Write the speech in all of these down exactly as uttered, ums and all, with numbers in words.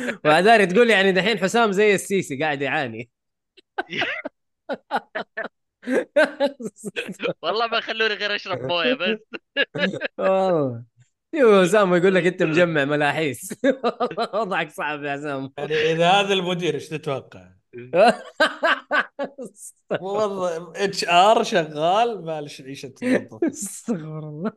وعذاري تقول يعني دحين حسام زي السيسي قاعد يعاني. والله ما خلوني غير اشرب مويه بس. والله. ايوه اسامه يقول لك انت مجمع ملاحيس. وضعك صعب يا اسامه. يعني اذا هذا المدير ايش تتوقع؟ موظف اتش ار شغال مالش عيشه موظف. استغفر الله.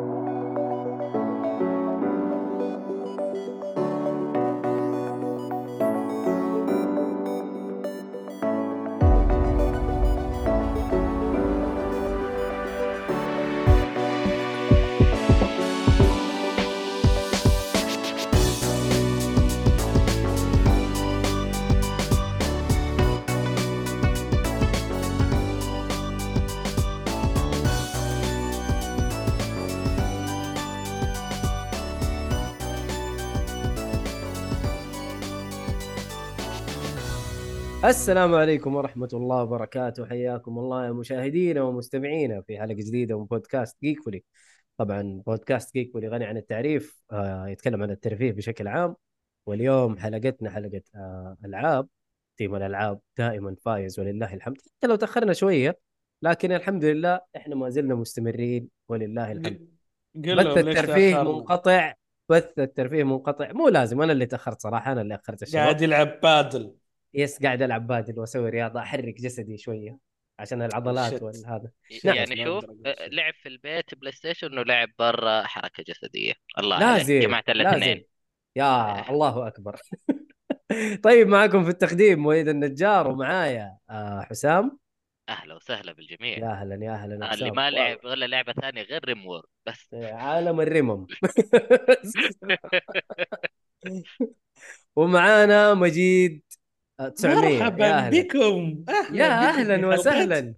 السلام عليكم ورحمة الله وبركاته، حياكم الله يا مشاهدينا ومستمعينا في حلقة جديدة من بودكاست جيكفولي. طبعا بودكاست جيكفولي غني عن التعريف، آه يتكلم عن الترفيه بشكل عام. واليوم حلقتنا حلقة آه ألعاب. تيم الألعاب دائما فايز ولله الحمد، حتى لو تأخرنا شوية لكن الحمد لله احنا ما زلنا مستمرين ولله الحمد. ق- قل بث لهم ليش الترفيه تاخرنا. منقطع. بث الترفيه منقطع، مو لازم أنا اللي تأخرت صراحة، أنا اللي أخرت الشباب. قاعد يلعب بادل. يس قاعد العب بادل واسوي رياضه، احرك جسدي شويه عشان العضلات شت والهذا. نعم. شت يعني ما شوف، اقدر اقول آه، شيء. لعب في البيت بلاي ستيشن ولعب برا حركة جسدية. الله عليك، لازم جمعت الاثنين. لازم. يا آه، الله اكبر. طيب معكم في التقديم وليد النجار، ومعايا آه حسام. اهلا وسهلا بالجميع. يا اهلا يا اهلا يا آه، اللي حسام ما والله. لعب ولا لعبة ثانية غير ريمور بس. عالم الرمم. ومعانا مجيد. آه، تسعمية. مرحبا يا اهلا. بكم، يا اهلا بكم في اهلا حلقات وسهلا.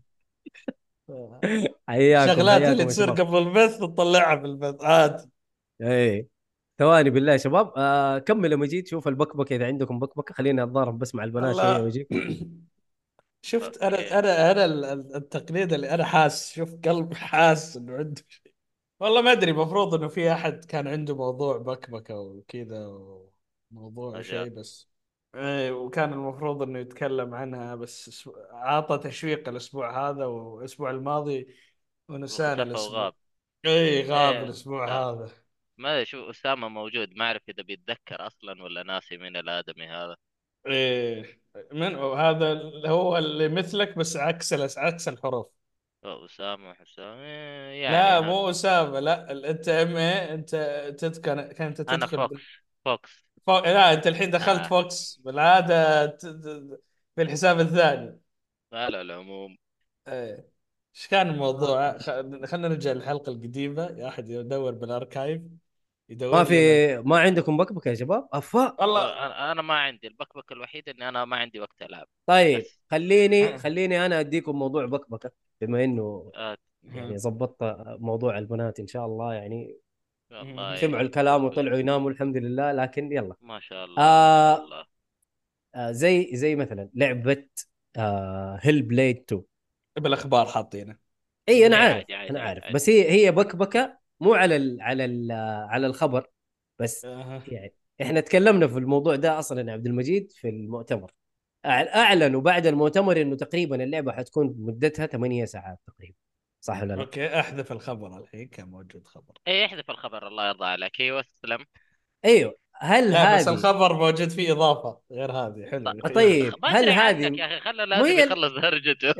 حياكم الشغلات اللي حياكم يا تصير شباب. قبل البث تطلعها في البث عادي. ايه. ثواني بالله يا شباب، آه كمل يا مجيد، شوف البكبكه اذا عندكم بكبكه، خليني اتضارب بس مع البنات شويه الله. ويجيك. شفت اوكي. انا انا انا ال- ال- التقليد اللي انا حاس، شوف قلب حاس انه عنده شيء. والله ما ادري، المفروض انه في احد كان عنده موضوع بكبكه وكذا، موضوع اجل. شيء بس. ايه، وكان المفروض انه يتكلم عنها بس أسبوع- عطى تشويق الاسبوع هذا والاسبوع الماضي ونسانا واختفى الاسبوع. وغاب. ايه غاب ايه. الاسبوع آه. هذا. ما أدري، شوف اسامة موجود، ما اعرف اذا بيتذكر اصلا ولا ناسي من الادمي هذا. ايه، من هو هذا؟ اللي هو اللي مثلك بس عكس الأس- عكس الحروف. أو اسامة حسام، إيه يعني لا ها. مو أسامة، لا ال- انت ام ايه، انت تذكر كنت انا تدخل بال... فوكس. فوكس. فو... لا انت الحين دخلت آه. فوكس بالعادة ت... ت... في الحساب الثاني. على العموم. ايه. ايش كان الموضوع؟ خ... خلينا نرجع للحلقة القديمة، يا احد يدور بالاركايف يدور ما في. لي له. ما عندكم بكبكه يا شباب افا؟ والله. انا أنا ما عندي البكبك الوحيد اني انا ما عندي وقت العب طيب بس. خليني خليني انا اديكم موضوع بكبكه، بما انه آه. يعني ضبطت موضوع البنات ان شاء الله يعني. والله سمعوا الكلام يوفقك. وطلعوا يناموا الحمد لله، لكن يلا. ما شاء الله ما شاء آه الله. آه زي زي مثلا لعبه آه هيل بليد اتنين. بالاخبار حاطينه. اي انا اي عارف، عادي انا عادي عادي عارف، عادي. بس هي هي بكبكه مو على ال على ال على الخبر بس. أه. يعني احنا تكلمنا في الموضوع ده اصلا يا عبد المجيد في المؤتمر. أع- اعلنوا بعد المؤتمر انه تقريبا اللعبه حتكون مدتها ثمانية ساعات تقريبا. صح ولا لا؟ اوكي، احذف الخبر الحين، كان موجود خبر. اي احذف الخبر الله يرضى عليك، ايوه استلم. ايوه. هل لا بس هذه؟ الخبر موجود فيه اضافه غير هذه، ط- حلو فيها. خ- طيب ما ادري هل عنك هذه؟ يا اخي، خلى مو الادمي هي. يخلص هرجته.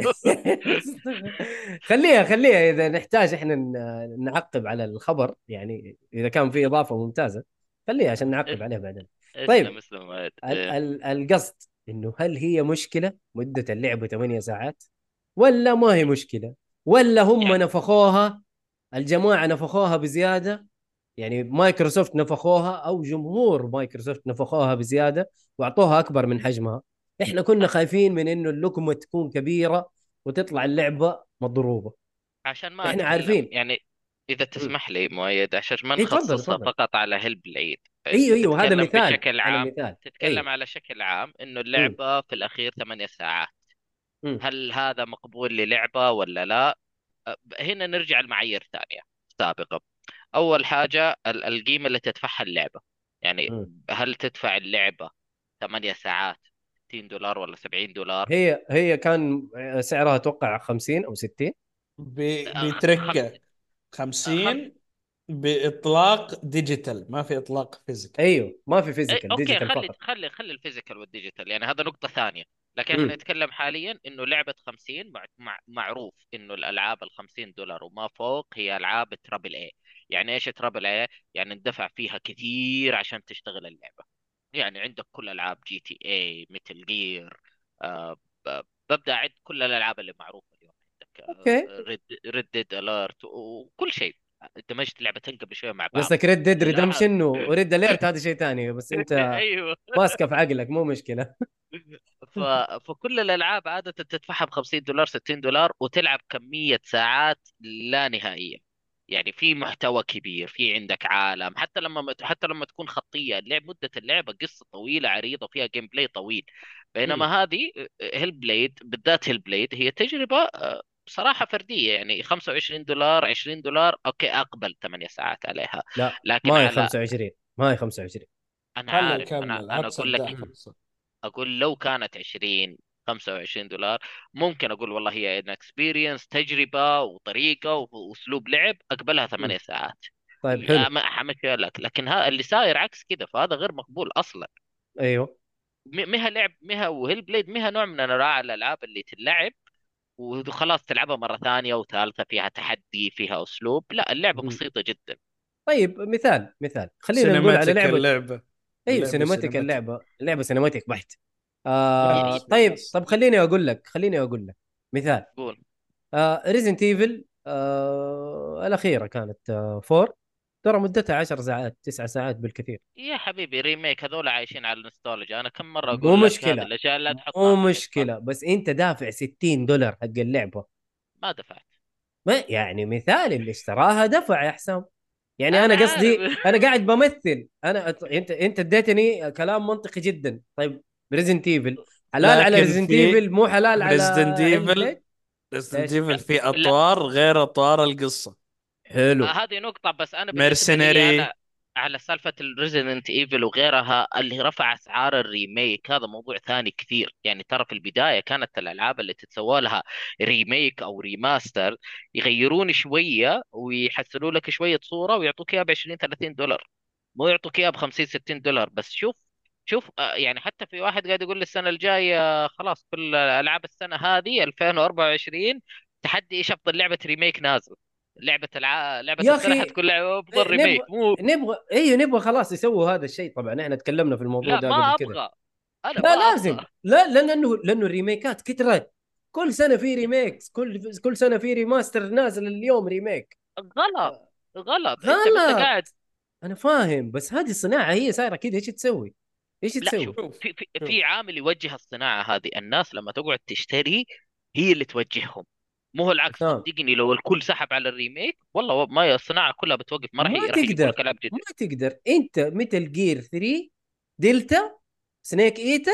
خليها خليها اذا نحتاج احنا ن- نعقب على الخبر، يعني اذا كان في اضافه ممتازه خليها عشان نعقب اس- عليها بعدين. اسلم طيب. اسلم عاد. ال إيه. ال القصد انه هل هي مشكله مده اللعبه ثمانية ساعات ولا ما هي مشكله، ولا هم يعني نفخوها؟ الجماعه نفخوها بزياده، يعني مايكروسوفت نفخوها او جمهور مايكروسوفت نفخوها بزياده واعطوها اكبر من حجمها. احنا كنا خايفين من انه اللقمه تكون كبيره وتطلع اللعبه مضروبه. عشان ما احنا اتكلم عارفين. يعني، اذا امم تسمح لي مؤيد، عشان ما اي تفضل نخصصها تفضل. فقط على هيل بليد. انت ايوه ايوه هذا تتكلم مثال، بشكل انا عام. مثال. تتكلم ايوه. على شكل عام انه امم اللعبة في الاخير ثمانية ساعات. امم هل هذا مقبول للعبة ولا لا؟ أه، هنا نرجع لمعايير ثانية سابقة. اول حاجة ال- القيمة اللي تدفعها اللعبة. يعني امم هل تدفع اللعبة ثمانية ساعات ستين دولار ولا سبعين دولار. هي هي كان سعرها اتوقع خمسين او ستين. ب- آه، خمس بتركه آه، خمس خمسين باطلاق ديجيتال، ما في اطلاق فيزيكال. ايوه ما في أي فيزيكال، اوكي، ديجيتال خلي فقط. خلي خلي الفيزيكال والديجيتال، يعني هذا نقطة ثانية. لكن احنا امم. نتكلم حاليا انه لعبة خمسين مع... مع... معروف انه الالعاب ال خمسين دولار وما فوق هي العاب ترابل اي. يعني ايش ترابل اي؟ يعني ندفع فيها كثير عشان تشتغل اللعبة. يعني عندك كل العاب جي تي اي، ميتل جير، آه ب- ببدا اعد كل الالعاب اللي معروفة اليوم. عندك اوكي. ريد ريد ديد اليرت وكل شيء. دمجت لعبتين قبل شوية مع بعض. قصدك ريد ديد لا. ريدمشن وريد اليرت هذا شيء ثاني، بس انت ايوه. ماسكه في عقلك مو مشكله. ف... فكل الالعاب عاده تدفعها ب خمسين دولار ستين دولار وتلعب كميه ساعات لا نهائيه. يعني في محتوى كبير، في عندك عالم، حتى لما حتى لما تكون خطيه اللعب، مده اللعبه قصه طويله عريضه فيها جيم بلاي طويل. امم. بينما هذه هيل بليد بالذات، هيل بليد هي تجربه آه، بصراحه فرديه. يعني خمسة وعشرين دولار عشرين دولار اوكي اقبل ثمانية ساعات عليها. لا لكن ما هي على، خمسة وعشرين، ما هي خمسة وعشرين. انا خليه عارف، انا يكمل، انا عاد اقول صدق لك، امم. خمسة. اقول لو كانت عشرين خمسة وعشرين دولار ممكن اقول والله هي ان اكسبيرينس، تجربه وطريقه واسلوب لعب اقبلها امم. ثمانية ساعات. طيب حلو. يا ما حمشي لك، لكن ها اللي صاير عكس كذا، فهذا غير مقبول اصلا. ايوه. م- مها لعب، مها وهيل بليد مها نوع من انواع الالعاب اللي تلعب وخلاص تلعبها مره ثانيه وثالثه، فيها تحدي فيها اسلوب. لا، اللعبه مم. بسيطه جدا. طيب مثال مثال خلينا نقول على سينماتيك لعبه. اللعبة. ايوه اللعبة سينماتيك، سينماتيك. اللعبه اللعبه سينماتيك بحت. لا آه ي- بس طيب بس طب خليني اقول لك خليني اقول لك مثال. قول. آه ريزنت ايفل آه الاخيره كانت آه فور، ترى مدتها عشر ساعات تسع ساعات بالكثير. يا حبيبي ريميك، هذول عايشين على النوستالجيا. انا كم مره مو اقول لك هذه مشكله، الاشياء لا تحطها مو في الليسته. مشكله، بس انت دافع ستين دولار حق اللعبه. ما دفعت. ما يعني مثال اللي اشتراها دفع يا حسام. يعني انا انا عارف. قصدي انا قاعد بمثل انا. انت انت اديتني كلام منطقي جدا. طيب ريزنت ايفل حلال على لكن ريزنت في ايفل، مو حلال على ريزدنت هيل ايفل، بليد. ريزدنت ليش؟ ايفل في لا، اطوار غير اطوار القصة. حلو. هذه نقطة. بس أنا بالنسبة لي ميرسينري. أنا على سالفة الريزيدنت ايفل وغيرها اللي رفع أسعار الريميك، هذا موضوع ثاني كثير. يعني ترى في البداية كانت الألعاب اللي تتسوى لها ريميك أو ريماستر يغيرون شوية ويحسنوا لك شوية صورة ويعطوك إياها ب عشرين ثلاثين دولار، مو يعطوك إياها ب خمسين ستين دولار. بس شوف، شوف آه، يعني حتى في واحد قاعد يقول لي السنة الجاية خلاص كل ألعاب السنة هذه ألفين وأربعة وعشرين تحدي إيش أفضل لعبة ريميك نازل. لعبة الع... لعبة يا السنة اخي حتكون لعبة أفضل إيه، نبغى ريميك مو. نبغى ايوه نبغى خلاص يسووا هذا الشيء. طبعا احنا تكلمنا في الموضوع لا ده ما قبل كذا. أبغى، أنا لا ما لازم، أبغى. لا لا لانه لانه الريميكات كثرت. كل سنه في ريميكس، كل كل سنه في ريماستر نازل اليوم ريميك. غلط، غلط. أنت أنت غلط. قاعد. انا فاهم، بس هذه الصناعه هي صايره كذا، ايش تسوي؟ ايش لا شوف، تسوي؟ شوف في في في شوف عامل يوجه الصناعة هذه. الناس لما تقعد تشتري هي اللي توجههم، مو هو العكس. حسام صدقني لو الكل سحب على الريميك والله ما الصناعة كلها بتوقف، ما راح ما راح يجيبوا لك تقدر، ألعاب ما جديدة. تقدر انت متل جير ثري دلتا سنيك ايتر،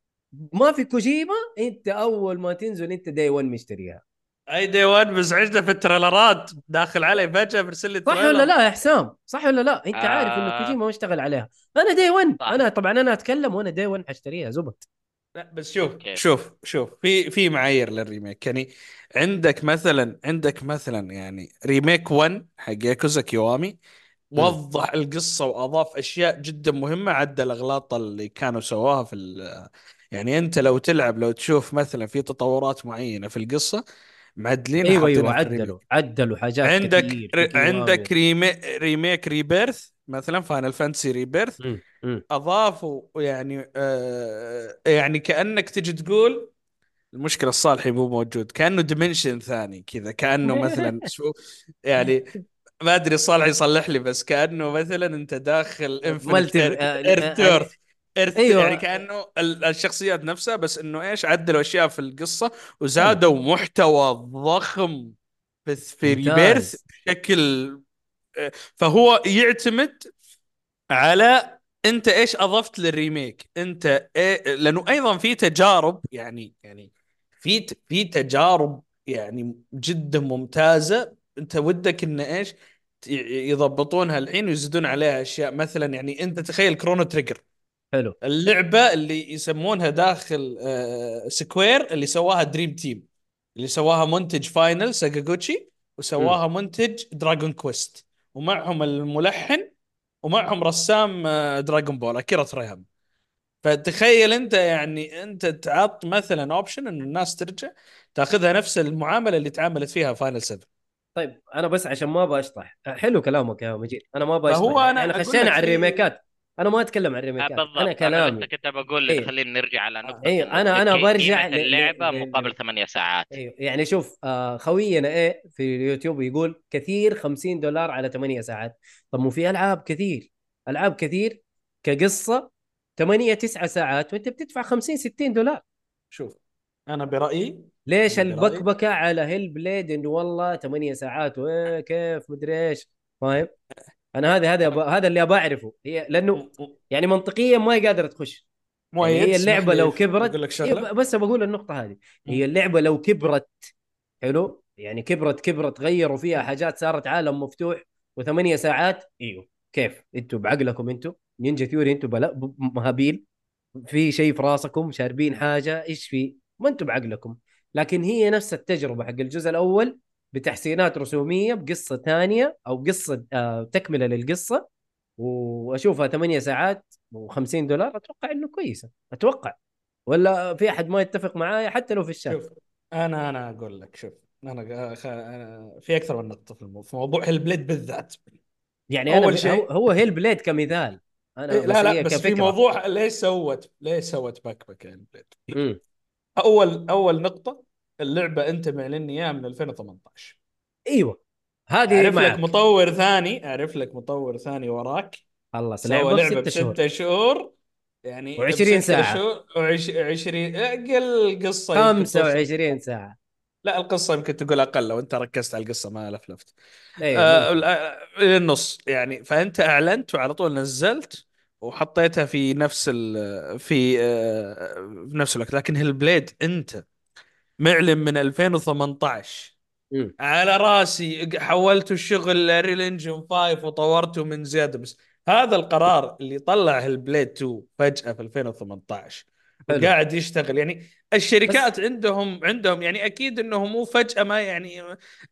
ما في كوجيما، انت اول ما تنزل انت داي ون مشتريها. اي دي وان مزعجنا في التريلرات، داخل علي فجأة برسل لي صح ولا تريلر. لا يا حسام؟ صح ولا لا؟ انت عارف انه آه كوجيما ما اشتغل عليها. انا داي ون، صح. انا طبعا انا اتكلم وانا داي ون حاشتريها زبط. لا بس شوف اوكي. شوف شوف في في معايير للريميك يعني. عندك مثلا عندك مثلا يعني ريميك واحد حق ياكوزا كيوامي، امم. وضح القصة وأضاف أشياء جدا مهمة، عدى الأغلاط اللي كانوا سواها في ال- يعني أنت لو تلعب لو تشوف مثلا في تطورات معينة في القصة معدلينها ايوه ايوه حاطينها في عدلوا الريميك. عدلوا حاجات عندك كثير في كيوامي. عندك ريمي ريميك ريبيرث مثلا فاينل فانتسي ريبيرث، امم. امم. اضافوا يعني آه يعني كانك تجي تقول المشكله الصالحي مو موجود، كانه ديمنشن ثاني كذا، كانه مثلا شو يعني، ما ادري الصالح يصلح لي، بس كانه مثلا انت داخل انفنت مالتي آه ايرث آه ايرث ايرث يعني ايوه. كانه ال- الشخصيات نفسها، بس انه ايش عدلوا اشياء في القصه وزادوا محتوى ضخم في في ريبيرث ممتاز. بشكل. فهو يعتمد على انت ايش اضفت للريميك، انت إيه، لانه ايضا في تجارب يعني يعني في ت- في تجارب يعني جدا ممتازه، انت ودك ان ايش ت- يضبطونها الحين ويزيدون عليها اشياء. مثلا يعني انت تخيل كرونو تريجر، حلو. اللعبة اللي يسمونها داخل آه، سكوير، اللي سواها دريم تيم، اللي سواها منتج فاينل ساكاغوتشي، امم وسواها منتج دراغون كويست، ومعهم الملحن، ومعهم رسام آه، دراغون بول اكيرا تريهام. فتخيل انت، يعني انت تعط مثلا اوبشن انه الناس ترجع تاخذها نفس المعامله اللي تعاملت فيها فاينل سبعة. طيب انا بس عشان ما ابغى اشطح، حلو كلامك يا مجيد، انا ما ابغى اشطح، فهو احنا انا اقول خشينا لك على في. الريميكات. انا ما اتكلم عن آه، الريميكات، انا بالضبط، انا لسه كلامي. كنت بقول لك ايوه. خلينا نرجع على آه، نقطة ايوه، انه انا انا لكي برجع قيمة ل... اللعبة ل... مقابل ل... ثمانية ساعات. ايوه يعني شوف، آه خوينا ايه في اليوتيوب يقول كثير خمسين دولار على ثمانية ساعات. طب مو في العاب كثير، العاب كثير كقصه ثمانية تسعة ساعات وانت بتدفع خمسين ستين دولار. شوف، انا برايي ليش انا برايي البكبكه على هيل بليد انه والله ثمانية ساعات وكيف مدري ايش؟ فاهم؟ انا هذا هذا أب... انا هذا اللي ابى اعرفه، هي م- لانه م- يعني منطقيا ما هي قادره تخش. يعني مؤيد، هي اسمح اللعبه لي لو كبرت، بقول لك إيه شغله. بس بقول النقطه هذه، م- هي اللعبه لو كبرت، حلو يعني كبرت كبرت غيروا فيها حاجات صارت عالم مفتوح وثمانية ساعات، ايوه كيف انتوا بعقلكم؟ انتوا نينجا ثيوري انتوا بلا ب- مهابيل؟ في شيء في راسكم شاربين حاجه؟ ايش في؟ ما انتوا بعقلكم. لكن هي نفس التجربه حق الجزء الاول بتحسينات رسوميه بقصه ثانيه او قصه آه تكمله للقصه، واشوفها ثمانية ساعات و50 دولار، اتوقع انه كويسه، اتوقع. ولا في احد ما يتفق معايا حتى لو في الشات؟ شوف، انا انا اقول لك، شوف، انا خ- أنا في اكثر من نقطه في الموضوع، في موضوع البليد بالذات. يعني انا ب... اول هو شيء، هو هيل بليد كمثال، انا إيه، بس لا لا، هي بس في كفكره. موضوع ليش سوت ليش سوت باك باك يعني البليد. امم اول اول نقطه، اللعبه انت معلن اياها من ألفين وثمانية عشر. ايوه هذه اعرف لك معك. مطور ثاني اعرف لك مطور ثاني وراك خلص سوى لعبه في لعبه ست شهور بستة شهور، يعني و20 بستة ساعه، شهور وعش... عشرين اقل قصه يمكن توصل. خمسة وعشرين ساعه. لا، القصه يمكن تقول اقل لو انت ركزت على القصه ما لفلفت. ايوه آه ممكن. ال- آه، النص يعني، فانت اعلنت وعلى طول نزلت وحطيتها في نفس ال في آه في نفس الوقت. لكن هالبليد انت معلن من ألفين وثمانية عشر، امم على راسي حولت الشغل ريل انجن خمسة وطورته من زياده. بس هذا القرار اللي طلع البليد تو فجأة في ألفين وثمانية عشر حلو. وقاعد يشتغل، يعني بس الشركات عندهم عندهم يعني اكيد انه مو فجأة ما يعني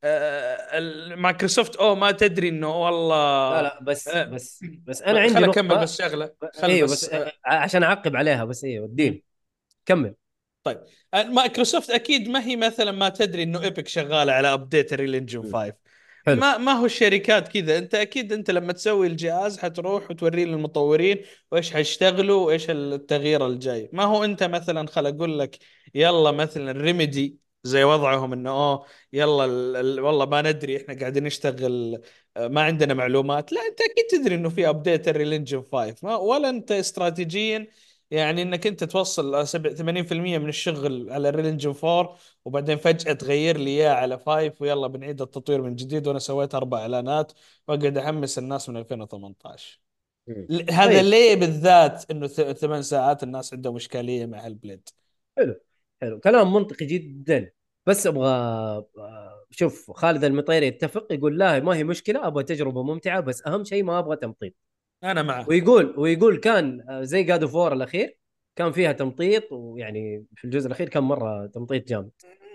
آه مايكروسوفت او ما تدري انه والله. لا لا، بس آه بس بس انا عندي خل اكمل نقطه. بس شغله خل ايوه بس بس آه، آه عشان اعقب عليها بس، ايوه م. الدين كمل. طيب، آه، مايكروسوفت اكيد ما هي مثلا ما تدري انه ايبك شغاله على ابديت الريل انجن مم. خمسة. حلو. ما ما هو الشركات كذا، انت اكيد انت لما تسوي الجهاز حتروح وتوريه للمطورين وايش حيشتغلوا وايش التغيير الجاي. ما هو انت مثلا خل اقول لك، يلا مثلا ريميدي زي وضعهم انه اوه يلا ال ال والله ما ندري احنا قاعدين نشتغل، آه، ما عندنا معلومات. لا، انت اكيد تدري انه في ابديت الريل انجن خمسة، ما ولا انت استراتيجيا يعني انك انت توصل سبعة ثمانين بالمئة من الشغل على الريل انجن أربعة وبعدين فجأة تغير لي اياه على خمسة ويلا بنعيد التطوير من جديد، وانا سويت اربع اعلانات واقعد احمس الناس من ألفين وثمانية عشر. مم. ل- هذا طيب ليه بالذات انه ث- ثمان ساعات الناس عندهم اشكالية مع البليد. حلو. حلو كلام منطقي جدا. بس ابغى آه، شوف خالد المطيري يتفق، يقول لا ما هي مشكله، ابغى تجربه ممتعه بس اهم شيء ما ابغى تمطيط. انا معه. ويقول ويقول كان آه، زي جاد اوف وور الاخير كان فيها تمطيط، ويعني في الجزء الاخير كان مره تمطيط جامد.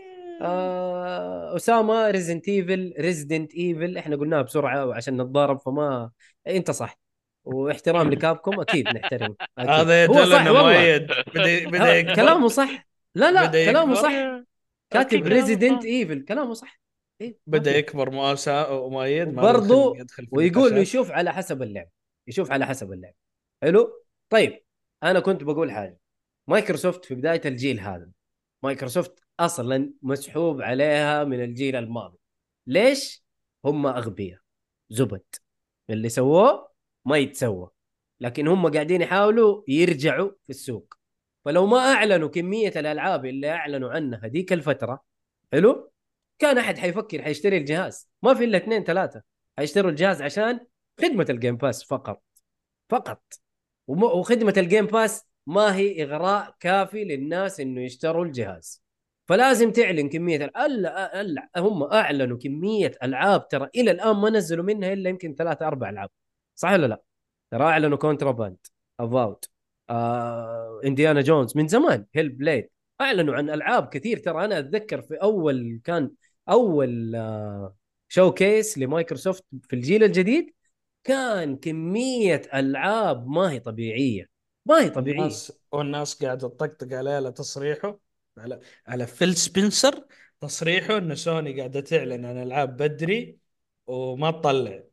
آه اسامه ريزنت ايفل ريزدنت ايفل احنا قلناها بسرعه وعشان نتضارب، فما انت صح. واحترام لكابكم اكيد نحترم، اكيد هذا هو يدل صح انه والله. مؤيد بدا بدا ها يكبر. كلامه صح. لا بدا لا كلامه يكبر. صح. يا- اوكي كاتب كلامه ريزيدنت صح. ايفل كلامه صح. ايه ما بدا في. يكبر مؤسا ومؤيد، ما له خلق وبرضه يدخل في ويقول نقاشات. يشوف على حسب اللعب، يشوف على حسب اللعب. حلو. طيب انا كنت بقول حاجه. مايكروسوفت في بدايه الجيل هذا، مايكروسوفت اصلا مسحوب عليها من الجيل الماضي. ليش؟ هم اغبياء زبد، اللي سووه ما يتسوى، لكن هم قاعدين يحاولوا يرجعوا في السوق. فلو ما اعلنوا كميه الالعاب اللي اعلنوا عنها هذيك الفتره، حلو، كان احد حيفكر حيشتري الجهاز. ما في الا اثنين ثلاثه حيشتروا الجهاز عشان خدمه الجيم باس فقط، فقط. وم- وخدمه الجيم باس ما هي اغراء كافي للناس انه يشتروا الجهاز. فلازم تعلن كميه ال- الا الا هم اعلنوا كميه العاب ترى الى الان ما نزلوا منها الا يمكن ثلاثة اربع العاب، صح ولا لا؟ ترى اعلنوا كونتراباند، افاوت، آه انديانا جونز من زمان، هيل بليد. اعلنوا عن العاب كثير ترى. انا اتذكر في اول كان اول آه شو كيس لمايكروسوفت في الجيل الجديد، كان كمية العاب ما هي طبيعية، ما هي طبيعية. والناس والناس قاعده تطقطق عليه على تصريحه، على على فيل سبنسر، تصريحه ان سوني قاعده تعلن عن العاب بدري وما تطلع.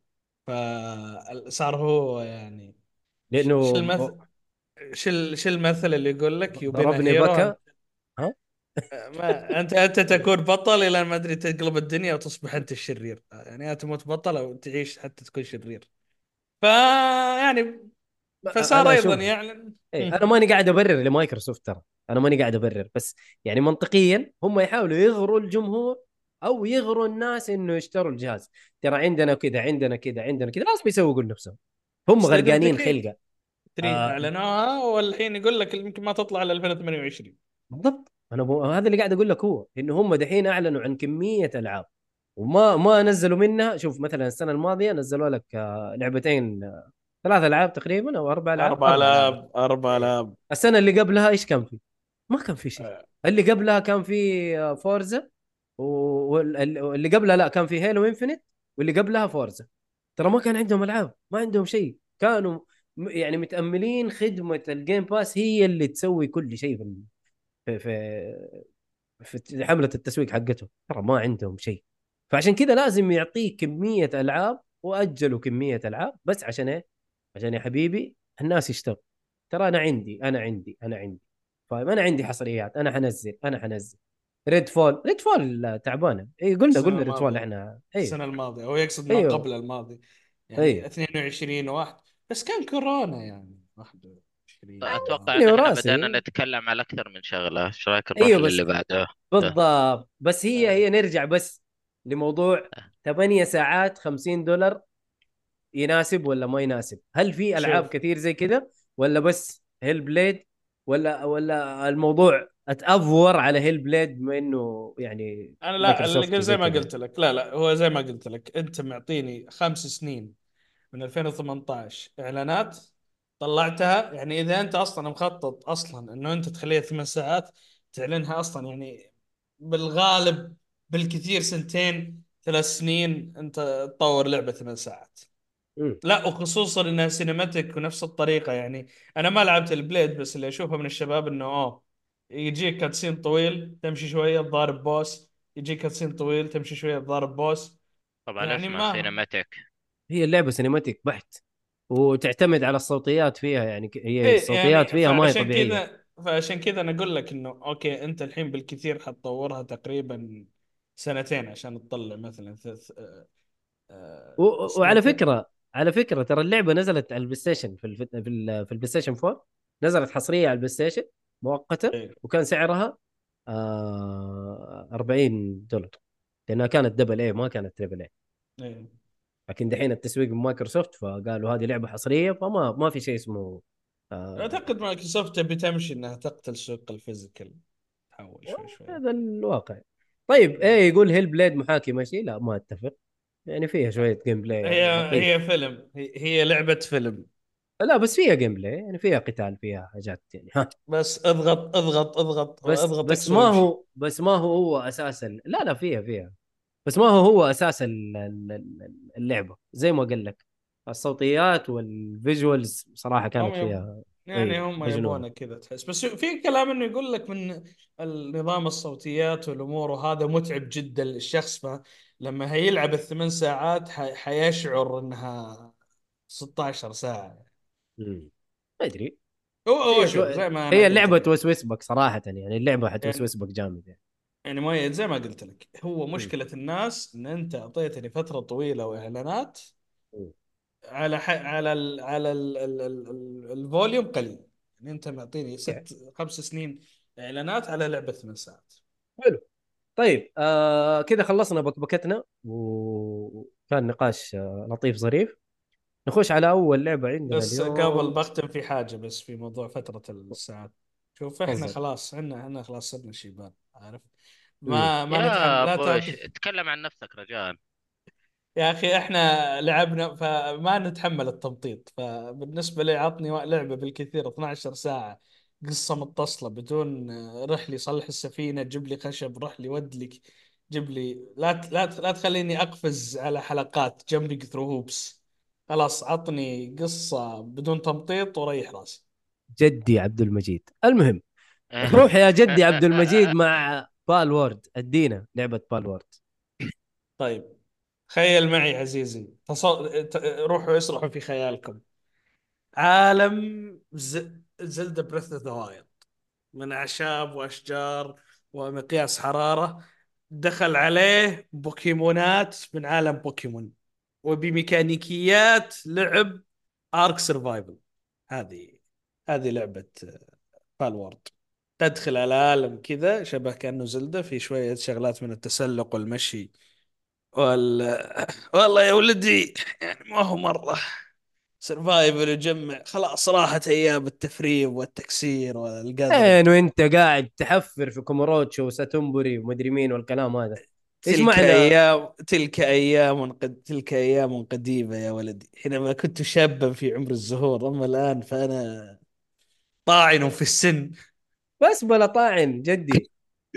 فصار هو يعني ش- لانه شو المثل شو شو المثل اللي يقول لك يو بين ضربني هيرو بكى. انت. ها. ما انت انت تكون بطل الى ما ادري تقلب الدنيا وتصبح انت الشرير، يعني يا تموت بطل او تعيش حتى تكون شرير. فيعني فصار انا ايضا اشوف يعلن. إيه، انا مم. ماني قاعد ابرر لمايكروسوفت ترى، انا ماني قاعد ابرر، بس يعني منطقيا هم يحاولوا يغروا الجمهور او يغروا الناس انه يشتروا الجهاز. ترى عندنا كذا، عندنا كذا، عندنا كذا، لازم يسوقوا لنفسهم، هم ستيت اوف غرقانين ديكي خلقه. ثلاثة آه اعلنوها، والحين يقول لك يمكن ما تطلع الا ألفين وثمانية وعشرين. بالضبط، انا بو... هذا اللي قاعد اقول لك، هو انه هم دحين اعلنوا عن كميه العاب وما ما نزلوا منها. شوف مثلا السنه الماضيه نزلوا لك آه لعبتين، آه ثلاث العاب تقريبا او اربع العاب، اربع اربع العاب. العاب اربع إيه. العاب السنه اللي قبلها ايش كان في؟ ما كان في شيء. آه، اللي قبلها كان في فورزا، واللي قبلها لا كان في هيلو انفنت، واللي قبلها فورزا. ترى ما كان عندهم العاب، ما عندهم شيء، كانوا م- يعني متأملين خدمة الجيم باس هي اللي تسوي كل شيء في في في, في حملة التسويق حقته. ترى ما عندهم شيء، فعشان كذا لازم يعطيك كمية ألعاب، وأجلوا كمية ألعاب بس عشان إيه؟ عشان يا حبيبي الناس يشتغل. ترى انا عندي انا عندي انا عندي طيب انا عندي حصريات، انا حنزل انا حنزل ريد فول. ريد فول تعبانه، اي قلنا السنه قلنا ريد فول الماضيه احنا. ايوه السنه الماضيه هو يقصد ما ايوه قبل الماضي، يعني ايوه. اثنين وعشرين واحد. بس كان كورونا يعني واحد وعشرين اتوقع يعني ان احنا بدأنا وراسي. نتكلم على اكثر من شغلة، ايش رايك نروح ايوه للي بس بعده؟ ده. بالضبط، بس هي آه. هي نرجع بس لموضوع ثمانية ساعات خمسين دولار، يناسب ولا ما يناسب؟ هل في العاب شوف، كثير زي كذا، ولا بس هيل بليد، ولا ولا الموضوع اتافور على هيل بليد بما انه يعني انا لا اللي مايكروسوفت قل- زي وزي ما كذا؟ قلت لك، لا لا هو زي ما قلت لك، انت معطيني خمس سنين من ألفين وثمانية عشر اعلانات طلعتها. يعني اذا انت اصلا مخطط اصلا انه انت تخليها ثمان ساعات تعلنها اصلا، يعني بالغالب بالكثير سنتين ثلاث سنين انت تطور لعبة ثمان ساعات. امم لا وخصوصا انها سينماتيك ونفس الطريقة. يعني انا ما لعبت البليد، بس اللي اشوفه من الشباب انه اه يجيك كاتسين طويل تمشي شوية تضارب بوس، يجيك كاتسين طويل تمشي شوية تضارب بوس. طبعا يعني اسمها ما سينماتيك. هي اللعبه سينماتيك بحت، وتعتمد على الصوتيات فيها، يعني ك- هي ايه الصوتيات يعني فيها ما هي فعشان طبيعيه. كذا فعشان كذا انا اقول لك انه اوكي، انت الحين بالكثير حتطورها تقريبا سنتين عشان تطلع مثلا ثلاث آه، و- وعلى سنتين. فكره، على فكره ترى اللعبه نزلت على البلاي ستيشن في الف... في ال... في البلاي ستيشن فور، نزلت حصريه على البلاي ستيشن مؤقته، ايه وكان سعرها آه أربعين دولار، لانها كانت دبل اي ما كانت تريبل اي. ايه لكن دحين التسويق من مايكروسوفت فقالوا هذه لعبه حصريه، فما ما في شيء اسمه آه اعتقد مايكروسوفت تبي تمشي انها تقتل سوق الفيزيكال، تحول شوي شوي. هذا الواقع. طيب ايه يقول هيل بليد محاكي ماشي، لا ما اتفق، يعني فيها شويه جيم بلاي هي يعني لطيف. هي فيلم، هي, هي لعبة فيلم. لا بس فيها جيم بلاي، يعني فيها قتال، فيها حاجات يعني ها. بس اضغط اضغط اضغط بس اضغط بس اكس ما وامشي. هو بس ما هو هو اساس ال... لا لا فيها فيها، بس ما هو هو اساس ال- ال- ال- اللعبه زي ما قال لك. الصوتيات والفيجوالز صراحه هم كانت يب... فيها يعني اي هم مجنونه. يبونه كذا تحس. بس في كلام انه يقول لك من النظام الصوتيات والامور، وهذا متعب جدا للشخص. فلما هيلعب الثمان ساعات ح... حيشعر انها ستة عشر ساعة. مم. ما ادري. هو هو هي شوف شو... زي ما انا هي قلت اللعبه لك، توسوس بك صراحه، يعني اللعبه يعني حتوسوس بك جامد يعني. يعني ما زي ما قلت لك، هو مم. مشكلة الناس ان انت اعطيتني فترة طويلة واعلانات مم. على ح... على ال... على ال... ال... ال... ال- الفوليوم قليل. يعني انت معطيني يعني ست خمس سنين اعلانات على لعبة ثمان ساعات. حلو. طيب آه كذا خلصنا بكبكتنا، وكان نقاش آه لطيف ظريف. نخش على اول لعبه عندنا بس قبل اليوم. بختم في حاجة، بس في موضوع فترة الساعات. شوف احنا تفضل. خلاص عنا احنا خلاص صرنا شيبان، عارف. مم. ما ما نتحمل يا لا بوش تعطي. اتكلم عن نفسك رجاء. يا اخي احنا لعبنا فما نتحمل التمطيط، فبالنسبه لي عطني لعبه بالكثير اثنا عشر ساعه قصه متصله بدون رح لي صلح السفينه، جيب لي خشب، رح لي ود لك، جيب لي، لا ت- لا ت- لا تخليني اقفز على حلقات جمبينج ثرو هوبس. خلاص عطني قصه بدون تمطيط وريح راسي. جدي عبد المجيد. المهم، روح يا جدي عبد المجيد مع بال وورد، ادينا لعبة بال وورد. طيب تخيل معي عزيزي، تصو... ت- روحوا اسرحوا في خيالكم. عالم ز... زلدا بريث اوف ذا وايلد، من أعشاب وأشجار ومقياس حرارة، دخل عليه بوكيمونات من عالم بوكيمون، وبميكانيكيات لعب ارك سرفايفل. هذه هذه لعبة بالورد. تدخل على عالم كذا شبه كأنه زلدة، في شوية شغلات من التسلق والمشي وال... والله يا ولدي يعني ما هو مرة سرفايفل يجمع، خلاص راحت أيام التفريم والتكسير والقذر. وين وانت قاعد تحفر في كوموروتشو وساتومبوري ومدري مين والكلام هذا؟ ايش تلك معنى؟ أيام تلك أيام قد تلك أيام قديمة يا ولدي، حينما كنت شابا في عمر الزهور، أما الآن فأنا طاعن في السن. بس بلا طاعن جدي.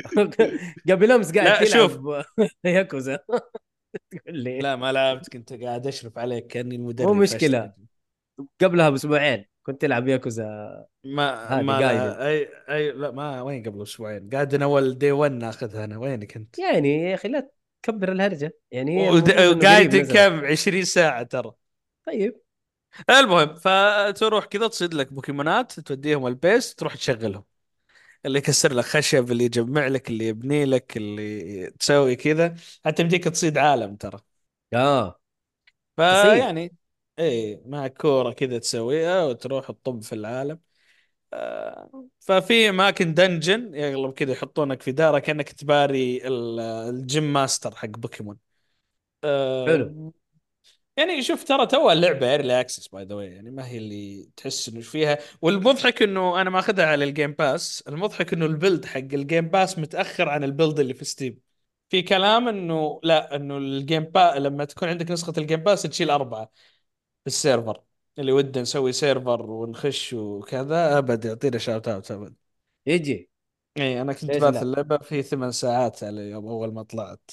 قبل امس قاعد لا شوف، تلعب ياكوزا تقول لي؟ لا ما لعبت، كنت قاعد أشرف عليك كأني مو المدرب فاشل. مشكلة، قبلها باسبوعين كنت تلعب ياكوزا. ما هذه ما جايدن. لا أي أي لا، ما وين قبل أسبوعين قاعد أنا أول دي واحد ناخذها أنا، وينك أنت؟ يعني يا اخي لا تكبر الهرجة، يعني هي ود- المفروض انه قريب وقاعد نزلت. كم عشرين ساعة ترى. طيب. المهم فتروح كذا تصيد لك بوكيمونات، توديهم البيس، تروح تشغلهم، اللي يكسر لك خشب، اللي يجمع لك، اللي يبني لك، اللي تسوي كذا. حتى يمديك تصيد عالم ترى. اه. تصيد. فيعني ايه مع كورة كذا تسويها وتروح تطب في العالم. آه، ففي اماكن دنجن يغلب كذا يحطونك في دارة كأنك تباري ال- الجيم ماستر حق بوكيمون. حلو. آه، يعني شوف ترى تو اللعبه ايرلي اكسس باي ذا واي، يعني ما هي اللي تحس انه فيها. والمضحك انه انا ماخذها على الجيم باس، المضحك انه البيلد حق الجيم باس متاخر عن البيلد اللي في ستيم. في كلام انه لا، انه الجيم باس لما تكون عندك نسخه الجيم باس تشيل اربعه في السيرفر. اللي وده نسوي سيرفر ونخش وكذا ابد يعطينا شاوت اوت ابد. يجي. اي انا كنت ليش باث لا؟ اللعبه في ثمان ساعات على يوم اول ما طلعت.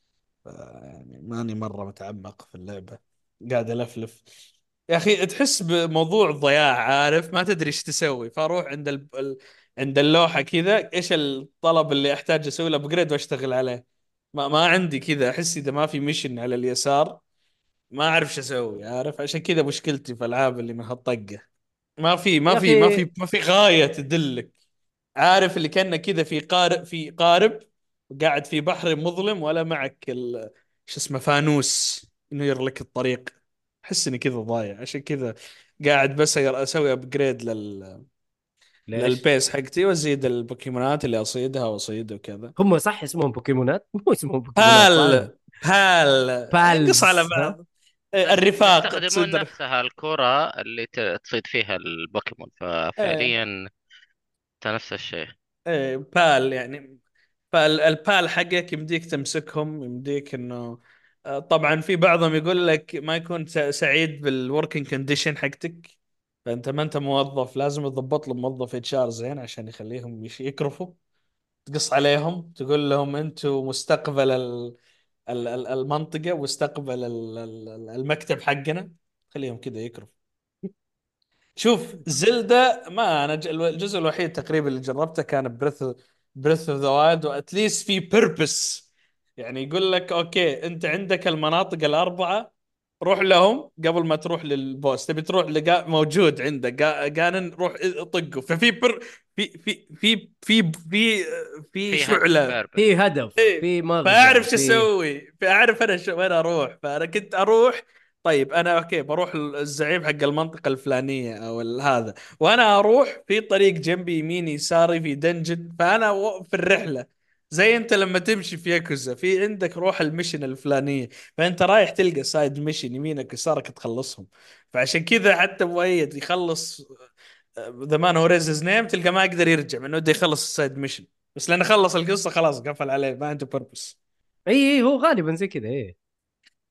يعني ماني مرة متعمق في اللعبة، قاعد ألفلف. يا أخي تحس بموضوع ضياع، عارف ما تدري إيش تسوي، فأروح عند ال... ال- عند اللوحة كذا، إيش الطلب اللي أحتاج أسوي له أبجريد وأشتغل عليه. ما ما عندي كذا، أحس إذا ما في ميشن على اليسار ما أعرف إيش أسوي، عارف عشان كذا مشكلتي في الألعاب اللي من هالطقة. ما في ما يا في ما اخي في ما في غاية تدلك. عارف اللي كأنه كذا في قارب في قارب وقاعد في بحر مظلم، ولا معك ال... شو اسمه فانوس ينير لك الطريق. احس اني كذا ضايع، عشان كذا قاعد بس اسوي ابجريد لل ليش؟ للبيس حقتي وازيد البوكيمونات اللي اصيدها واصيد وكذا. هم صح اسمهم بوكيمونات؟ مو اسمهم بوكيمونات صح؟ بال بال قص على بالز ها. بعض. إيه، بس الرفاق يستخدمون تصيد الر- نفسها الكرة اللي ت- تصيد فيها البوكيمون، ايه ففعليا انت نفس الشيء. ايه بال يعني. فالبال حقك يمديك تمسكهم، يمديك انه آه، طبعا في بعضهم يقول لك ما يكون س- سعيد بالوركينج كونديشن حقتك، فانت ما انت موظف لازم تضبط له موظف اتش ار زين عشان يخليهم يش- يكرفوا. تقص عليهم تقول لهم انتم مستقبل ال- ال- ال- المنطقة، ومستقبل ال- ال- المكتب حقنا، خليهم كذا يكرفوا. شوف زلدة، ما انا ج- الجزء الوحيد تقريبا اللي جربته كان بريث بريث اوف ذا وايلد، واتليست في بيربس. يعني يقول لك اوكي انت عندك المناطق الاربعه، روح لهم قبل ما تروح للبوس، تبي تروح لقى موجود عندك قا- قانن روح طقه. ففي بر في في في في في في في هدف شعله. في بيربس. هدف، ايه في مغزى، فاعرف شو في. اسوي، فاعرف انا شو وين اروح، فانا كنت اروح. طيب انا اوكي بروح الزعيم حق المنطقه الفلانيه او ال- هذا، وانا اروح في طريق جنبي يميني يساري في دنجن، فانا و- في الرحله. زي انت لما تمشي في ياكوزا في عندك روح المشن الفلانيه، فانت رايح تلقى سايد مشن يمينك يسارك تخلصهم. فعشان كذا حتى مؤيد يخلص ذا مان هو ريز نيم تلقى ما يقدر يرجع من بده يخلص السايد ميشن، بس لانه خلص القصه خلاص قفل عليه ما عنده بيربس. اي اي هو غالبا زي كذا اي.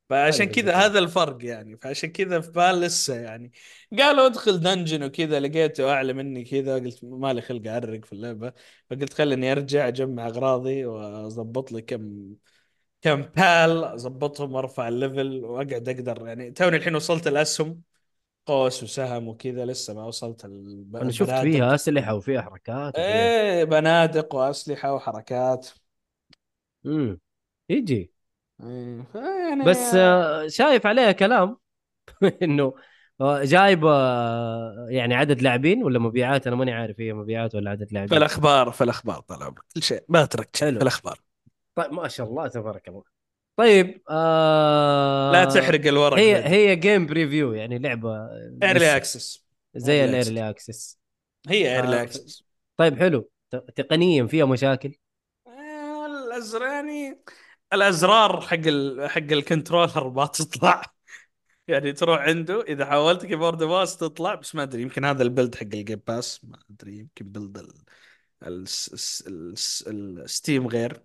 فعشان حلو كذا الذكاء. هذا الفرق يعني، فعشان كذا في بال لسه يعني. قالوا ادخل دنجن وكذا، لقيته اعلى مني كذا، قلت مالي خلق اعرق في اللعبه. فقلت خليني ارجع اجمع اغراضي واضبط لي كم كم بال، اضبطهم وارفع الليفل واقعد اقدر يعني. توني الحين وصلت الاسهم، قوس وسهم وكذا، لسه ما وصلت الب- انا شفت فيها البنادق. اسلحه وفيها حركات وفيها. ايه بنادق واسلحه وحركات. امم يجي. إيه يعني. بس آه، شايف عليها كلام انه آه، جايبه آه، يعني عدد لاعبين ولا مبيعات، انا ماني عارف هي مبيعات ولا عدد في لاعبين. الاخبار في الاخبار طلع كل شيء، ما ترك شيء في حلو. الاخبار. طيب ما شاء الله تبارك الله. طيب لا آه تحرق الورق هي بدري. هي جيم بريفيو يعني لعبه ايرلي لسه اكسس. زي ايرلي اكسس. الايرلي اكسس. هي ايرلي آه ف- اكسس. طيب حلو. ت- تقنيا فيها مشاكل. الازرار يعني، الازرار حق ال... حق الكنترولر ما تطلع. يعني تروح عنده اذا حاولت كيبورد ماوس تطلع، بس ما ادري يمكن هذا البيلد حق الجيم باس، ما ادري يمكن بيلد ال... ال... ال... ال... الستيم غير.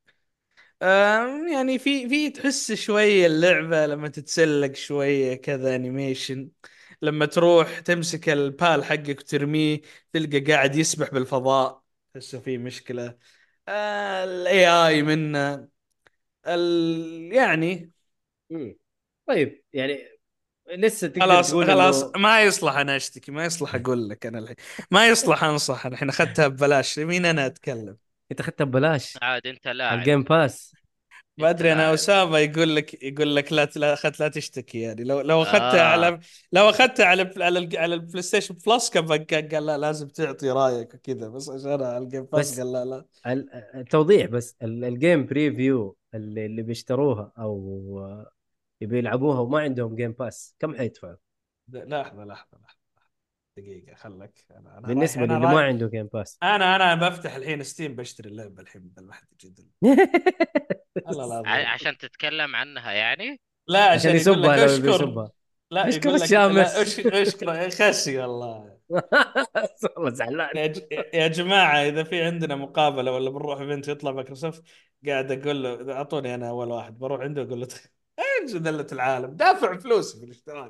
آم، يعني في في تحس شوية اللعبة لما تتسلق شوية كذا انيميشن، لما تروح تمسك البال حقك وترميه تلقى قاعد يسبح بالفضاء، تحسه في مشكلة. الاي اي منه ال... يعني. مم. طيب يعني لسه تقدر خلاص تقول خلاص انه ما يصلح انا اشتكي، ما يصلح اقول لك انا الحين، ما يصلح انصح. انا الحين اخذتها ببلاش، مين انا اتكلم؟ انت اخذتها ببلاش عاد انت على لاعب. الجيم باس. ما انت ادري انا، لاعب. اسامه يقول لك يقول لك لا لا اخذت لا تشتكي يعني، لو لو اخذتها اه. على لو اخذتها على على ال- على البلاي ستيشن بلس كان بقى- قال لا لازم تعطي رايك وكذا، بس عشان على الجيم باس بس قال لا لا. ال- التوضيح بس ال- الجيم بريفيو اللي, اللي بيشتروها او يبي يلعبوها وما عندهم جيم باس كم حيدفعوا؟ لحظه لحظه لحظه، دقيقه خلك، انا انا رايح بالنسبه انا للي ما رايح عنده جيم باس. انا انا بفتح الحين ستيم بشتري اللعبه الحين بدل ما حد يجدل. الله ع- العظيم. عشان تتكلم عنها يعني. لا عشان عشان يقول يسبها لك لو يبي اشكر. يسبها. لا اشكر يقول لك لا الشامس. أش... اشكر خسي والله. والله زعلان. يا, ج... يا جماعة إذا في عندنا مقابلة ولا بنروح ايفنت يطلع مايكروسوفت، قاعد أقول له إذا أعطوني أنا أول واحد بروح عنده أقول له إيش ذلة العالم، دافع فلوسي في الاشتراك،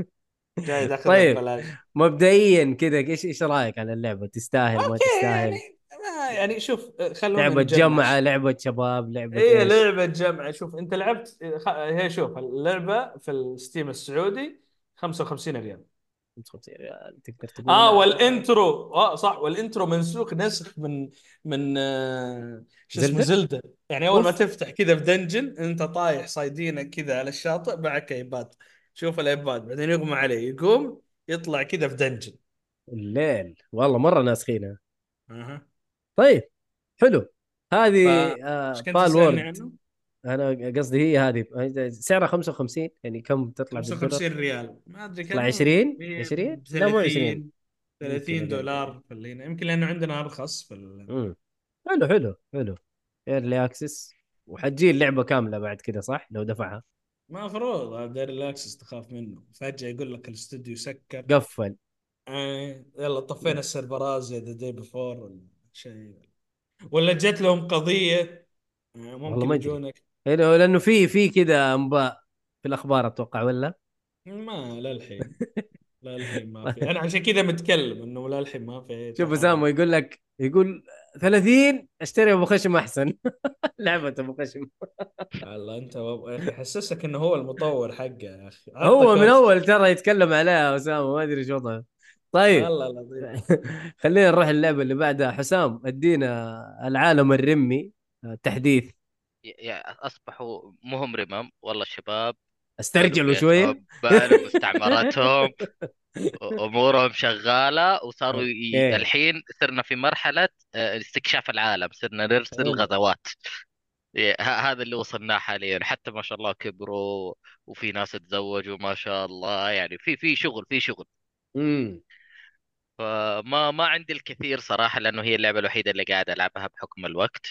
جاي تاخذها طيب ببلاش. مبدئيا كذا ايش ايش رايك على اللعبه؟ تستاهل ما أوكي تستاهل؟ يعني، ما يعني شوف خلونا لعبه نجمع. جمعه، لعبه شباب، لعبه هي ايش؟ لعبة جمع. شوف أنت لعبت، خ- هي شوف اللعبة في الستيم السعودي خمسة وخمسين ريال. خمسين ريال تقدر اه تقول. والانترو، اه صح، والانترو منسوخ نسخ من من آه شو اسمه زلده. زلدة. يعني اول ما اوف. تفتح كذا في دنجن انت طايح صايدينك كذا على الشاطئ معك ايباد، شوف الايباد بعدين يغمى عليه يقوم يطلع كذا في دنجن. الليل والله مره ناسخينها. اها. طيب حلو. ف هذه ايش آه كنت بال تسالني وورد. عنه؟ انا قصدي هي هذه سعرها خمسة وخمسين، يعني كم تطلع بالدولار؟ خمسة وخمسين ريال ما ادري تطلع كم. عشرين عشرين ب لا مو عشرين. ثلاثين. يمكن ثلاثين اقل. دولار خلينا، يمكن لانه عندنا ارخص في ال... امم حلو حلو حلو. ايرلي اكسس وحتجي اللعبه كامله بعد كده صح لو دفعها. ما مفروض داير الاكسس تخاف منه فجأة يقول لك الاستوديو سكر. قفل. آه يلا طفينا السيرفرات زي ذا داي بفور ولا شيء، ولا جت لهم قضية. آه والله ممكن ما ادري. يجونك. لانه لأنه في في كذا انباء في الاخبار اتوقع ولا. ما للحين، لا الحين ما في، انا عشان كذا متكلم انه لا الحين ما في اي شوف اسامه تحرك. يقول لك يقول ثلاثين اشتري ابو خشم احسن. لعبه ابو خشم. الله انت واب... يا اخي حسسك انه هو المطور حقه، يا اخي هو عطك من وقت. اول ترى يتكلم عليها اسامه، ما ادري ايش وضعه. طيب. الله العظيم. خلينا نروح اللعبه اللي بعدها. حسام ادينا العالم الرمي آه، تحديث. ي- ي- اصبحوا مهم رمم والله الشباب. بنوا استرجلوا شويه. بيتهم، بنوا مستعمراتهم، امورهم شغاله، وصاروا ي... اوكي. الحين صرنا في مرحله آه، استكشاف العالم، صرنا نرسل حلو. غزوات. ي- ه- هذا اللي وصلناه حاليا، حتى ما شاء الله كبروا وفي ناس تزوجوا ما شاء الله، يعني في في شغل في شغل. امم فما ما عندي الكثير صراحه، لانه هي اللعبه الوحيده اللي قاعد العبها بحكم الوقت،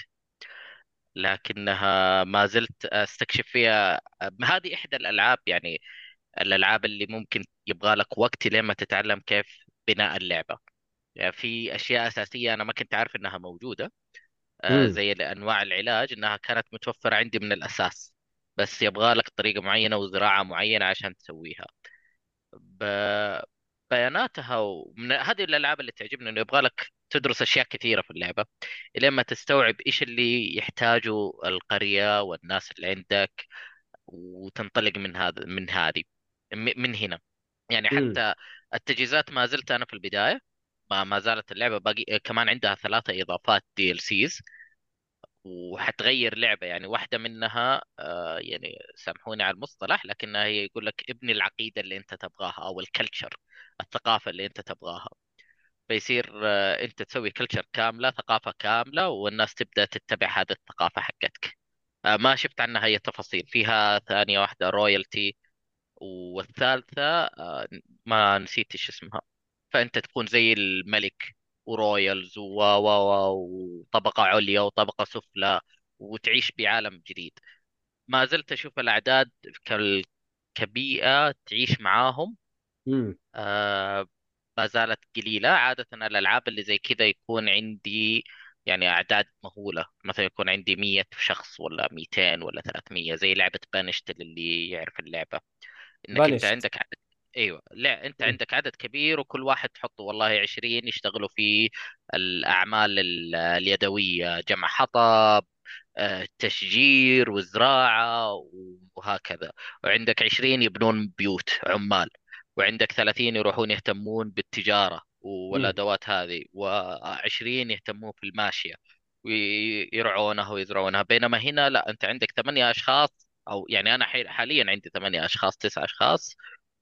لكنها ما زلت استكشف فيها. هذه احدى الالعاب يعني، الالعاب اللي ممكن يبغى لك وقت لين تتعلم كيف بناء اللعبه. يعني في اشياء اساسيه انا ما كنت عارف انها موجوده، آه، امم زي انواع العلاج انها كانت متوفره عندي من الاساس، بس يبغى لك طريقة معينة وزراعة معينة عشان تسويها. ب... بياناتها، ومن هذه الألعاب اللي تعجبني إنه يبغى لك تدرس أشياء كثيرة في اللعبة لين ما تستوعب إيش اللي يحتاجه القرية والناس اللي عندك، وتنطلق من هذا من هذه م- من هنا. يعني امم. حتى التجهيزات ما زلت أنا في البداية، ما ما زالت اللعبة باقي كمان عندها ثلاثة إضافات دي ال سيز، وحتغير لعبة. يعني واحدة منها آه يعني سامحوني على المصطلح، لكنها هي يقول لك ابني العقيدة اللي انت تبغاها او الكلتشر، الثقافة اللي انت تبغاها. فيصير آه انت تسوي كلتشر كاملة، ثقافة كاملة، والناس تبدأ تتبع هذه الثقافة حقتك. آه ما شفت عنها اي تفاصيل. فيها ثانية واحدة رويالتي، والثالثة آه ما نسيت ايش اسمها. فانت تكون زي الملك، ورويالز و و و وطبقة عليا وطبقة سفلى، وتعيش بعالم جديد. ما زلت اشوف الاعداد كال- كبيئة تعيش معاهم امم. آه ما زالت قليلة. عادة الالعاب اللي زي كذا يكون عندي يعني اعداد مهولة، مثلا يكون عندي مية شخص ولا ميتين ولا ثلاثمية، زي لعبة بانشتل اللي يعرف اللعبة. انك انت بانشت. عندك عدد. ايوه، لا انت عندك عدد كبير، وكل واحد تحطه والله عشرين يشتغلوا في الاعمال ال- اليدويه، جمع حطب، آه، تشجير وزراعه وهكذا. وعندك عشرين يبنون بيوت عمال، وعندك ثلاثين يروحون يهتمون بالتجاره امم. والادوات هذه، وعشرين يهتمون في الماشيه ويرعونها ويزرعونها. بينما هنا لا، انت عندك ثمانية اشخاص، او يعني انا حي- حاليا عندي ثمانية اشخاص، تسعة اشخاص،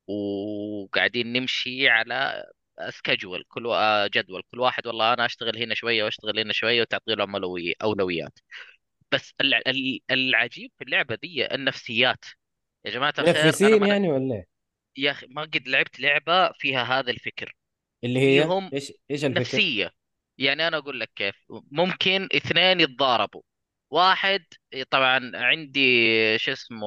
وقاعدين نمشي على سكجول، كل وا- آه، جدول كل واحد، والله انا اشتغل هنا شويه واشتغل هنا شويه، وتعطي لهم أولوي- اولويات. بس الع- ال- العجيب في اللعبه دي النفسيات. يا جماعه الخير، انا منافسين ما يعني ولا إيه؟ يا اخي ما قد لعبت لعبه فيها هذا الفكر. اللي هي فيهم ايش ايش الفكر؟ نفسيه. يعني انا اقول لك كيف. ممكن اثنين يتضاربوا. واحد طبعا عندي شو اسمه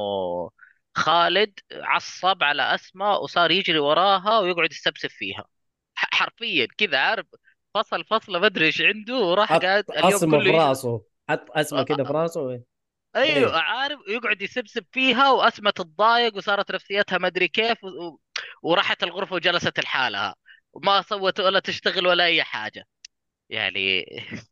خالد عصب على اسماء وصار يجري وراها ويقعد يستبسف فيها، ح- حرفيا كذا، عارف؟ فصل فصله ما ادري ايش عنده، وراح حط قاعد اليوم اسمه كله في يجري. راسه، حط اسمه كده في راسه. ايوه ايه. عارف، يقعد يسبسب فيها، واسمة تتضايق وصارت نفسيتها ما ادري كيف، و... و- وراحت الغرفه وجلست لحالها، وما سوت ولا تشتغل ولا اي حاجه. يعني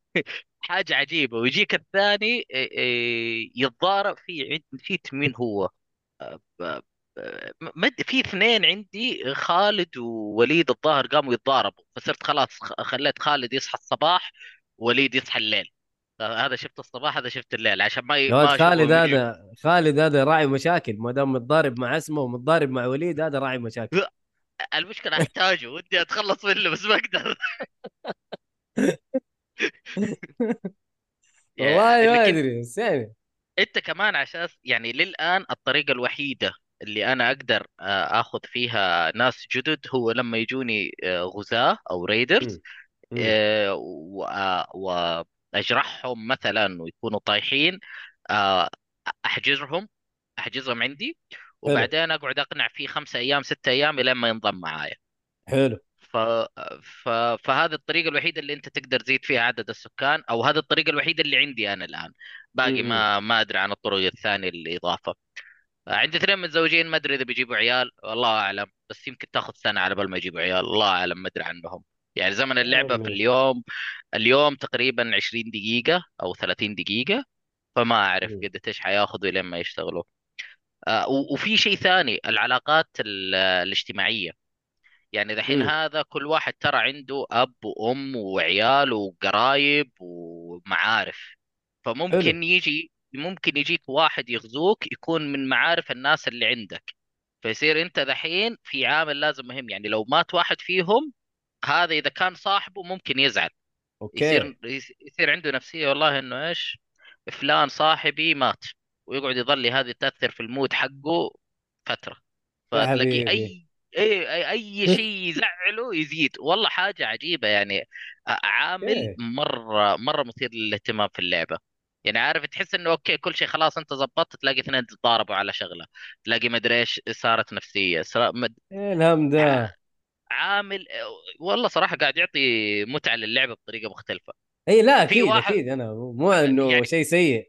حاجه عجيبه. ويجيك الثاني إيه، إيه، يتضارب في عند- نسيت مين هو. ب- ب- مد في اثنين عندي، خالد ووليد الظاهر، قاموا يتضاربوا، فصرت خلاص خ- خليت خالد يصحى الصباح، وليد يصحى الليل. هذا شفت الصباح، هذا شفت الليل، عشان ما ي- يا ولد ما خالد اشوفهم يجوا. هذا، خالد هذا راعي مشاكل، ما دام متضارب مع اسمه ومتضارب مع وليد هذا راعي مشاكل. المشكله احتاجه، ودي اتخلص منه بس ما اقدر. يعني والله ما لكن ادري بس يعني. انت كمان، عشان يعني للان الطريقه الوحيده اللي انا اقدر آه، اخذ فيها ناس جدد هو لما يجوني آه، غزاة او ريدرز، مم. مم. آه، و- آه، واجرحهم مثلا ويكونوا طايحين، آه، احجزهم احجزهم عندي، حلو. وبعدين اقعد اقنع فيه خمسة ايام ستة ايام لين ما ينضم معايا. حلو. ف... ف... فهذه الطريقة الوحيدة اللي انت تقدر تزيد فيها عدد السكان، او هذه الطريقة الوحيدة اللي عندي انا الان. باقي مم. ما ما ادري عن الطرق الثانية للإضافة. عندي اثنين متزوجين، ما ادري اذا بيجيبوا عيال، والله اعلم، بس يمكن تاخذ سنة على بال ما يجيبوا عيال، الله اعلم، ما ادري عنهم. يعني زمن اللعبة في يعني. اليوم، اليوم تقريبا عشرين دقيقة او ثلاثين دقيقة، فما اعرف مم. قد ايش حياخذوا لين ما يشتغلوا. آه، و- وفي شيء ثاني، العلاقات ال- الاجتماعية. يعني دحين مم. هذا كل واحد ترى عنده أب وأم وعيال وقرايب ومعارف. حلو. فممكن يجي ممكن يجيك واحد يغزوك يكون من معارف الناس اللي عندك. فيصير انت دحين في عامل لازم مهم، يعني لو مات واحد فيهم، هذا اذا كان صاحبه ممكن يزعل. اوكي. يصير يصير عنده نفسية، والله انه ايش، فلان صاحبي مات، ويقعد يظل هذه تأثر في المود حقه فترة. يا فتلاقي حبيبي. اي اي اي, أي شيء يزعله يزيد، والله حاجة عجيبة يعني. ع- عامل اوكي. مرة مرة مثير للاهتمام في اللعبة. يعني عارف، تحس انه اوكي كل شيء خلاص انت زبطت، تلاقي اثنين تتضاربوا على شغلة، تلاقي مدري ايش صارت نفسية صار مد... ايه الهم ده؟ عامل. والله صراحة قاعد يعطي متعة للعبة بطريقة مختلفة. اي لا، في اكيد واحد اكيد، انا مو انه يعني شيء سيء.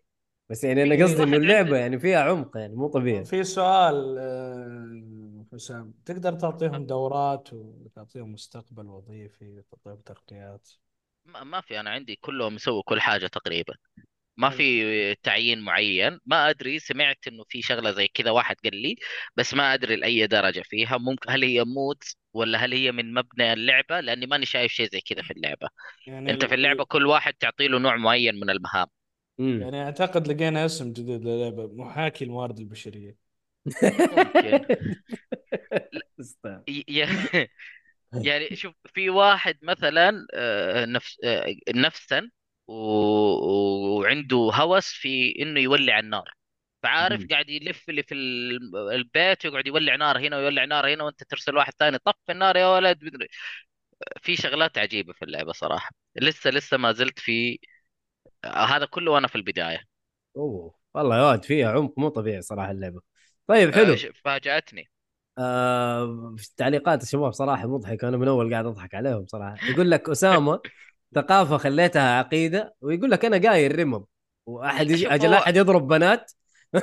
بس يعني انا في في في قصدي انه واحد اللعبه عنده. يعني فيها عمق، يعني مو طبيعي. في سؤال آه، حسام، تقدر تعطيهم دورات وتعطيهم مستقبل وظيفي وتعطيهم ترقيات؟ ما ما في، انا عندي كلهم يسووا كل حاجه تقريبا. ما يعني في تعيين معين. ما ادري، سمعت انه في شغله زي كذا واحد قال لي، بس ما ادري لاي درجه فيها. ممكن هل هي موت ولا هل هي من مبنى اللعبه، لاني ماني شايف شيء زي كذا في اللعبه. يعني انت في اللعبه ال- كل واحد تعطي له نوع معين من المهام. امم. يعني اعتقد لقينا اسم جديد للعبه، محاكي الموارد البشريه. ممكن. استنى. ي- ي- يعني شوف، في واحد مثلا آه، نفس آه، نفسا و- وعنده هوس في انه يولع النار. فعارف مم. قاعد يلف اللي في ال- البيت، ويقعد يولع نار هنا ويولع نار هنا، وانت ترسل واحد ثاني طفي النار يا ولد مدري. في شغلات عجيبة في اللعبة صراحة. لسه لسه ما زلت في آه، هذا كله وانا في البداية. اوه والله يا واد فيها عمق مو طبيعي صراحه اللعبه. طيب آه، حلو. ش- فاجأتني. آه في تعليقات الشباب صراحه مضحك، انا من اول قاعد اضحك عليهم صراحه. يقول لك اسامه ثقافه خليتها عقيده، ويقول لك انا قايل رمم واحد لا يجي شوف اجل هو. احد يضرب بنات.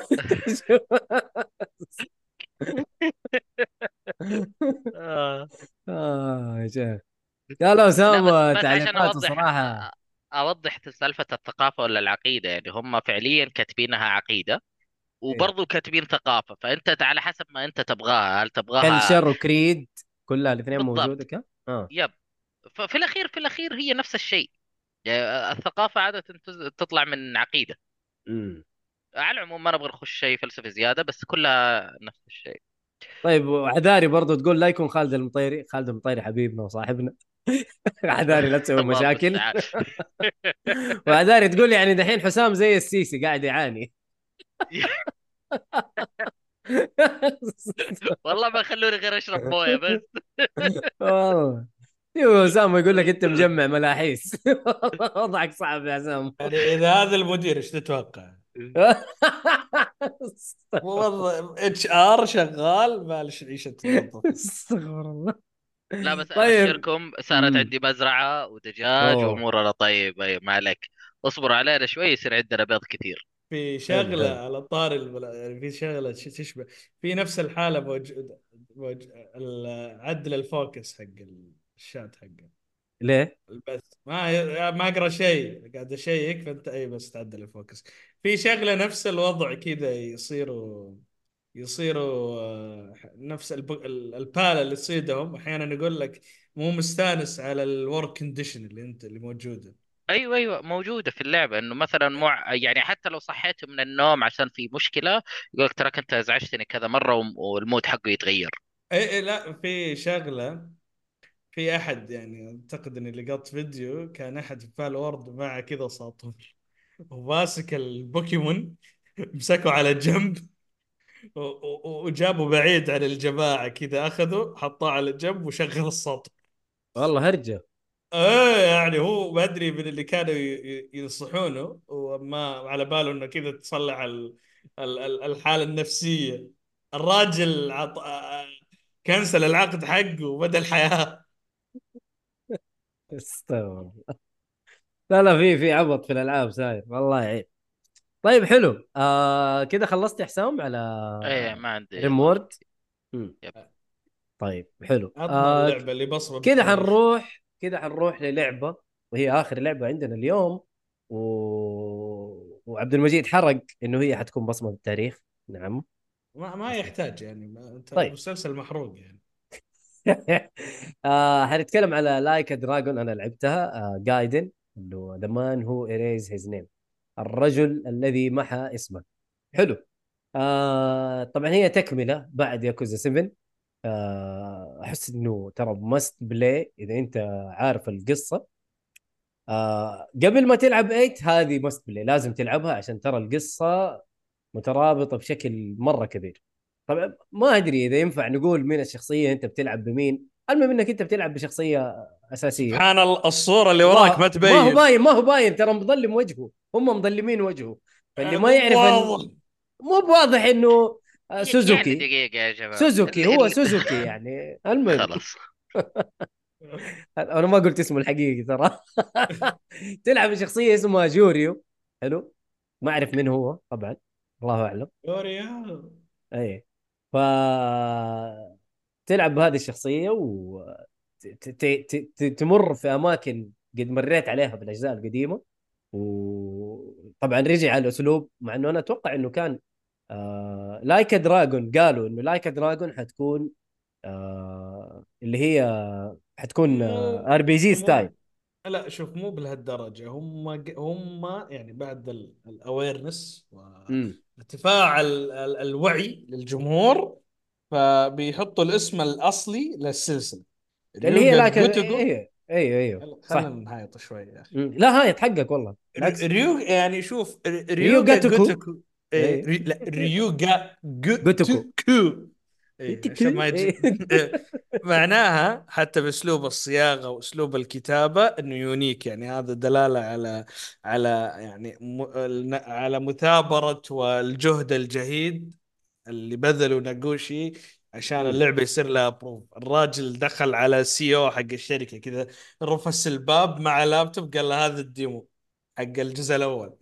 آه. اه يا شيخ. لا لا لا بس اسامه بس عشان تعليقاته اوضح صراحه. اوضح سالفه الثقافه ولا العقيده، يعني هم فعليا كاتبينها عقيده ايه وبرضو كاتبين ثقافه، فانت على حسب ما انت تبغاها، هل تبغاها. كلشر وكريد كلها الاثنين موجوده بالضبط. كا اه. يب. ففي الاخير في الاخير هي نفس الشيء. يعني الثقافه عاده تز- تطلع من عقيده. امم. على العموم ما نبغى نخش شيء فلسفي زياده، بس كلها نفس الشيء. طيب وعذاري برضو تقول لا يكون خالد المطيري، خالد المطيري حبيبنا وصاحبنا. عذاري لا تسوي الله مشاكل. المستعان. وعذاري تقول يعني دحين حسام زي السيسي قاعد يعاني. والله ما خلوني غير اشرب مويه بس. والله. ايوه اسامه يقول لك انت مجمع ملاحيس. وضعك صعب يا اسامه. يعني اذا هذا المدير ايش تتوقع؟ موظف اتش ار شغال مالش عيشه موظف. استغفر الله. لا بس طيب. ابشركم، صارت امم. عندي مزرعه ودجاج اوه وامورنا طيبه. أيوة، ما عليك. اصبروا علينا شوي يصير عندنا بيض كثير. في حلو شغله حلو. على طار البلا... يعني في شغله ش- تشبه في نفس الحاله موجود موج... ال- عدل الفوكس حق الشات حقه ليه؟ البث. ما ما اقرا شيء، قاعد اشيك، فانت اي بس تعدل الفوكس. في شغله نفس الوضع كذا، يصيروا يصيروا آه، نفس الب... ال- الباله اللي تصيدهم احيانا يقول لك مو مستانس على الورك كونديشن اللي انت اللي موجوده. ايوه ايوه موجوده في اللعبه، انه مثلا مع يعني حتى لو صحيت من النوم عشان في مشكله، يقول لك تراك انت ازعجتني كذا مره وم- والمود حقه يتغير. اي اي لا، في شغله، في احد يعني اعتقد اني لقيت فيديو كان احد في بالورد معه كذا ساطور وماسك البوكيمون مسكه على جنب و- و- وجابه بعيد عن الجماعة كذا، اخذه حطاه على جنب وشغل الساطور. والله هرجه. ايه يعني هو ما ادري من اللي كانوا ي- ي- ينصحونه، وما على باله انه كذا تصلح ال- ال- ال- الحالة النفسية. الراجل عط... كنسل العقد حقه وبدأ الحياة. استغفر. لا لا في في عبط في الالعاب ساير والله يعين. طيب حلو. آه كده خلصت يا حسام على ايه ما عندي ريم اضافه وورد. كثير. مم. يب. طيب حلو. عطنا آه اللعبة اللي بصمة كده بالتاريخ. حنروح كده حنروح للعبة، وهي آخر لعبة عندنا اليوم. و... وعبد المجيد حرق إنه هي حتكون بصمة بالتاريخ. نعم. ما ما يحتاج يعني، ما انت طيب. مسلسل محروق يعني. آه حنتكلم على لايك دراجون. أنا لعبتها. آه جايدن، إنه ذا مان هو إريز هيز نيم، الرجل الذي محى اسمه. حلو. آه طبعا هي تكملة بعد ياكوزا سبعة. آه أحس إنه ترى ماست بلاي إذا أنت عارف القصة. آه قبل ما تلعب ثمانية، هذه ماست بلاي لازم تلعبها عشان ترى القصة مترابطة بشكل مرة كبير. طبعا ما أدري إذا ينفع نقول مين الشخصية أنت بتلعب بمين. المهم إنك أنت بتلعب بشخصية أساسية. سبحان الله، الصورة اللي وراك ما ما ما هو تبين. باين ما هو باين ترى مظلم وجهه، هم مظلمين وجهه. فاللي آه، ما مو يعرف ال... واضح. مو بواضح إنه آه، ي- يعني سوزوكي. دقيقه يا جماعه سوزوكي ال... هو ال... سوزوكي يعني المهم. خلاص. انا ما قلت اسمه الحقيقي ترى. تلعب بشخصيه اسمها جوريو. حلو. ما اعرف من هو طبعا، الله اعلم. يوريا. اي. ف تلعب بهذه الشخصيه وتمر في اماكن قد مريت عليها بالاجزاء القديمه. وطبعا رجع على الاسلوب، مع انه انا اتوقع انه كان آه لايكا دراجون، قالوا انه لايكا دراجون حتكون آه اللي هي حتكون مو ار بي جي ستايل. مو لا شوف، مو بهالدرجة. هم هم يعني بعد الاويرنس امم وارتفاع ال- ال- الوعي للجمهور، فبيحطوا الاسم الأصلي للسلسلة، اللي هي ريوغا لايكا، جوتوغو. ايوه ايوه ايوه يلا خلينا صح. نهايط شوي يا أخي. مم. لا هاي تحقق والله ر- بالعكس. ريو يعني شوف، ر- ريو ريوغا جاتوكو. جوتوكو. إيه اي. ري لا ريوغا جوتوكو. جوتوكو. إيه جوتوكو. عشان ما يجي. إيه. إيه. معناها حتى باسلوب الصياغه واسلوب الكتابه انه يونيك، يعني هذا دلاله على على يعني م... على مثابره والجهد الجهيد اللي بذلوا ناقوشي عشان مم. اللعبه يصير لها بروف. الراجل دخل على سي او حق الشركه كذا، رفس الباب مع لابتوب، قال له هذا الديمو حق الجزء الاول.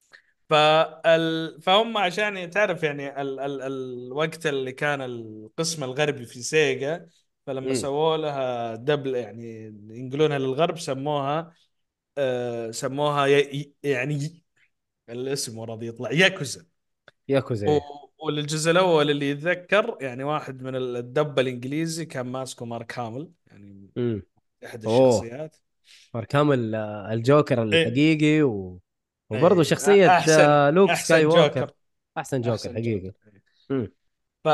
فال... فهم عشان تعرف يعني ال... ال... الوقت اللي كان القسم الغربي في سيجا، فلما مم. سووا لها دبل يعني ينقلونها للغرب، سموها آه سموها ي... يعني الاسم ورا يطلع ياكوزا. ياكوزا. و... إيه. وللجزء الاول اللي يتذكر يعني واحد من الدب الانجليزي كان ماسكه مارك هامل، يعني مم. احد اوه، الشخصيات. اركام ال- الجوكر ايه الحقيقي و... وبرضه ايه شخصية احسن آه، لوك سكاي احسن ووكر. جوكر. احسن جوكر احسن حقيقي. جوكر. مم. ف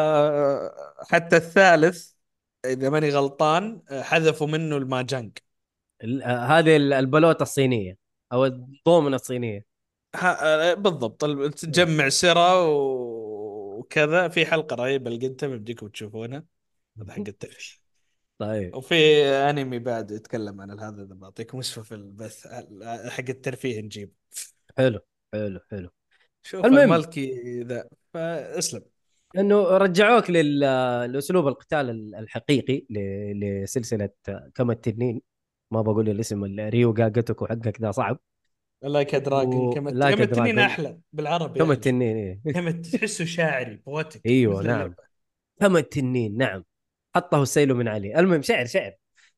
حتى الثالث اذا ماني غلطان حذفوا منه الماجانج. ال- آه، هذه ال- البلوطة الصينية او الضومنة الصينية. ها بالضبط، ال- مم. تجمع سرة و- وكذا. في حلقة رهيبة لقيتها بديكم تشوفونها، هذا حق الترفيه. طيب. وفي انمي بعد يتكلم عن هذا، اذا بعطيكم وصفه في البث حق الترفيه نجيب. حلو حلو حلو. شوف المهم الملكي ذا، فاسلم. انه رجعوك لل- لاسلوب القتال ال- الحقيقي ل- لسلسله كما التنين. ما بقول الاسم ريو جاجاتوكو حقك ده صعب. لايك دراجون، كما ولايك كما التنين دراجون. احلى بالعربي كما احلى. التنين إيه. كما تحسه شاعري بوتك ايوه مثل نعم. اللعبه. كما التنين نعم. حطه السيل من عليه. المهم شعر شعر.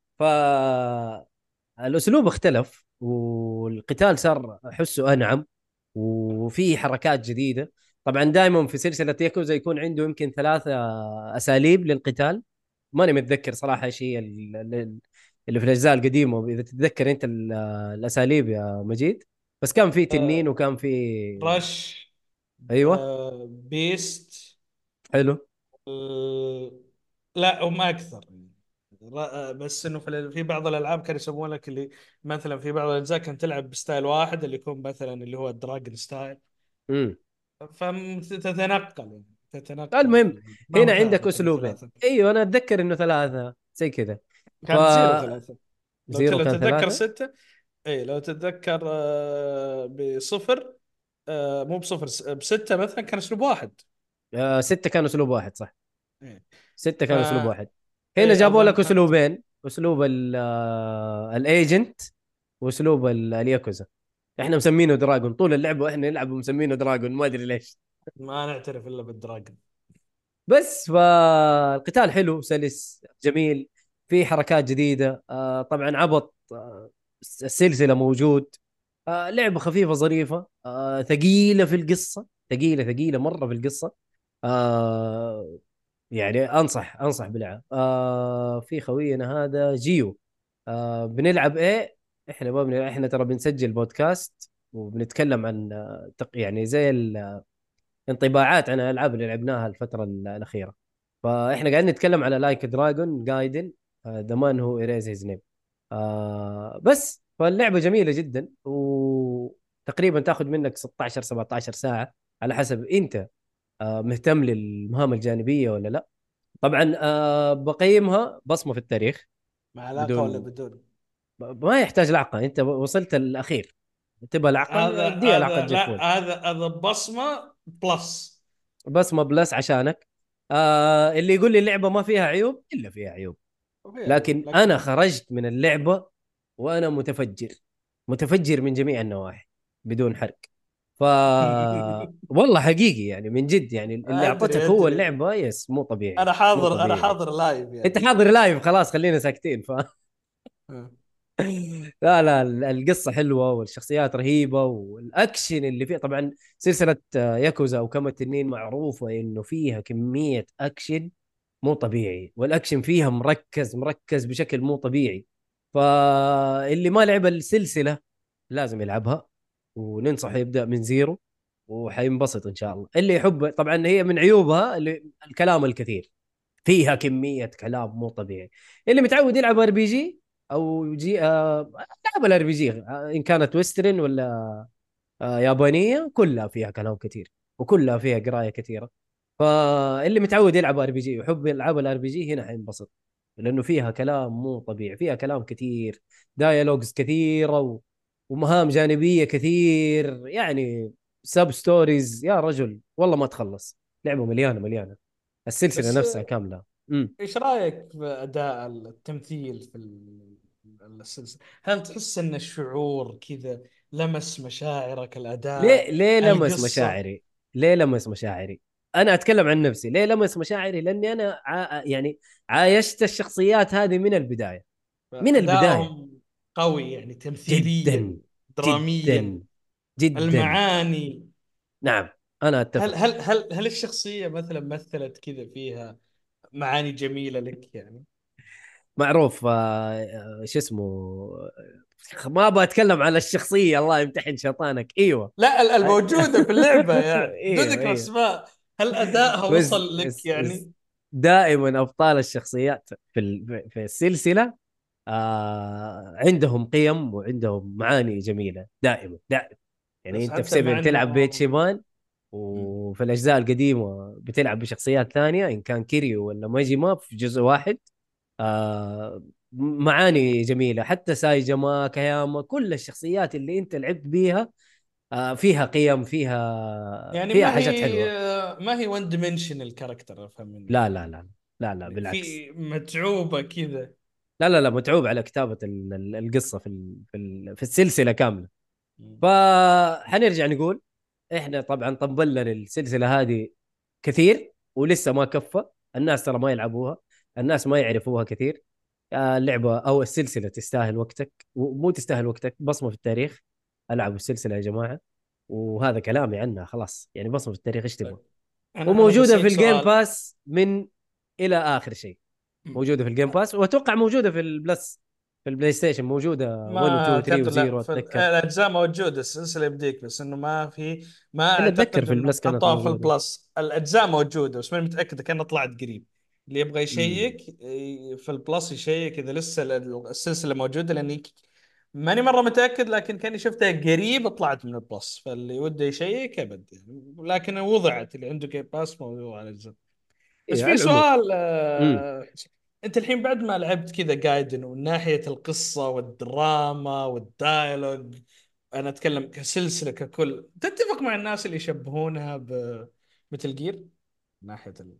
فالاسلوب اختلف والقتال صار احسه انعم وفي حركات جديده. طبعا دائما في سلسله ياكوزا يكون عنده يمكن ثلاثة اساليب للقتال. ماني متذكر صراحه ايش هي ال- ال- اللي في الاجزاء القديمه، اذا تتذكر انت ال- الاساليب يا مجيد. بس كان في تنين آه وكان في. رش. ايوه. آه بيست. حلو. آه لا هم اكثر. ر- آه، بس انه في ال- في بعض الالعاب كانوا يسمون لك اللي مثلا في بعض الاجزاء كنت تلعب بستايل واحد اللي يكون مثلا اللي هو الدراجون ستايل. امم فتتنقل يعني تتنقل المهم في- ما هو هنا عندك ثابت انه اسلوبين. ثلاثة. ايوه انا اتذكر انه ثلاثه زي كذا. ف كان زيرو ثلاثة. لو ت- زيرو لو كان تتذكر ثلاثه. ستة. اي لو تتذكر آه، بصفر. آه، مو بصفر، س- بستة مثلا كان اسلوب واحد. آه سته كانوا اسلوب واحد صح. ايه. سته ف كانوا اسلوب واحد. هنا ايه جابوا اظن لك حتى. اسلوبين، اسلوب ال- آه، الايجنت واسلوب ال- الياكوزا. احنا مسمينه دراجون طول اللعبه واحنا نلعب ومسمينه دراجون ما ادري ليش. ما نعترف الا بالدراجون. بس فالقتال حلو سلس جميل. في حركات جديده آه طبعا عبط آه السلسله موجود. آه لعبه خفيفه ظريفه آه ثقيله في القصه. ثقيله ثقيله مره في القصه. آه يعني انصح انصح بلعب. آه في خوينا هذا جيو. آه بنلعب ايه. احنا ما بنلعب، احنا ترى بنسجل بودكاست وبنتكلم عن آه، تق- يعني زي الانطباعات عن الالعاب اللي لعبناها الفتره ال- الاخيره. فاحنا قاعدين نتكلم على لايك دراجون جايدن ذا مان هو ايريز هيز نيم. بس فاللعبه جميله جدا وتقريبا تاخذ منك ستة عشر سبعة عشر ساعه على حسب انت آه مهتم للمهام الجانبيه ولا لا. طبعا آه بقيمها بصمه في التاريخ. مع علاقة ولا بدون بدون؟ ما يحتاج لعقه، انت وصلت الاخير. تبغى العقل هذا اديها لعقه هذا جيك لا، فول. هذا هذا بصمة بلس. بصمه بلس عشانك. آه اللي يقول لي اللعبه ما فيها عيوب الا فيها عيوب. وفي عيوب لكن انا لكن. خرجت من اللعبه وانا متفجر. متفجر من جميع النواحي بدون حرق. ف والله حقيقي يعني من جد، يعني اللي ادري اعطتك هو ادري اللعبه يس مو طبيعي، انا مو حاضر انا طبيعي. حاضر لايف انت يعني. حاضر لايف خلاص، خلينا ساكتين. ف آه. لا لا، القصة حلوة والشخصيات رهيبة والأكشن اللي فيه. طبعا سلسلة آه، ياكوزا أو كما التنين معروفة إنه فيها كمية أكشن مو طبيعي، والأكشن فيها مركز مركز بشكل مو طبيعي. فاللي ما لعب السلسلة لازم يلعبها، وننصح يبدأ من زيرو وحينبسط إن شاء الله. اللي يحب، طبعا هي من عيوبها اللي الكلام الكثير، فيها كمية كلام مو طبيعي. اللي متعود يلعب ار بي جي او جي آه لعب الار بي جي، آه، ان كانت ويسترن ولا آه يابانية، كلها فيها كلام كثير وكلها فيها قراية كثيرة. فاللي متعود يلعب ار بي جي ويحب يلعب الار بي جي هنا حينبسط، لانه فيها كلام مو طبيعي، فيها كلام كثير، دايالوجز كثيرة و... ومهام جانبية كثير يعني، سب ستوريز يا رجل والله ما تخلص. لعبة مليانة مليانة، السلسلة بس نفسها كاملة. امم ايش رايك في اداء التمثيل في ال- السلسله؟ هل تحس ان الشعور كذا لمس مشاعرك، ليه الاداء، ليه لمس القصه؟ مشاعري؟ ليه لمس مشاعري؟ انا اتكلم عن نفسي، ليه لمس مشاعري؟ لاني انا ع... يعني عايشت الشخصيات هذه من البدايه، من البدايه. ادائهم قوي يعني تمثيليا، جدا دراميا، جدا جدا. المعاني. نعم، انا هل اتفق. هل هل هل الشخصيه مثلا مثلت كذا فيها معاني جميله لك يعني؟ معروف آه، آه، شو اسمه، ما ابغى اتكلم على الشخصيه، الله يمتحن شيطانك. ايوه. لا ال- الموجوده في اللعبه يعني بدون ايوه ذكر ايوه. اسماء، هل ادائها بس وصل لك بس بس يعني؟ دائما ابطال الشخصيات في ال- في السلسله آه عندهم قيم وعندهم معاني جميله دائما دائما. يعني بس انت في حتى مع سبع انه بتلعب بيتشيبان، مم. وفي الاجزاء القديمه بتلعب بشخصيات ثانيه، ان كان كيريو ولا ماجيما في جزء واحد. آه معاني جميله، حتى سايجاما كياما، كل الشخصيات اللي انت لعبت بيها آه فيها قيم، فيها يعني فيها ما حاجات هي حلوه. ما هي وان ديمنشن الكاركتر، افهم لا منك لا يعني؟ لا لا لا بالعكس. في متعوبه كذا. لا لا لا، متعوب على كتابه ال- ال- القصه في ال- في ال- في السلسله كامله. مم. فحنرجع نقول، احنا طبعا طبلنا للسلسله هذه كثير ولسه ما كفى. الناس ترى ما يلعبوها، الناس ما يعرفوها كثير. آه، اللعبه او السلسله تستاهل وقتك، ومو تستاهل وقتك، بصمه في التاريخ. العبوا السلسله يا جماعه، وهذا كلامي عنها خلاص، يعني بصمه في التاريخ ايش تبغى. طيب، انا انا وموجوده في بسألك الجيم سؤال. باس من الى اخر شيء. مم. موجوده في الجيم باس، واتوقع موجوده في البلس، في البلاي ستيشن موجوده واحد و2 ما و3 تدري، لا و0 في ال- اتذكر. الاجزاء موجوده، السلسله يبديك، بس انه ما في، ما الا اتذكر اعتقد في انهم البلس كانت حطوها في موجوده. البلس. الاجزاء موجوده بس ماني متاكد كانها طلعت قريب. اللي يبغى امم يشيك ي- في البلس يشيك اذا لسه ال- السلسله موجوده، لاني ك- ماني مره متاكد، لكن كاني شفتها قريب طلعت من البلس، فاللي وده يشيك ابد يعني. لكن وضعت اللي عنده جيم باس موضوع على الجزء. بس ايه في على العموم. سؤال، امم آه، انت الحين بعد ما لعبت كذا جايدن، ومن ناحيه القصه والدراما والدايلوج، انا اتكلم كسلسله ككل، تتفق مع الناس اللي يشبهونها بمثل جير من ناحيه ال...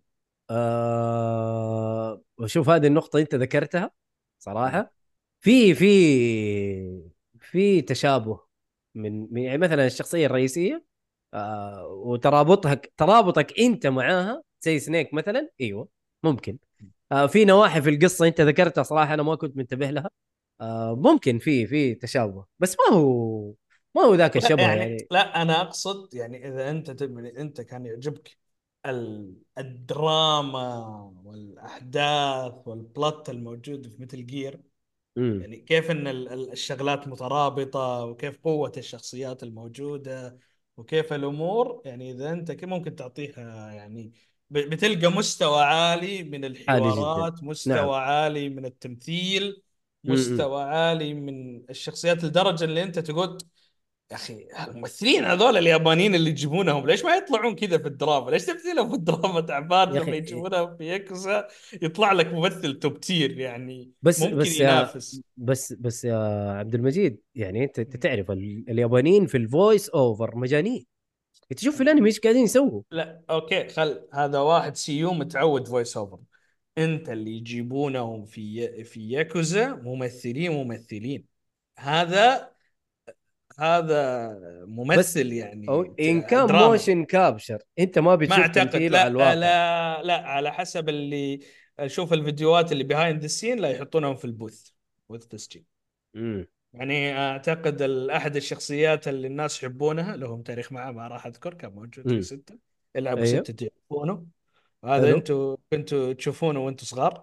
آه وشوف هذه النقطة أنت ذكرتها مم. صراحة. في في في تشابه من من- يعني مثلا الشخصية الرئيسية آه وترابطك ترابطك أنت معاها زي سنيك مثلا، أيوه ممكن. آه في نواحي في القصة أنت ذكرتها صراحة أنا ما كنت منتبه لها. آه ممكن في في تشابه، بس ما هو ما هو ذاك لا الشبه يعني، يعني. لا انا اقصد يعني اذا انت تبني، انت كان يعجبك ال- الدراما والاحداث والبلوت الموجود في مثل جير، امم يعني كيف ان ال- ال- الشغلات مترابطة، وكيف قوة الشخصيات الموجودة، وكيف الامور، يعني اذا انت كيف ممكن تعطيها يعني، ب- بتلقى مستوى عالي من عالي جدا. الحوارات، نعم. مستوى عالي من التمثيل، امم مستوى عالي من الشخصيات، لدرجة اللي انت تقول يا اخي الممثلين هذول اليابانيين اللي يجيبونهم ليش ما يطلعون كذا في الدراما؟ ليش تمثيلهم في الدراما تعبان، يا لما أخي، يجيبونهم في يكوزا يطلع لك ممثل توب تير يعني، بس ممكن بس يا ينافس. بس بس يا عبد المجيد، يعني انت انت تعرف ال- اليابانيين في الفويس اوفر مجانين. انت شوف في الانمي ايش قاعدين يسووا. لا اوكي، خل هذا واحد سيو متعود فويس اوفر. انت اللي يجيبونهم في في ياكوزا ممثلين ممثلين، هذا هذا بس ممثل أو يعني ان ت- كان دراما. موشن كابشر انت ما ما بتشوف اعتقد، تمثيله على لا الواقع. لا لا، على حسب اللي اشوف الفيديوهات اللي بيهايند السين لا يحطونهم في البوث، بوث تسجيل. امم. يعني اعتقد ال- احد الشخصيات اللي الناس يحبونها لهم تاريخ معه ما راح اذكر، كان موجود في امم. ستة، يلعبوا ايوه. ستة تعرفونه. هذا حلو. انتوا كنتوا تشوفونه وانتم صغار.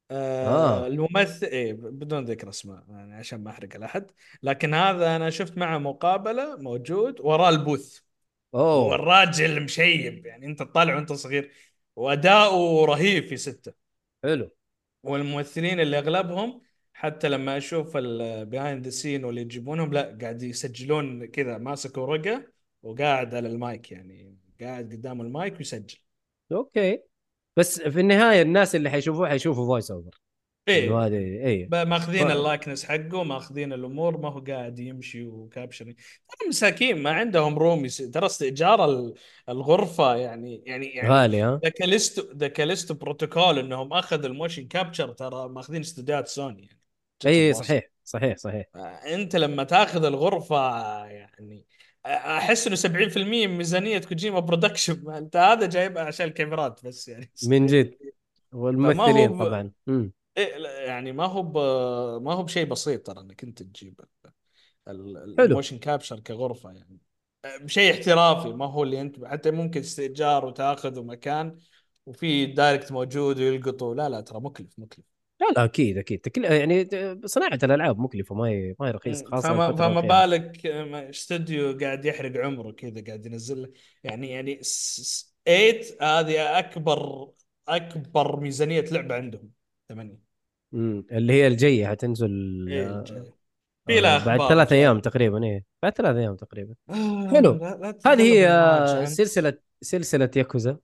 آه اه. الممثل إيه بدون ذكر اسماء يعني عشان ما احرق على احد. لكن هذا انا شفت معه مقابلة موجود وراه البوث. اوه. والراجل مشيب يعني، انت تطالع وانت صغير. واداؤه رهيب في ستة. حلو. والممثلين اللي اغلبهم حتى لما اشوف البيهايند ذا سين واللي يجيبونهم لا قاعد يسجلون كذا، ماسك ورقة وقاعد على المايك، يعني قاعد قدام المايك ويسجل. اوكي. بس في النهايه الناس اللي حيشوفوه حيشوفوا فويس اوفر. انه ايه هذه اي. ب- ف... ماخذين اللايكنس حقه، ماخذين الامور، ما هو قاعد يمشي وكابشرنج. ترى مساكين ما عندهم روم يس... ترى استئجار ال- الغرفه يعني يعني يعني غالي ها. ذا كاليستو ذا كاليستو بروتوكول انهم اخذوا الموشن كابتشر، ترى ماخذين استديوهات سوني يعني بشكل اي مباشر. صحيح صحيح صحيح. انت لما تاخذ الغرفه يعني احس انه سبعين في المية من ميزانيه كوجيما برودكشن انت هذا جايبها عشان الكاميرات بس يعني. من جد. فما هو والممثلين ب... طبعا. امم. إيه لا، يعني ما هو ب... ما هو بشيء بسيط ترى انك انت تجيب ال- ال- حلو. الموشن كابشر كغرفة يعني. بشيء احترافي، ما هو اللي انت حتى ممكن استئجار وتاخذ مكان وفي دايركت موجود ويلقطوا. لا لا ترى مكلف مكلف. لا لا اكيد اكيد تكل... يعني ت- صناعه الالعاب مكلفه، ما هي ما هي رخيصه مم. خاصه فما الفتره فما الاخيره. بالك ما- استوديو قاعد يحرق عمره كذا قاعد ينزل له. يعني يعني ثمانية هذه اكبر اكبر ميزانية لعبة عندهم. ثمانية. امم. اللي هي الجايه حتنزل. ايه الجاي في آه لها بعد اخبار ثلاث ايام جاي. تقريبا، ايه بعد ثلاث ايام تقريبا. آه حلو. لا لا هذه تتطلب هي المراجعة آه، انت. سلسله سلسله ياكوزا.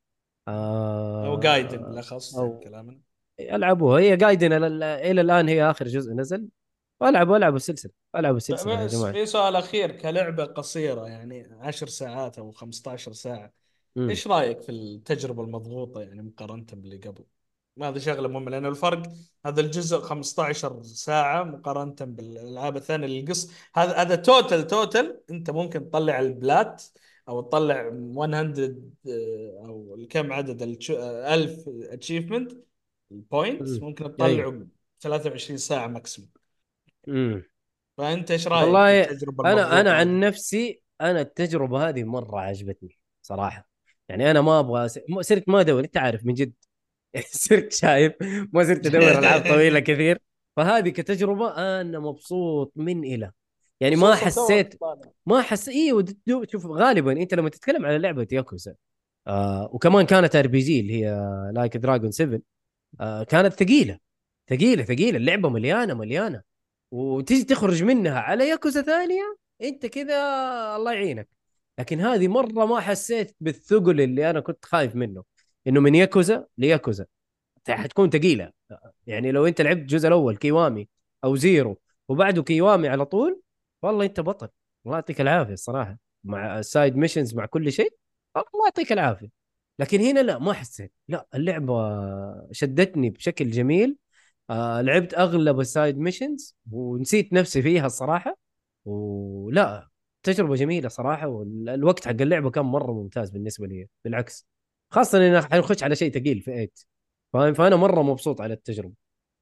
او جايدن آه بالاخص يعني او كلامنا. العبوها، هي جايدن الى الى الان هي اخر جزء نزل. والعبوا العبوا السلسله، العبوا السلسله يا بس جماعه. في سؤال أخير، كلعبة قصيرة يعني عشر ساعات أو خمسة عشر ساعة، امم. إيش رأيك في التجربة المضغوطة يعني مقارنة باللي قبل؟ ما هذا شغلة مهمة لأن الفرق، هذا الجزء خمسة عشر ساعة مقارنة بالألعاب الثانية اللي القص. هذا هذا توتال توتال أنت ممكن تطلع البلات أو تطلع مية آه، أو كم عدد التش- آه، ألف اتشيفمنت البوينت امم. ممكن ايوه. تطلعه ثلاثة وعشرين ساعة ماكسيموم. امم. فأنت إيش رأيك في والله التجربة انا انا المضغوطة هذه؟ عن نفسي انا التجربه هذه مره عجبتني صراحه. يعني انا ما ابغى س- م- صرت ما ادور، انت عارف من جد. صرت شايف، ما صرت ادور العاب طويله كثير. فهذه كتجربه انا مبسوط من الى. يعني ما خصوصا توك حسيت. طالع. ما حس ايوه د- دو- شوف غالبا انت لما تتكلم على لعبه ياكوزا، آه وكمان كانت ار بي جي اللي هي لايك دراجون سبعة، آه كانت ثقيله ثقيله ثقيله، اللعبه مليانه مليانه. وتيجي تخرج منها على ياكوزا ثانيه، انت كذا الله يعينك. لكن هذه مره ما حسيت بالثقل اللي انا كنت خايف منه، انه من ياكوزا لياكوزا حتكون ثقيله. يعني لو انت لعبت الجزء الاول كيوامي او زيرو وبعده كيوامي على طول، والله انت بطل. الله يعطيك العافيه الصراحه، مع السايد ميشنز مع كل شيء. الله يعطيك العافيه. لكن هنا لا، ما حسيت، لا اللعبه شدتني بشكل جميل. آه لعبت اغلب السايد ميشنز ونسيت نفسي فيها الصراحه. ولا تجربه جميله صراحه، والوقت حق اللعبه كان مره ممتاز بالنسبه لي بالعكس. خاصه اننا حنخش على شيء ثقيل في ثمانية. فاهم؟ فانا مره مبسوط على التجربه. ف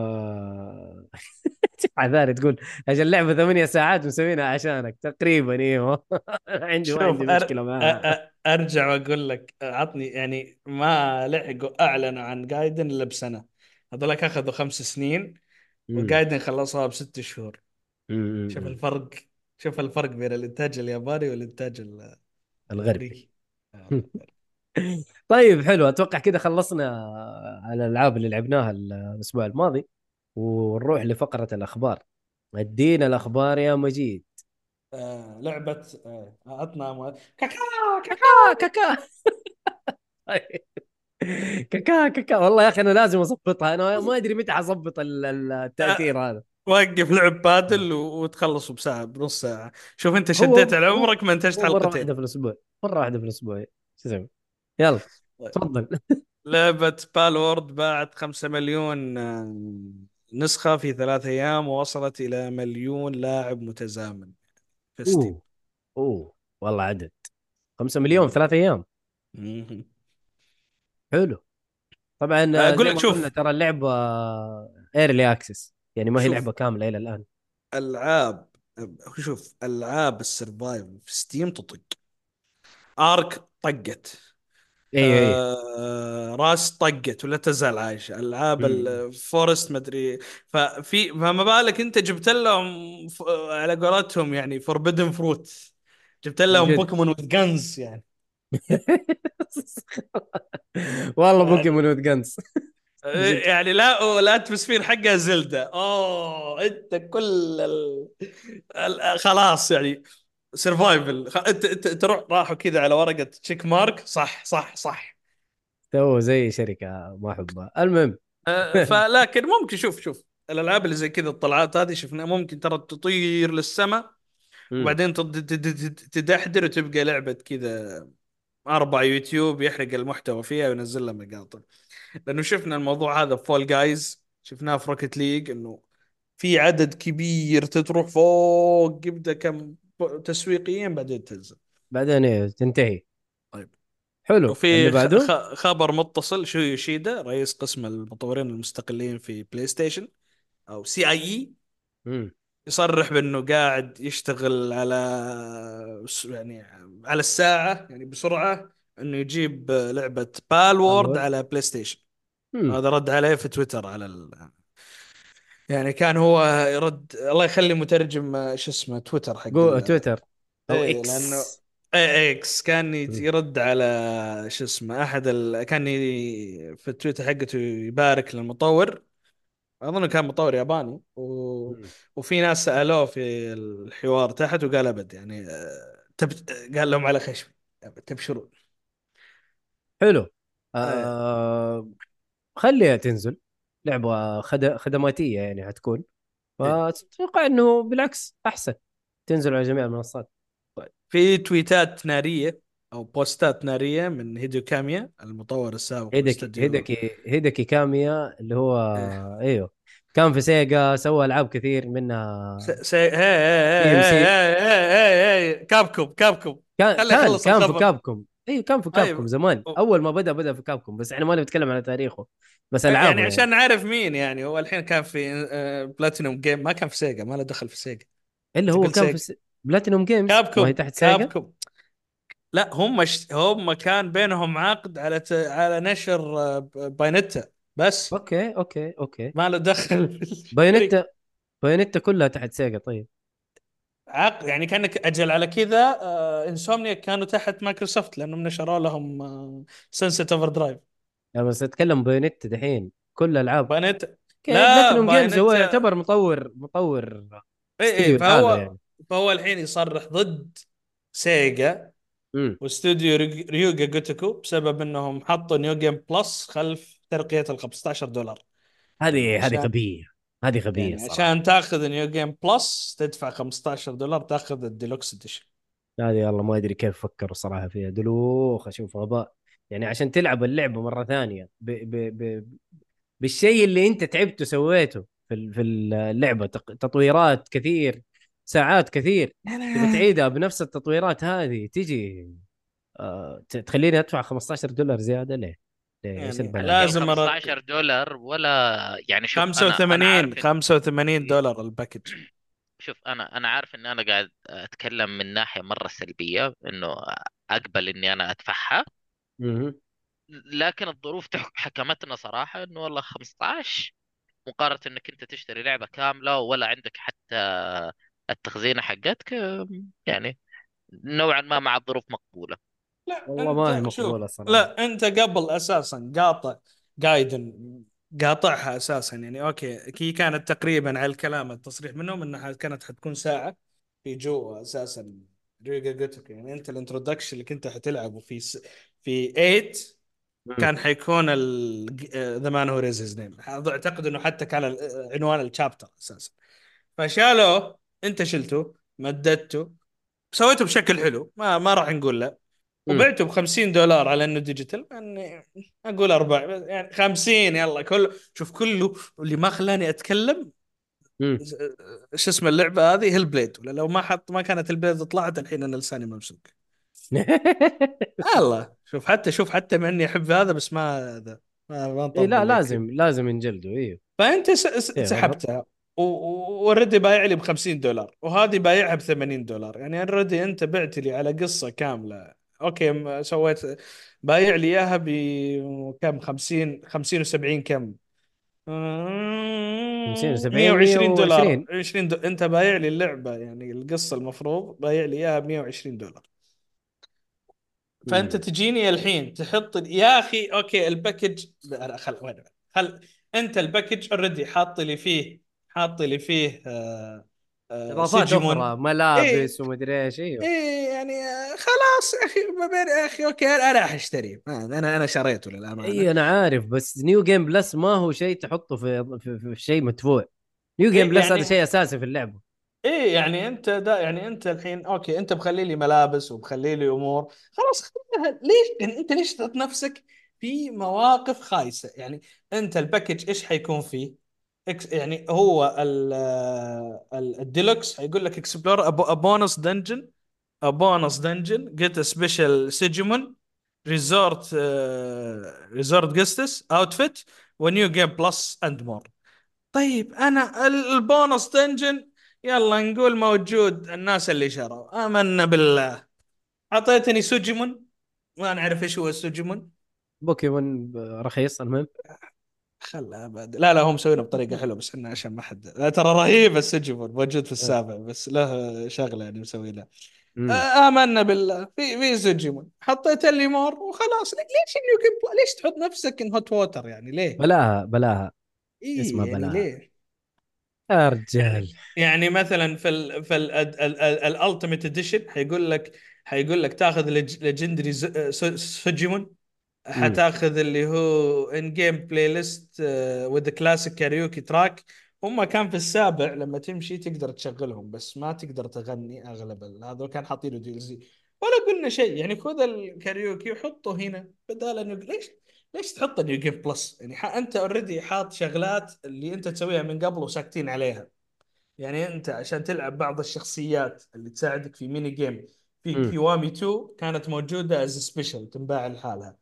عذاري تقول عشان اللعبه ثمانية ساعات مسوينها عشانك تقريبا، ايوه. عندي ما شوف عندي أر... مشكله أ... معاها. أ... ارجع واقول لك عطني يعني ما لحقوا اعلنوا عن جايدن الا بسنه. هذولك اخذوا خمس سنين، امم. وجايدن خلصوها بست شهور. شوف امم. الفرق. شوف الفرق بين الانتاج الياباني والانتاج ال- الغربي. الامريكي. آه، الله يبارك. طيب حلو، اتوقع كذا خلصنا على الالعاب اللي لعبناها الاسبوع الماضي، ونروح لفقره الاخبار. ادينا الاخبار يا مجيد. آه لعبه آه عطنا م... كاكا كاكا. كاكا كاكا. كاكا كاكا، والله يا اخي انا لازم اظبطها، انا ما ادري متى حظبط ال- ال- التاثير آه هذا. وقف لعب بادل و- وتخلصوا بساعه بنص ساعه. شوف انت هو شديت على هو عمرك ما انتجت هو مره حلقتين. واحده في الاسبوع، مره واحده في الاسبوع شو اسوي؟ يلا تفضل. لعبة بالورد باعت خمسة مليون آه، نسخة في ثلاث أيام، ووصلت إلى مليون لاعب متزامن. في ستيم. اوه اوه والله عدد خمسة مليون ثلاث ايام. مم. حلو. طبعا آه، اقول زي لك ما قلنا شوف ترى اللعبه ايرلي اكسس، يعني ما هي شوف لعبه كامله الى الان. العاب شوف العاب السرفايف في ستيم تطق. ارك طقت. ايوه ايوه. آه راس طقت ولا تزال عايشه. العاب مم. الفورست مدري. ففي فما بالك انت جبت لهم ف... على قولتهم يعني فوربدن فروت. جبت من لهم جد. بوكيمون وذ جنز يعني. والله يعني بوكيمون وذ جنز. جبت. يعني لا الاتموسفير حقها زلدة. اوه انت كل ال... ال... خلاص يعني سرفايفل. خ... انت انت تروح راحوا كذا على ورقة تشيك مارك. صح صح صح. تو زي شركه ما احبها، المهم. أه فلكن ممكن شوف شوف الالعاب اللي زي كذا الطلعات هذه شفنا ممكن ترى تطير للسماء مم. وبعدين تد- تد- تد- تدحدر وتبقى لعبة كذا. أربع يوتيوب يحرق المحتوى فيها وينزل لها مقاطع. لأنه شفنا الموضوع هذا في فول جايز. شفناه في روكت ليج إنه في عدد كبير تروح فوق يبدأ كم تسويقيا بعدين تنزل. بعدين إيه تنتهي. طيب. حلو اللي وفي خ- بعده. خ- خبر متصل شو يوشيدا رئيس قسم المطورين المستقلين في بلاي ستيشن أو سي اي اي مم. يصرح بأنه قاعد يشتغل على س- يعني على الساعة يعني بسرعة انه يجيب لعبة بالورد الورد. على بلاي ستيشن. مم. هذا رد عليه في تويتر على ال... يعني كان هو يرد الله يخلي مترجم آه، شو اسمه تويتر حق جو ال... تويتر او ايه لانه اكس. اي اكس كان يت- مم. يرد على شو اسمه احد ال... كان ي... في التويتر حقته يبارك للمطور. اظن كان مطور ياباني و... مم. وفي ناس سالوه في الحوار تحت وقال ابد يعني آه، تب... قال لهم على خشمي تبشرون. حلو. آه. آه خليها تنزل. لعبة خد... خدماتية يعني حتكون، إيه. فأتوقع أنه بالعكس أحسن تنزل على جميع المنصات. طيب في تويتات نارية أو بوستات نارية من هيديو كاميا المطور السابق في هيدكي استوديو. هيدكي هيدكي كاميا اللي هو، إيه. ايوه، كان في سيجا، سوى العاب كثير س... منها. س... هي هي تي ام سي. هي هي هي كابكم كابكم. كان خلي كان يخلص كان في الخبر. كابكوم، ايوه كان في كابكوم طيب. زمان، أو- اول ما بدا بدا في كابكوم، بس احنا ما نتكلم على تاريخه، بس يعني العابه يعني. عشان نعرف مين يعني هو الحين كان في بلاتينوم جيم ما كان في سيجا ما له دخل في سيجا. اللي انت هو قلت كان في سيجا. س... بلاتينوم جيمز ما هي كابكم تحت سيجا. كابكم. لا هم ش... هم كان بينهم عقد على ت... على نشر آه، باينتا بس اوكي اوكي اوكي. ما له دخل في الشركة. بايونيتا. بايونيتا كلها تحت سيجا طيب. عقد يعني كانك اجل على كذا آه انسومنيا كانوا تحت مايكروسوفت لانهم نشروا لهم آه سنسيت اوفر درايف. يعني بس اتكلم بايونيتا دحين كل العاب. باينت. اوكي لا بلاتينوم جيمز هو باينت. يعتبر مطور مطور اي استديو اي لحاله فهو يعني. فهو الحين يصرح ضد سيجا امم. واستوديو ريو- ريوغا جوتوكو بسبب انهم حطوا نيو جيم بلس خلف ترقية ال خمسة عشر دولار. يعني هذه هذه عشان غبيه. هذه غبيه يعني صراحه. عشان تاخذ نيو جيم بلس تدفع خمسة عشر دولار تاخذ الديلوكس اديشن. هذه والله ما ادري كيف فكروا صراحه فيها دلوخ، اشوف غباء. يعني عشان تلعب اللعبه مره ثانيه ب ب ب بالشيء اللي انت تعبت وسويته في ال- في اللعبه، تق- تطويرات كثير، ساعات كثير، لا تبى لا. تعيدها بنفس التطويرات هذه، تجي آه ت- تخليني ادفع خمسة عشر دولار زياده ليه؟ ليه ايش يعني البلاوي هي ال هذه؟ لازم ارد. خمسة عشر دولار ولا يعني؟ شوف خمسة انا انا وثمانين عارف ان خمسة وثمانين إيه، دولار الباكج. شوف انا انا عارف ان انا قاعد اتكلم من ناحيه مره سلبيه انه اقبل اني انا ادفعها. مهم. لكن الظروف تح- حكمتنا صراحه انه والله خمسة عشر مقارنه انك انت تشتري لعبه كامله ولا عندك حتى التخزينه حقتك، يعني نوعا ما مع الظروف مقبوله. لا والله ما هي انت شوف. مقبوله صراحه. لا انت قبل اساسا قاطع جايدن قاطعها اساسا يعني اوكي هي كانت تقريبا على الكلام التصريح منهم انها كانت حتكون ساعه في جو اساسا. ريجا جوتوك يعني انت الانترودكشن اللي كنت حتلعبه في س... في ثمانية مم. كان حيكون ذا مان هو ريز هيز نيم. اعتقد انه حتى كان ال- عنوان الشابتر اساسا. فشالوه انت شلته مددته سويته بشكل حلو ما ما راح نقول لا. مم. وبعته ب خمسين دولار على انه ديجيتال يعني اقول اربع يعني خمسين يلا كله شوف كله اللي ما خلاني اتكلم امم. شو اسم اللعبه هذه؟ هيل بليد. ولا لو ما حط ما كانت البليد طلعت الحين انا لساني ممسوك. الله شوف، حتى شوف حتى مع اني احب هذا بس ما هذا، ما ما اي لا، نطبل لك. لازم لازم ينجلدوا، ايوه. فانت س- س- ايه غلط. سحبتها، واوريدي بايع لي ب خمسين دولار وهذه بايعها ب ثمانين دولار. يعني اوريدي انت بعت لي على قصه كامله. اوكي م- سويت بايع لي اياها بكم؟ خمسين خمسين و70 كم؟ خمسين و70 مية وعشرين دولار. مية وعشرين. عشرين دو... انت بايع لي اللعبه، يعني القصه المفروض بايع لي اياها ب مية وعشرين دولار. فانت امم. تجيني الحين تحط لي- يا اخي اوكي الباكج. لا، خل وين خل انت الباكج اوريدي حاط لي فيه، حاط لي فيه آه آه اضافات سيجمون. اخرى، ملابس ايه ومدري ايش، ايوه. ايه يعني آه، خلاص يا اخي ما بين يا اخي اوكي انا راح اشتريه. آه، انا انا شريته للامانه. اي انا عارف، بس نيو جيم بلس ما هو شيء تحطه في في, في شيء مدفوع. نيو جيم ايه بلس هذا يعني شيء اساسي في اللعبه. ايه يعني انت دا يعني انت الحين اوكي انت مخلي لي ملابس ومخلي لي امور. خلاص خليها. ليش يعني انت ليش تحط نفسك في مواقف خايسه؟ يعني انت الباكج ايش حيكون فيه؟ إكس يعني هو ال ال- الديلوكس هيقول لك اكسبلور ا بونس دنجن، ا بونس دنجن جيت سبيشال سيجمون ريزورت ريزورت جستس اوتفيت ونيو جيم بلس اند مور. طيب انا ال- البونص دنجن يلا نقول موجود، الناس اللي شروا امنا بالله اعطيتني سوجيمون، ما نعرف ايش هو السوجيمون. بوكيمون رخيص المهم. خلها بعد. لا لا هم مسوينه بطريقه حلوه بس احنا عشان ما حد، لا ترى رهيب السوجيمون موجود في آه. السابع بس له شغله يعني مسوي له. امم. آه، امنا بالله في في سوجيمون حطيت لي مور وخلاص. ليش النيو جيم بلاي؟ ليش تحط نفسك ان هوت ووتر يعني ليه؟ بلاها بلاها. ايه اسمها يعني بلاها. ليه؟ يا رجال. يعني يعني مثلا في ال في الالتيميت اديشن حيقول لك، حيقول لك تاخذ ليجندري سوجيمون، امم. حتاخذ اللي هو ان جيم بلاي ليست وذ كلاسيك كاريوكي تراك. هم كان في السابع لما تمشي تقدر تشغلهم بس ما تقدر تغني اغلب ال- هذول كان حاطينه دي ال سي. ولا قلنا شيء يعني خذ الكاريوكي وحطه هنا بدال انه ليش؟ ليش تحط نيو جيم بلس؟ يعني ح- انت اوريدي حاط شغلات اللي انت تسويها من قبل وساكتين عليها. يعني انت عشان تلعب بعض الشخصيات اللي تساعدك في ميني جيم في امم. كيوامي تو كانت موجودة از سبيشل تنباع لحالها.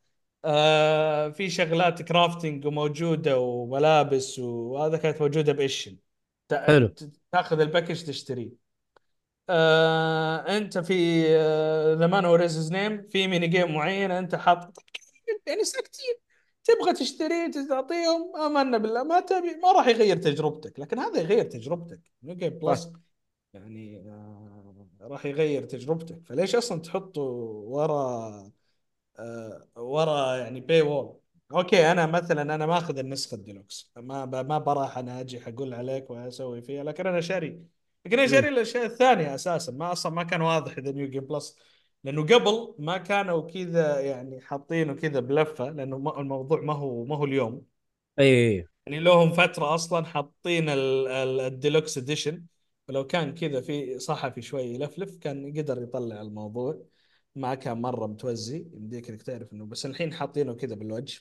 آه في شغلات كرافتنج وموجودة وملابس وهذا كانت موجودة بإيشن. تا- حلو. ت- تاخذ الباكج تشتريه. آه انت في ذا مان هو ريز نيم في ميني جيم معينة انت حاط يعني ساكتين. تبغى تشتري تعطيهم امنا بالله، ما تبي ما راح يغير تجربتك. لكن هذا يغير تجربتك نيو جيم صح. بلس. يعني آه راح يغير تجربتك. فليش اصلا تحطه ورا آه ورا يعني باي وول؟ اوكي انا مثلا انا ماخذ النسخه الديلوكس، ما ب- ما براح انا اجي حقول عليك واسوي فيها. لكن انا شاري، لكن انا امم. شاري الاشياء الثانيه اساسا. ما اصلا ما كان واضح اذا نيو جيم بلس، لانه قبل ما كانوا كذا يعني حاطينه كذا بلفه. لانه ما- الموضوع ما هو ما هو اليوم. اي اي. يعني لهم فتره اصلا حاطين ال- ال- الديلوكس اديشن. ولو كان كذا في صحفي شوي يلفلف كان يقدر يطلع الموضوع. ما كان مره متوزي يمديك انك تعرف انه، بس الحين حاطينه كذا بالوجه.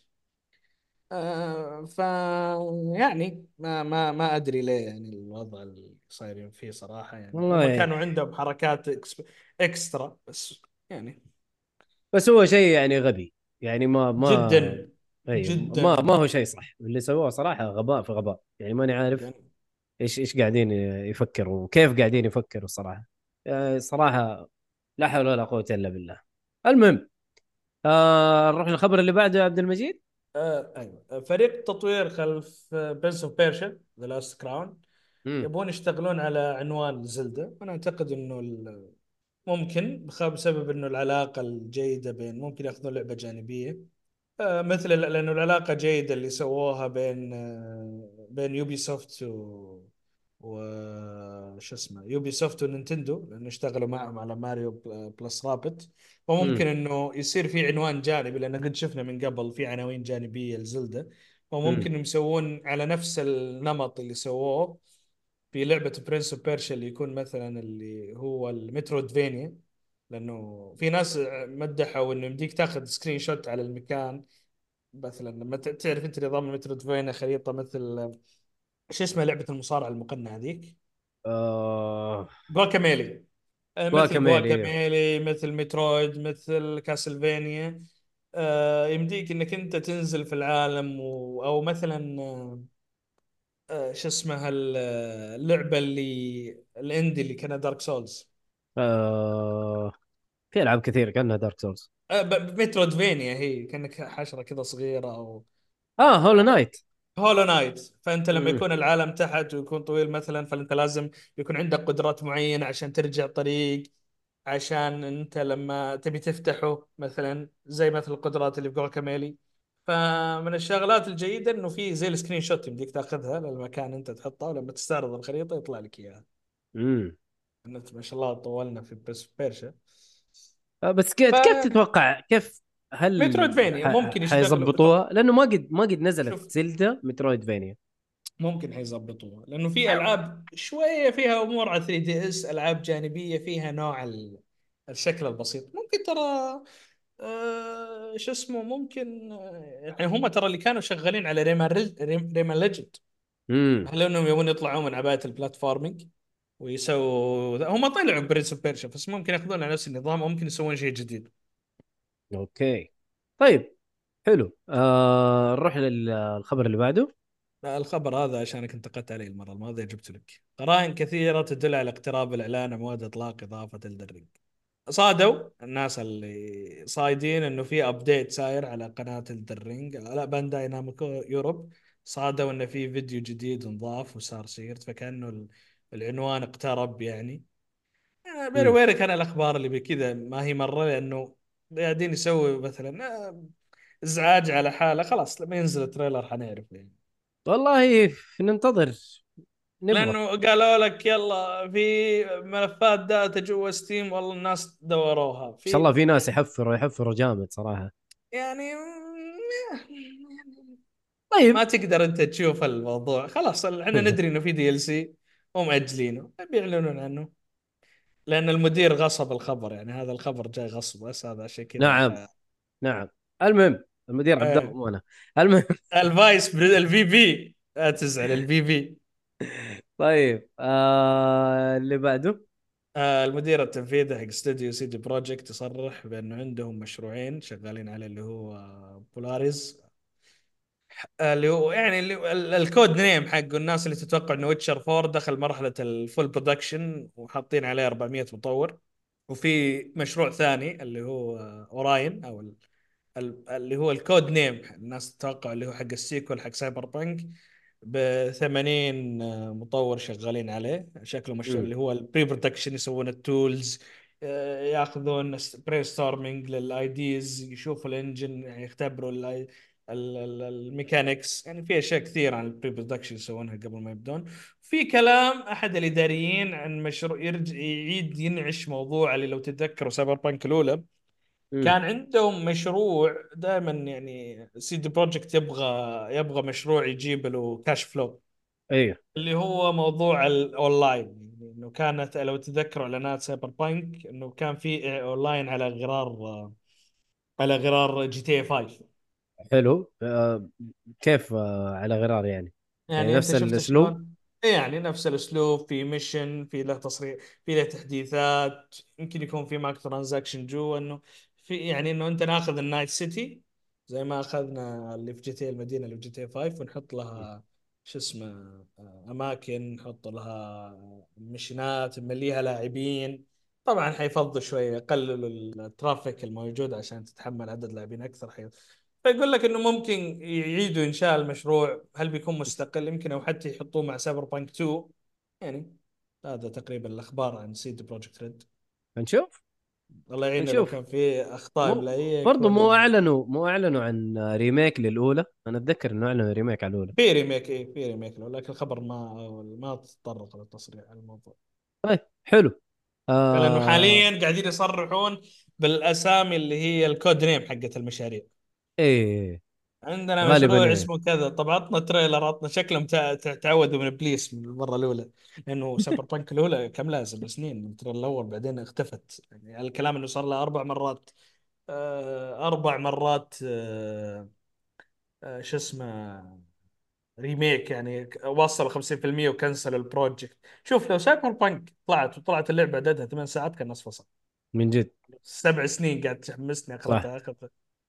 آه ف يعني ما ما ما ادري ليه يعني الوضع اللي صايرين فيه صراحه. يعني هم والله. كانوا عندهم حركات إكس... اكسترا بس يعني بس هو شيء يعني غبي، يعني ما ما جدا اي ما جدا ما هو شيء صح اللي سووه صراحه، غباء في غباء، يعني ماني عارف جدا. ايش ايش قاعدين يفكروا وكيف قاعدين يفكروا صراحه. يعني صراحه لا حول ولا قوه الا بالله. المهم، آه نروح للخبر اللي بعده يا عبد المجيد. آه ايوه فريق تطوير خلف بنس اوف بيرشا ذا لاست كراون امم. يبون يشتغلون على عنوان زلدة. انا اعتقد انه ال- ممكن بخ- بسبب انه العلاقه الجيده بين، ممكن ياخذون لعبه جانبيه. آه، مثل لانه العلاقه جيده اللي سووها بين آه، بين يوبي سوفت و و شو اسمه يوبي سوفت ونينتندو لانه اشتغلوا معهم على ماريو بل- بلس رابت. امم. فممكن انه يصير في عنوان جانبي لان قد شفنا من قبل في عناوين جانبيه لزلدة. وممكن يسوون على نفس النمط اللي سووه في لعبة برنس اوف بيرشا اللي يكون مثلا اللي هو المترودفينيا. لانه في ناس مدحوا انه يمديك تاخذ سكرين شوت على المكان. مثلا لما ت- تعرف انت نظام المترودفينيا خريطة مثل شو اسمها لعبه المصارعه المقنعه ذيك؟ آه... جواكاميلي. آه، مثل جواكاميلي. جواكاميلي، مثل مترويد، مثل كاسلفينيا. آه، يمديك انك انت تنزل في العالم و... او مثلا آه، آه، شو اسمها ال- اللعبه اللي الاندي اللي كانها دارك سولز. آه... في العاب كثير كانها دارك سولز. مترودفينيا، هي كانك حشره كذا صغيره. او اه، هولو نايت. هولو نايت. فانت لما مم. يكون العالم تحت ويكون طويل مثلا، فانت لازم يكون عندك قدرات معينه عشان ترجع طريق، عشان انت لما تبي تفتحه مثلا، زي مثل القدرات اللي في جوكاميلي. فمن الشغلات الجيده انه في زي السكرين شوت يمديك تاخذها للمكان انت تحطه، ولما تستعرض الخريطه يطلع لك اياها. مم. انت ما شاء الله طولنا في بس بيرشا. آه، بس كيف كيف تتوقع كيف؟ هل فمترويدفينيا ح... ممكن يشتغلوا بخط. حيظبطوها؟ لانه ما قد ما قد نزلت شوف، زلدة مترويد فينيا. ممكن حيظبطوها لانه في العاب شويه فيها امور على ثري دي اس، العاب جانبيه فيها نوع ال- الشكل البسيط ممكن ترى. آه شو اسمه ممكن آه يعني هم ترى اللي كانوا شغالين على ريمان ريم- ريمان ليجند. امم. هل انهم يبون يطلعوا من عباءه البلاتفورمينج ويسووا ذا- هم طلعوا برنس اوف بيرشا، بس ممكن ياخذون على نفس النظام، ممكن يسوون شيء جديد. اوكي. طيب. حلو. آه نروح للخبر اللي بعده. لا، الخبر هذا عشانك انتقدت عليه المره الماضيه جبت لك قرائن كثيره تدل على اقتراب الاعلان عن موعد اطلاق اضافه الدرينج. صادوا الناس اللي صايدين انه في ابديت ساير على قناه الدرينج، لا بانداي نامكو يوروب. صادوا انه في فيديو جديد انضاف وصار سيرت، فكانه ال- العنوان اقترب يعني. آه، بيني امم. وبينك انا الاخبار اللي بكذا ما هي مره، لانه قاعدين يسوي مثلا آه، ازعاج على حاله. خلاص لما ينزل التريلر حنعرف يعني. والله ننتظر. نبغى. لانه قالوا لك يلا في ملفات داتا جوا ستيم، والله الناس دوروها ان شاء الله في في ناس يعني. يحفروا يحفروا جامد صراحة. يعني ما طيب. تقدر انت تشوف الموضوع. خلاص احنا ندري انه في دي ال سي ومأجلينه بيعلنون عنه، لان المدير غصب الخبر. يعني هذا الخبر جاي غصب، بس هذا عشان كذا نعم. ح... نعم. المهم المدير عبد الله آه. مو انا. المهم. الفايس بري... الفي بي، لا تزعل، الفي بي. طيب. آه اللي بعده. آه المدير التنفيذي حق استوديو سي دي بروجكت يصرح بانه عندهم مشروعين شغالين عليه، اللي هو بولاريز، اللي هو يعني اللي هو ال- الكود نيم حقه. الناس اللي تتوقع انه ويتشر فور دخل مرحله الفول برودكشن وحاطين عليه أربعمية مطور. وفي مشروع ثاني اللي هو اوراين، او ال- ال- اللي هو الكود نيم الناس تتوقع اللي هو حق السيكول حق سايبر بانك، ب ثمانين مطور شغالين عليه. شكله مشروع امم. اللي هو البري برودكشن، يسوون التولز، ياخذون برين ستورمينج للايديز، يشوفوا الانجن، يعني يختبروا ال- ال- ال- الميكانكس. يعني في اشياء كثير عن البري برودكشن يسوونها قبل ما يبدون. في كلام احد الاداريين عن مشروع يرجع يعيد ينعش موضوع اللي لو تتذكروا سايبر بانك الاولى امم. كان عندهم مشروع دائما. يعني سيدي بروجكت يبغى يبغى مشروع يجيب له كاش فلو، ايوه. اللي هو موضوع الاونلاين. يعني انه كانت لو تذكروا اعلانات سايبر بانك انه كان في اونلاين على غرار على غرار جي تي اي خمسة. حلو. آه كيف آه على غرار يعني؟ يعني يعني انت نفس شفت الاسلوب. شلون؟ إيه يعني نفس الاسلوب، في ميشن، في له تصريح، في له تحديثات، يمكن يكون في مايكرو ترانزاكشن جوا. انه في يعني انه انت ناخذ النايت سيتي زي ما اخذنا اللي في جي تي المدينه اللي في جي تي خمسة، ونحط لها شو اسمه آه، اماكن، نحط لها مشينات، نمليها لاعبين. طبعا حيفضوا شويه، يقللوا الترافيك الموجود عشان تتحمل عدد لاعبين اكثر. فيقول لك انه ممكن يعيدوا انشاء المشروع. هل بيكون مستقل يمكن، او حتى يحطوه مع سايبر بانك تو يعني. هذا تقريبا الاخبار عن سيد بروجكت ريد. هنشوف. الله يعيننا لو هنشوف. كان في اخطاء مو املائيه برضه يكون. مو اعلنوا مو اعلنوا عن ريميك للاولى. انا اتذكر انه اعلنوا ريميك على الاولى. في ريميك، ايه في ريميك له، لكن الخبر ما ما تطرق للتصريح عن الموضوع. طيب. حلو. لانه آه حاليا قاعدين يصرحون بالاسامي اللي هي الكود نيم حقت المشاريع. ايه. عندنا غالبا مشروع ايه. اسمه كذا. طب عطنا تريلر، عطنا شكلهم تع- تع- تعودوا من ابليس من المره الاولى. لانه سايبر بانك الاولى كم لازم سنين من التريلر الاول، بعدين اختفت. يعني على الكلام انه صار لها اربع مرات. آه اربع مرات. آه آه شو اسمه ريميك يعني وصل خمسين بالمية وكنسل البروجكت. شوف لو سايبر بانك طلعت وطلعت اللعبه عددها ثمان ساعات كان نص فصل. من جد. سبع سنين قاعد تحمسني صح. اخذتها اخذتها.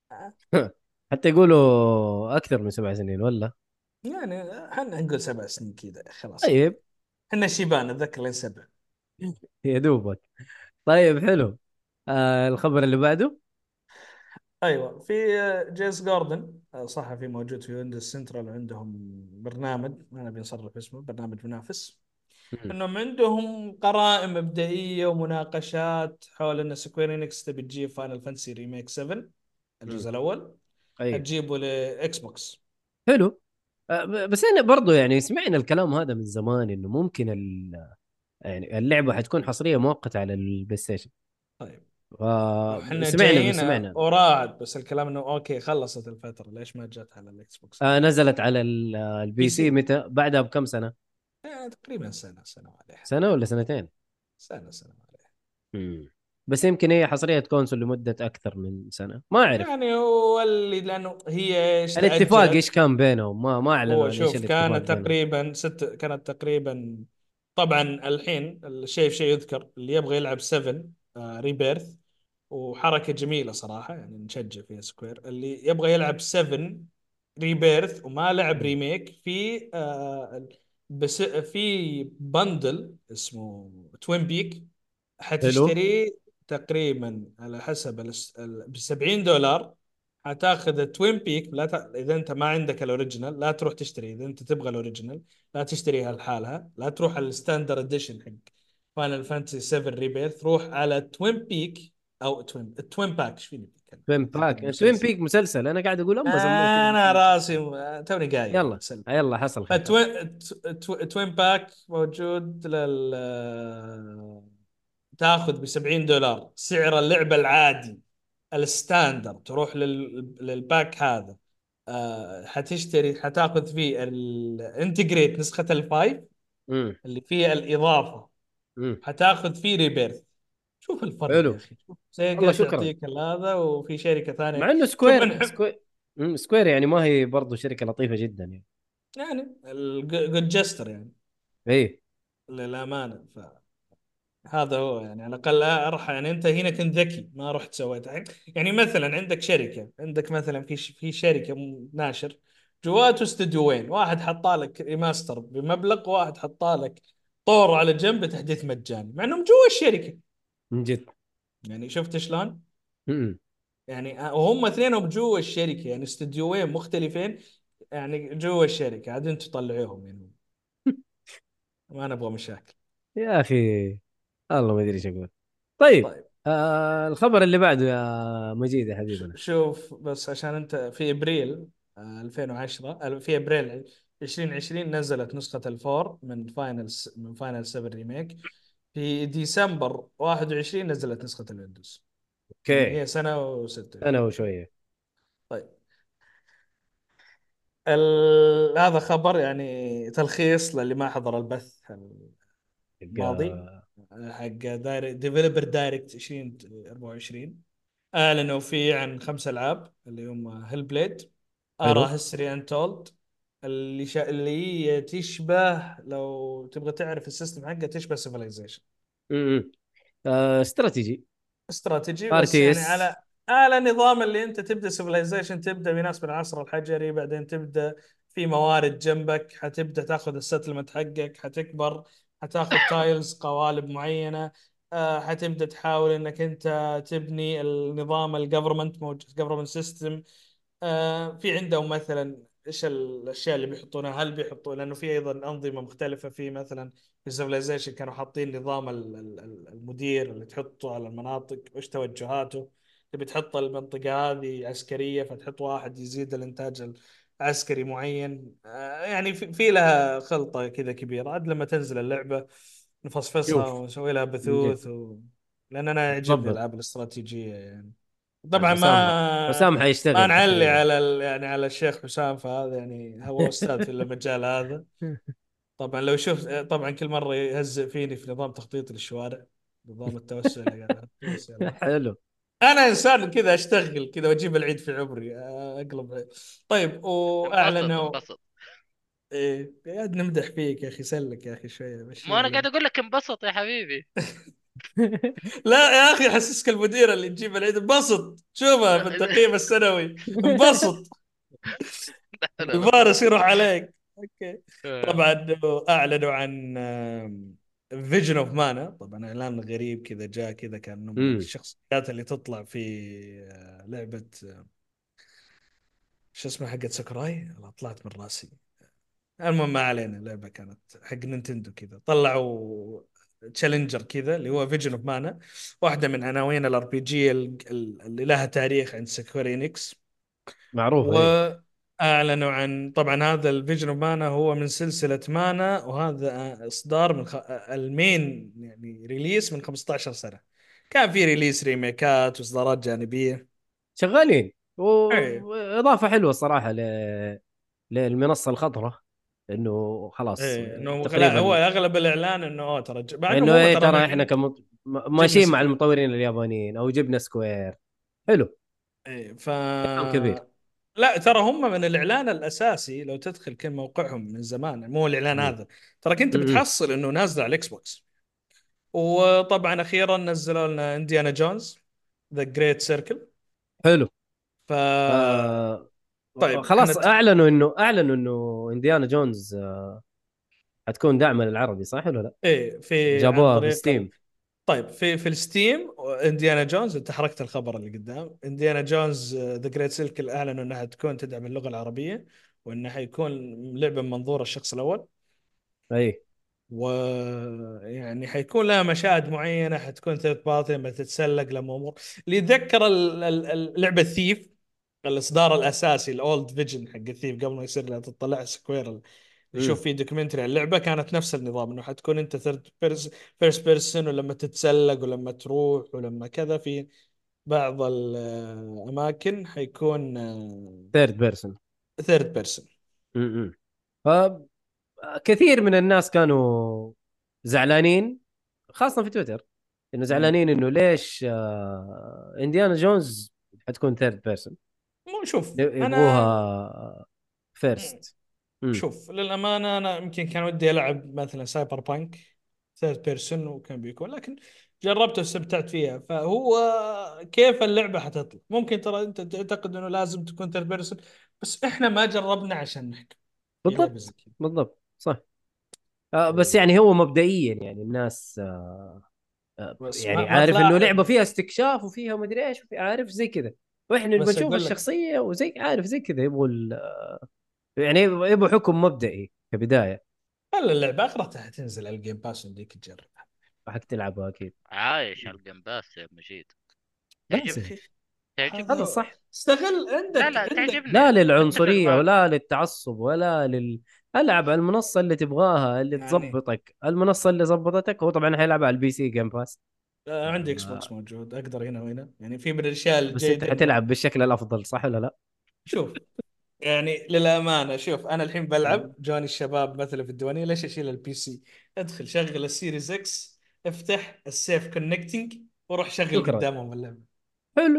حتى يقولوا اكثر من سبع سنين ولا؟ يعني احنا نقول سبع سنين كذا خلاص. طيب. احنا شيبان اتذكر لين سبع. يا دوبك. طيب حلو. آه الخبر اللي بعده. ايوه في آه، جيس جاردن آه، صحفي موجود في ويندوز سنترال، عندهم برنامج ما نبي نصرف اسمه، برنامج منافس. مم. انهم عندهم قرائن مبدئيه ومناقشات حول ان سكوير انكس تبي تجيب فاينل فانتسي ريميك سبعة مم. الجزء الاول، ايوه. هتجيبه لاكس بوكس. حلو. آه ب- بس انا برضو يعني سمعنا الكلام هذا من زمان انه ممكن ال... يعني اللعبه حتكون حصريه مؤقته على البلاي ستيشن. طيب احنا فسمعنا جايين سمعنا وراعد، بس الكلام انه اوكي خلصت الفتره ليش ما جت على الاكس بوكس؟ آه نزلت على ال- بي البي سي. سي متى؟ بعدها بكم سنه؟ يعني تقريبا سنه سنه عليها. سنه ولا سنتين؟ سنه سنه عليها. مم. بس يمكن هي حصريه كونسول لمده اكثر من سنه، ما اعرف. يعني هو اللي لانه هي ايش الاتفاق ايش تاجلت. كان بينهم؟ ما ما اعلنوا هو عن ايش شوف الاتفاق كانت بينهم. تقريبا ست كانت تقريبا. طبعا الحين الشيء شيء يذكر اللي يبغى يلعب سبعة ريبيرث، وحركة جميلة صراحة يعني نشجع فيها سكوير. اللي يبغى يلعب سبعة ريبيرث وما لعب مم. ريميك في آه بس في بندل اسمه توين بيك حلو. حتشتريه تقريبا على حسب ب سبعين دولار. حتاخذ توين بيك لا ت... اذا انت ما عندك الاوريجينال لا تروح تشتري، اذا انت تبغى الاوريجينال لا تشتريها لحالها، لا تروح على الستاندر اديشن حق فاينل فانتسي سبعة ريبيرث، روح على توين بيك او توين التوين باك ايش فيني بتكلم توين يعني حق باك، توين المسلسل. بيك مسلسل، انا قاعد اقول اما سموه كذا انا مسلسل. راسي توني قايل يلا. مسلسل. يلا حصل خير حصل. فتوين تو- توين باك موجود لل تاخذ ب سبعين دولار سعر اللعبه العادي الستاندرد، تروح لل... للباك هذا. آه حتشتري حتاخذ فيه الانتجريت نسخه الفايف امم. اللي فيها الاضافه، امم. حتاخذ فيه ريبيرث. شوف الفرق يا حلو. اخي، شوف سيجا والله شكرا. تعطيك هذا وفي شركه ثانيه. مع انه شوف سكوير من سكوير مم، سكوير يعني ما هي برضو شركه لطيفه جدا يعني. يعني الجود جستر يعني اي. للامانه. فهذا هو يعني على الاقل ارحى. يعني انت هنا كنت ذكي ما رحت سويت. يعني مثلا عندك شركه، عندك مثلا في ش- في شركه م- ناشر جواته استديوين، واحد حطالك ريماستر بمبلغ، واحد حطالك طور على جنب تحديث مجاني مع انهم جوا الشركه. من جد. يعني شفت شلون؟ امم. يعني وهم اثنينهم جوا الشركه، يعني استديوين مختلفين يعني جوا الشركه عاد انتم طلعوهم يعني. ما نبغى مشاكل. يا اخي، الله ما ادري ايش اقول. طيب. طيب آه الخبر اللي بعده يا مجيد يا حبيبنا. شوف بس عشان انت في ابريل آه، ألفين وعشرة في ابريل ألفين وعشرين نزلت نسخة الفور من فاينل من فاينل سبعة ريميك. في ديسمبر واحد وعشرين نزلت نسخة الويندوز. يعني اوكي. هي سنة وستة انا اشهر. وشويه. طيب ال... هذا خبر يعني تلخيص للي ما حضر البث الماضي يبقى. حق دايركت ديفلوبر دايركت ألفين وأربعة وعشرين. اعلنوا فيه عن خمس العاب اللي هم هيل بليد، حلو. ارا هيستوري انتولد، اللي شا... اللي هي تشبه لو تبغى تعرف السيستم حقها تشبه سيفلايزيشن. امم. آه استراتيجي. استراتيجي ار بس تي يعني اس. على على نظام اللي انت تبدا سيفلايزيشن، تبدا بناس من العصر الحجري، بعدين تبدا في موارد جنبك، حتبدا تاخذ السيتلمنت حقك، حتكبر، حتاخذ تايلز قوالب معينه. آه، حتبدا تحاول انك انت تبني النظام الجفرمنت موجود جفرمنت سيستم. آه، في عندهم مثلا ايش الاشياء اللي بيحطونها، هل بيحطوا لانه في ايضا انظمه مختلفه في مثلا في سيفلايزيشن كانوا حاطين نظام ال- ال- ال- المدير اللي تحطه على المناطق وايش توجهاته. تبي تحط المنطقه هذه عسكريه فتحط واحد يزيد الانتاج العسكري معين. آه، يعني في, في لها خلطه كذا كبيره عاد لما تنزل اللعبه نفصفصها شوف. ونسوي لها من جد. بثوث و... لان انا يعجبني تظبط. الالعاب الاستراتيجيه يعني. آه، طبعا حسام حسام ما ما حيشتغل نعلي تقريبا. على ال... يعني على الشيخ حسام، فهذا يعني هو استاذ في المجال هذا. طبعا لو شفت طبعا كل مره يهزئ فيني في نظام تخطيط للشوارع، نظام التوسع اللي قاعد احطه بس يلا. حلو. انا انسان كذا اشتغل كذا واجيب العيد في عمري اقلب. طيب انبسط واعلنوا انبسط. ايه قاعد نمدح فيك يا اخي، سلك يا اخي شويه ما انا مشيها. قاعد اقول لك انبسط يا حبيبي. لا يا اخي حسسك المدير اللي تجيب العيد، انبسط شوفها في التقييم السنوي، انبسط لا لا لا. الفارس يروح عليك. اوكي. طبعا اعلنوا عن فيجن اوف مانا، طبعا اعلان غريب كذا جاء كذا، كان إنه من امم الشخصيات اللي تطلع في آه، لعبه آه، شو اسمها حقت ساكوراي، والله طلعت من راسي. المهم ما علينا، لعبه كانت حق نينتندو كذا، طلعوا تشالنجر كذا اللي هو فيجن اوف مانا، واحده من عناوين الار بي جي اللي لها تاريخ عند سكويرينكس. معروفه ايه. واعلنوا عن طبعا هذا الفيجن اوف مانا هو من سلسله مانا، وهذا اصدار من خ... المين يعني ريليس من خمسة عشر سنه، كان في ريليس ريميكات واصدارات جانبيه. شغالين، ايه واضافه حلوه الصراحه ل... للمنصه الخضراء، انه خلاص ايه انه لا، هو تقريبا، اغلب الاعلان انه اه ترى ج- مع انه انه هم ايه ترى ترى احنا ما- كم جبنا ماشيين مع سكوير. المطورين اليابانيين، او جبنا سكوير. حلو. ايه ف كلام كبير. لا ترى هم من الاعلان الاساسي لو تدخل كان موقعهم من زمان، مو الاعلان مم. هذا، ترى كنت مم. بتحصل انه نازله على الاكس بوكس. وطبعا اخيرا نزلوا لنا انديانا جونز ذا جريت سيركل. حلو. ف آه طيب احنا خلاص ت... اعلنوا انه اعلنوا انه انديانا جونز حتكون داعمه للعربي، صح ولا لا؟ ايه في عن جابوها في طريق ال... ستيم. طيب في في الستيم انديانا جونز، انت حركت الخبر اللي قدام، انديانا جونز ذا جريت سيركل اعلنوا انها تكون تدعم اللغه العربيه، وانها حيكون لعبه من منظور الشخص الاول، اي. ويعني حيكون لها مشاهد معينه، حتكون ثيرد بارتي لما تتسلق لما امور اللي يتذكر ال- ال- ال- لعبه ثيف، الاصدار الاساسي الاولد فيجن حق الثيف قبل ما يصير لها تطلع سكوير اللي امم يشوف فيه دوكيومنتري عن اللعبه، كانت نفس النظام انه حتكون انت ثيرد فيرست بيرسون، ولما تتسلق ولما تروح ولما كذا في بعض الاماكن حيكون ثيرد بيرسون. ثيرد بيرسون. امم فكثير من الناس كانوا زعلانين، خاصة في تويتر، انه زعلانين انه ليش آه انديانا جونز حتكون ثيرد بيرسون، مو شوف انا يبغوها فيرست. امم شوف للأمانة أنا يمكن كان ودي ألعب مثلا سايبر بانك ثيرد بيرسون وكان بيكون، لكن جربت واستمتعت فيها، فهو كيف اللعبة حتطلع ممكن ترى أنت تعتقد أنه لازم تكون ثيرد بيرسون، بس إحنا ما جربنا عشان نحكم في لعبة زي بالضبط كذا. بالضبط صح. آه بس إيه. يعني هو مبدئيا يعني الناس آه بس ما يعني ما عارف انه تلاحظ، لعبة فيها استكشاف وفيها مدري ايش، وفي عارف زي كذا، واحنا نبغى بس نشوف أقول لك الشخصية وزي عارف زي كذا، يبغوا ال- يعني يبغوا حكم مبدئي كبداية. خلي اللعبة آخرتها تنزل على الجيم باس وديك تجربها. حق تلعبها اكيد. عايش على القنباس يا مجيد. يا لازم. تعجبني. أخي تعجبني. هذا هذا صح. استغل لا عندك لا عندك لا تعجبني. اتفق للعنصرية معك. ولا للتعصب ولا لل العب على المنصة اللي تبغاها، اللي يعني تزبطك، المنصة اللي زبطتك. هو طبعا حيلعب على البي سي جيم باس. آه، عندي اكس بوكس آه، موجود اقدر هنا وهنا، يعني في من الاشياء بس انت الجيده انه حتلعب بالشكل الافضل، صح ولا لا؟ شوف يعني للامانه، شوف انا الحين بلعب جوني الشباب مثلا في الديوانيه، ليش اشيل البي سي؟ ادخل شغل السيريز اكس، افتح السيف كونكتنج وروح شغل شكرا. قدامهم اللعبه. حلو.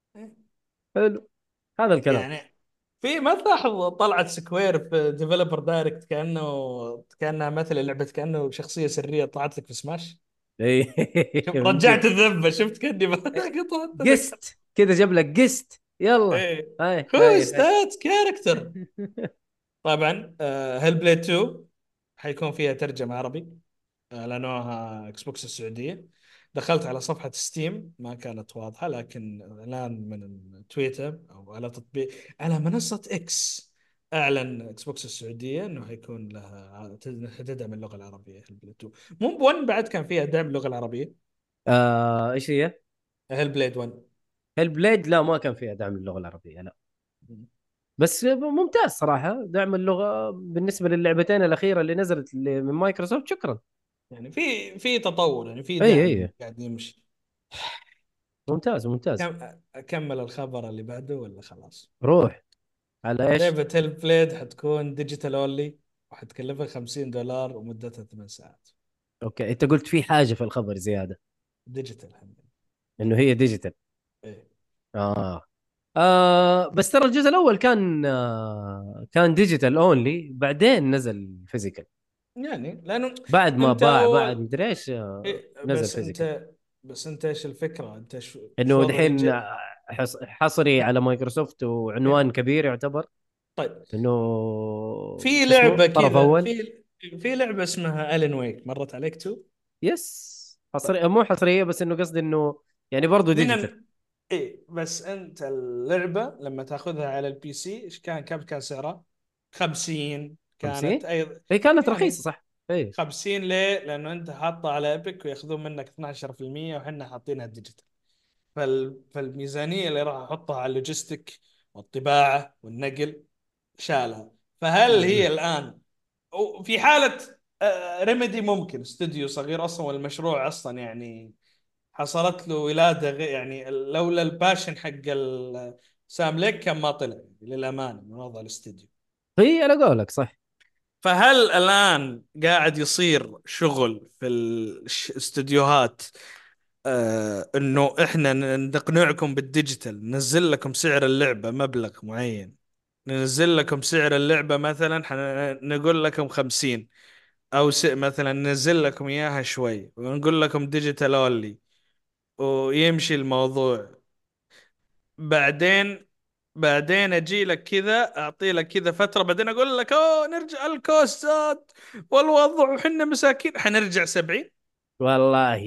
حلو. هذا الكلام. يعني في ما تلاحظ طلعت سكوير في ديفلوبر دايركت كانه كانها مثل لعبه، كانه شخصيه سريه طلعت لك في سماش. اي شوف من جد. رجعت الذبه، شفت كاني قطعت تذكر. قست كذا، جاب لك قست، يلا. ايه هاي who's هاي هاي. that character. طبعا هيل بليد تو حيكون فيها ترجمة عربي، اعلنوها اكس بوكس السعودية. دخلت على صفحة ستيم ما كانت واضحة، لكن اعلان من تويتر او على تطبيق على منصة اكس، اعلن اكس بوكس السعودية انه حيكون لها تدعم اللغة العربية هيل بليد تو. مو ب1 بعد كان فيها دعم اللغة العربية آه، ايش هي؟ هيل بليد واحد. هيل بليد لا، ما كان فيها دعم للغة العربية، لا. بس ممتاز صراحة دعم اللغة بالنسبة للعبتين الأخيرة اللي نزلت اللي من مايكروسوفت، شكرا. يعني في في تطور، يعني في اي دعم اي. قاعد يمشي. ممتاز ممتاز. كم اكمل الخبر اللي بعده ولا خلاص؟ روح على ايش؟ لعبة هيل بليد حتكون ديجيتال اونلي، وحتكلفك خمسين دولار ومدتها ثمان ساعات. اوكي، انت قلت في حاجة في الخبر زيادة، ديجيتال هم. انه هي ديجيتال. ايه اه. آه بس ترى الجزء الاول كان آه كان ديجيتال اونلي، بعدين نزل فيزيكال. يعني لانه بعد ما انت باع بعد اول مدري ايش آه إيه، نزل بس فيزيكال. انت بس انت ايش الفكره؟ انت شو انه شو وضع دحين الج... آه، حص- حصري على مايكروسوفت إيه. وعنوان كبير يعتبر. طيب، انه في شو اسمه لعبه طرف كذا، اول. في في لعبه اسمها الين ويك، مرت عليك تو؟ يس طيب، حصري مو حصريه، بس انه قصدي انه يعني برضو من ديجيتال. ال... ايه، بس انت اللعبه لما تاخذها على البي سي ايش كان كم كان سعرها؟ خمسين كانت خمسين. ايضا. هي كانت رخيصه يعني صح. اي. خمسين ليه؟ لانه انت حاطه على ايبك وياخذون منك اثنا عشر بالمئة وحنا حاطينها ديجيتال. فال... فالميزانيه اللي راح احطها على اللوجيستيك والطباعه والنقل شالها. فهل هي م-م. الان في حاله آه، ريميدي ممكن استوديو صغير اصلا، والمشروع اصلا يعني حصلت له ولاده غير يعني، لولا الباشن حق ال- سام ليك كان ما طلع يعني للامانه من وضع الاستوديو. هي على قولك صح. فهل الان قاعد يصير شغل في الاستديوهات آه انه احنا ن- نقنعكم بالديجيتال، ننزل لكم سعر اللعبه مبلغ معين، ننزل لكم سعر اللعبه مثلا حن- نقول لكم خمسين، او س... مثلا ننزل لكم اياها شوي ونقول لكم ديجيتال اونلي، ويمشي الموضوع. بعدين بعدين اجي لك كذا اعطي لك كذا فتره، بعدين اقول لك اوه نرجع الكوست زاد والوضع وحنا مساكين، حنرجع سبعين. والله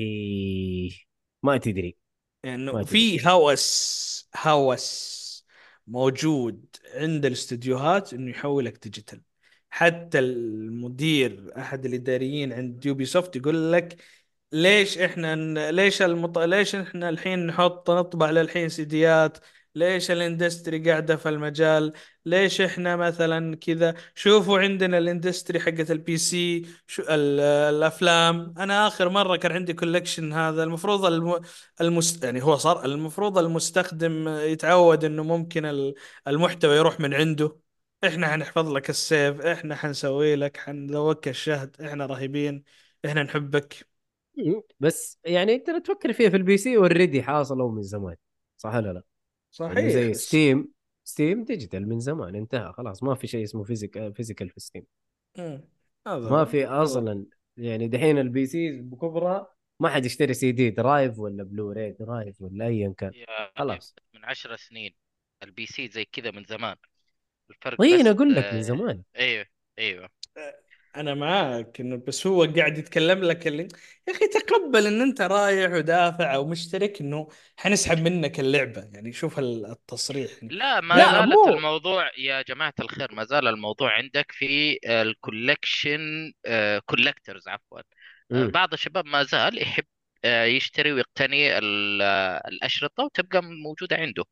ما تدري. يعني ما تدري. في هوس هوس موجود عند الاستديوهات انه يحولك ديجيتال. حتى المدير احد الاداريين عند يوبي سوفت يقول لك ليش احنا ن- ليش المط... ليش احنا الحين نحط نطبع للحين سيديات؟ ليش الاندستري قاعده في المجال؟ ليش احنا مثلا كذا؟ شوفوا عندنا الاندستري حقت البي سي، شو ال- الافلام. انا اخر مره كان عندي كولكشن، هذا المفروض الم... المست... يعني هو صار المفروض المستخدم يتعود انه ممكن ال- المحتوى يروح من عنده. احنا حنحفظ لك السيف، احنا حنسوي لك، حنذوقك الشهد، احنا رهيبين، احنا نحبك. م. بس يعني انت لو تفكر فيها في البي سي اوريدي حاصلوا من زمان، صح ولا لا؟ يعني صحيح زي بس. ستيم. ستيم ديجيتال من زمان انتهى خلاص، ما في شيء اسمه فيزيك فيزيكال في ستيم. مم. هذا ما هو في هذا هو. اصلا. يعني دحين البي سي بكبرها ما حد يشتري سي دي درايف ولا بلوراي درايف ولا ايا كان. يا أخي خلاص. من عشر سنين، البي سي زي كذا من زمان. الفرق اي انا بس اقول لك من آه، زمان. ايوه ايوه. انا معاك انه بس هو قاعد يتكلم لك اللي يا اخي تقبل ان انت رايح ودافع او مشترك انه حنسحب منك اللعبه، يعني شوف ال- التصريح يعني. لا، ما لا. لا زالت مو. الموضوع يا جماعة الخير، ما زال الموضوع عندك في الكولكشن، كولكترز عفوا. آه، امم. بعض الشباب ما زال يحب آه، يشتري ويقتني ال- آه، الأشرطة وتبقى موجودة عنده.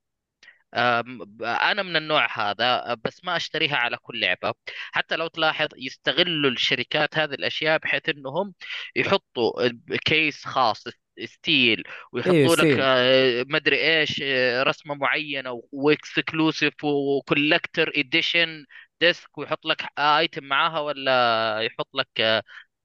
أم- انا من النوع هذا، بس ما اشتريها على كل لعبه. حتى لو تلاحظ يستغلوا الشركات هذه الاشياء بحيث انهم يحطوا كيس خاص ستيل، ايه ويحطوا لك ستيل. آه، مدري ايش، آه، رسمه معينه واكسكلوسيف وكولكتر اديشن ديسك، ويحط لك ايتم معاها، ولا يحط لك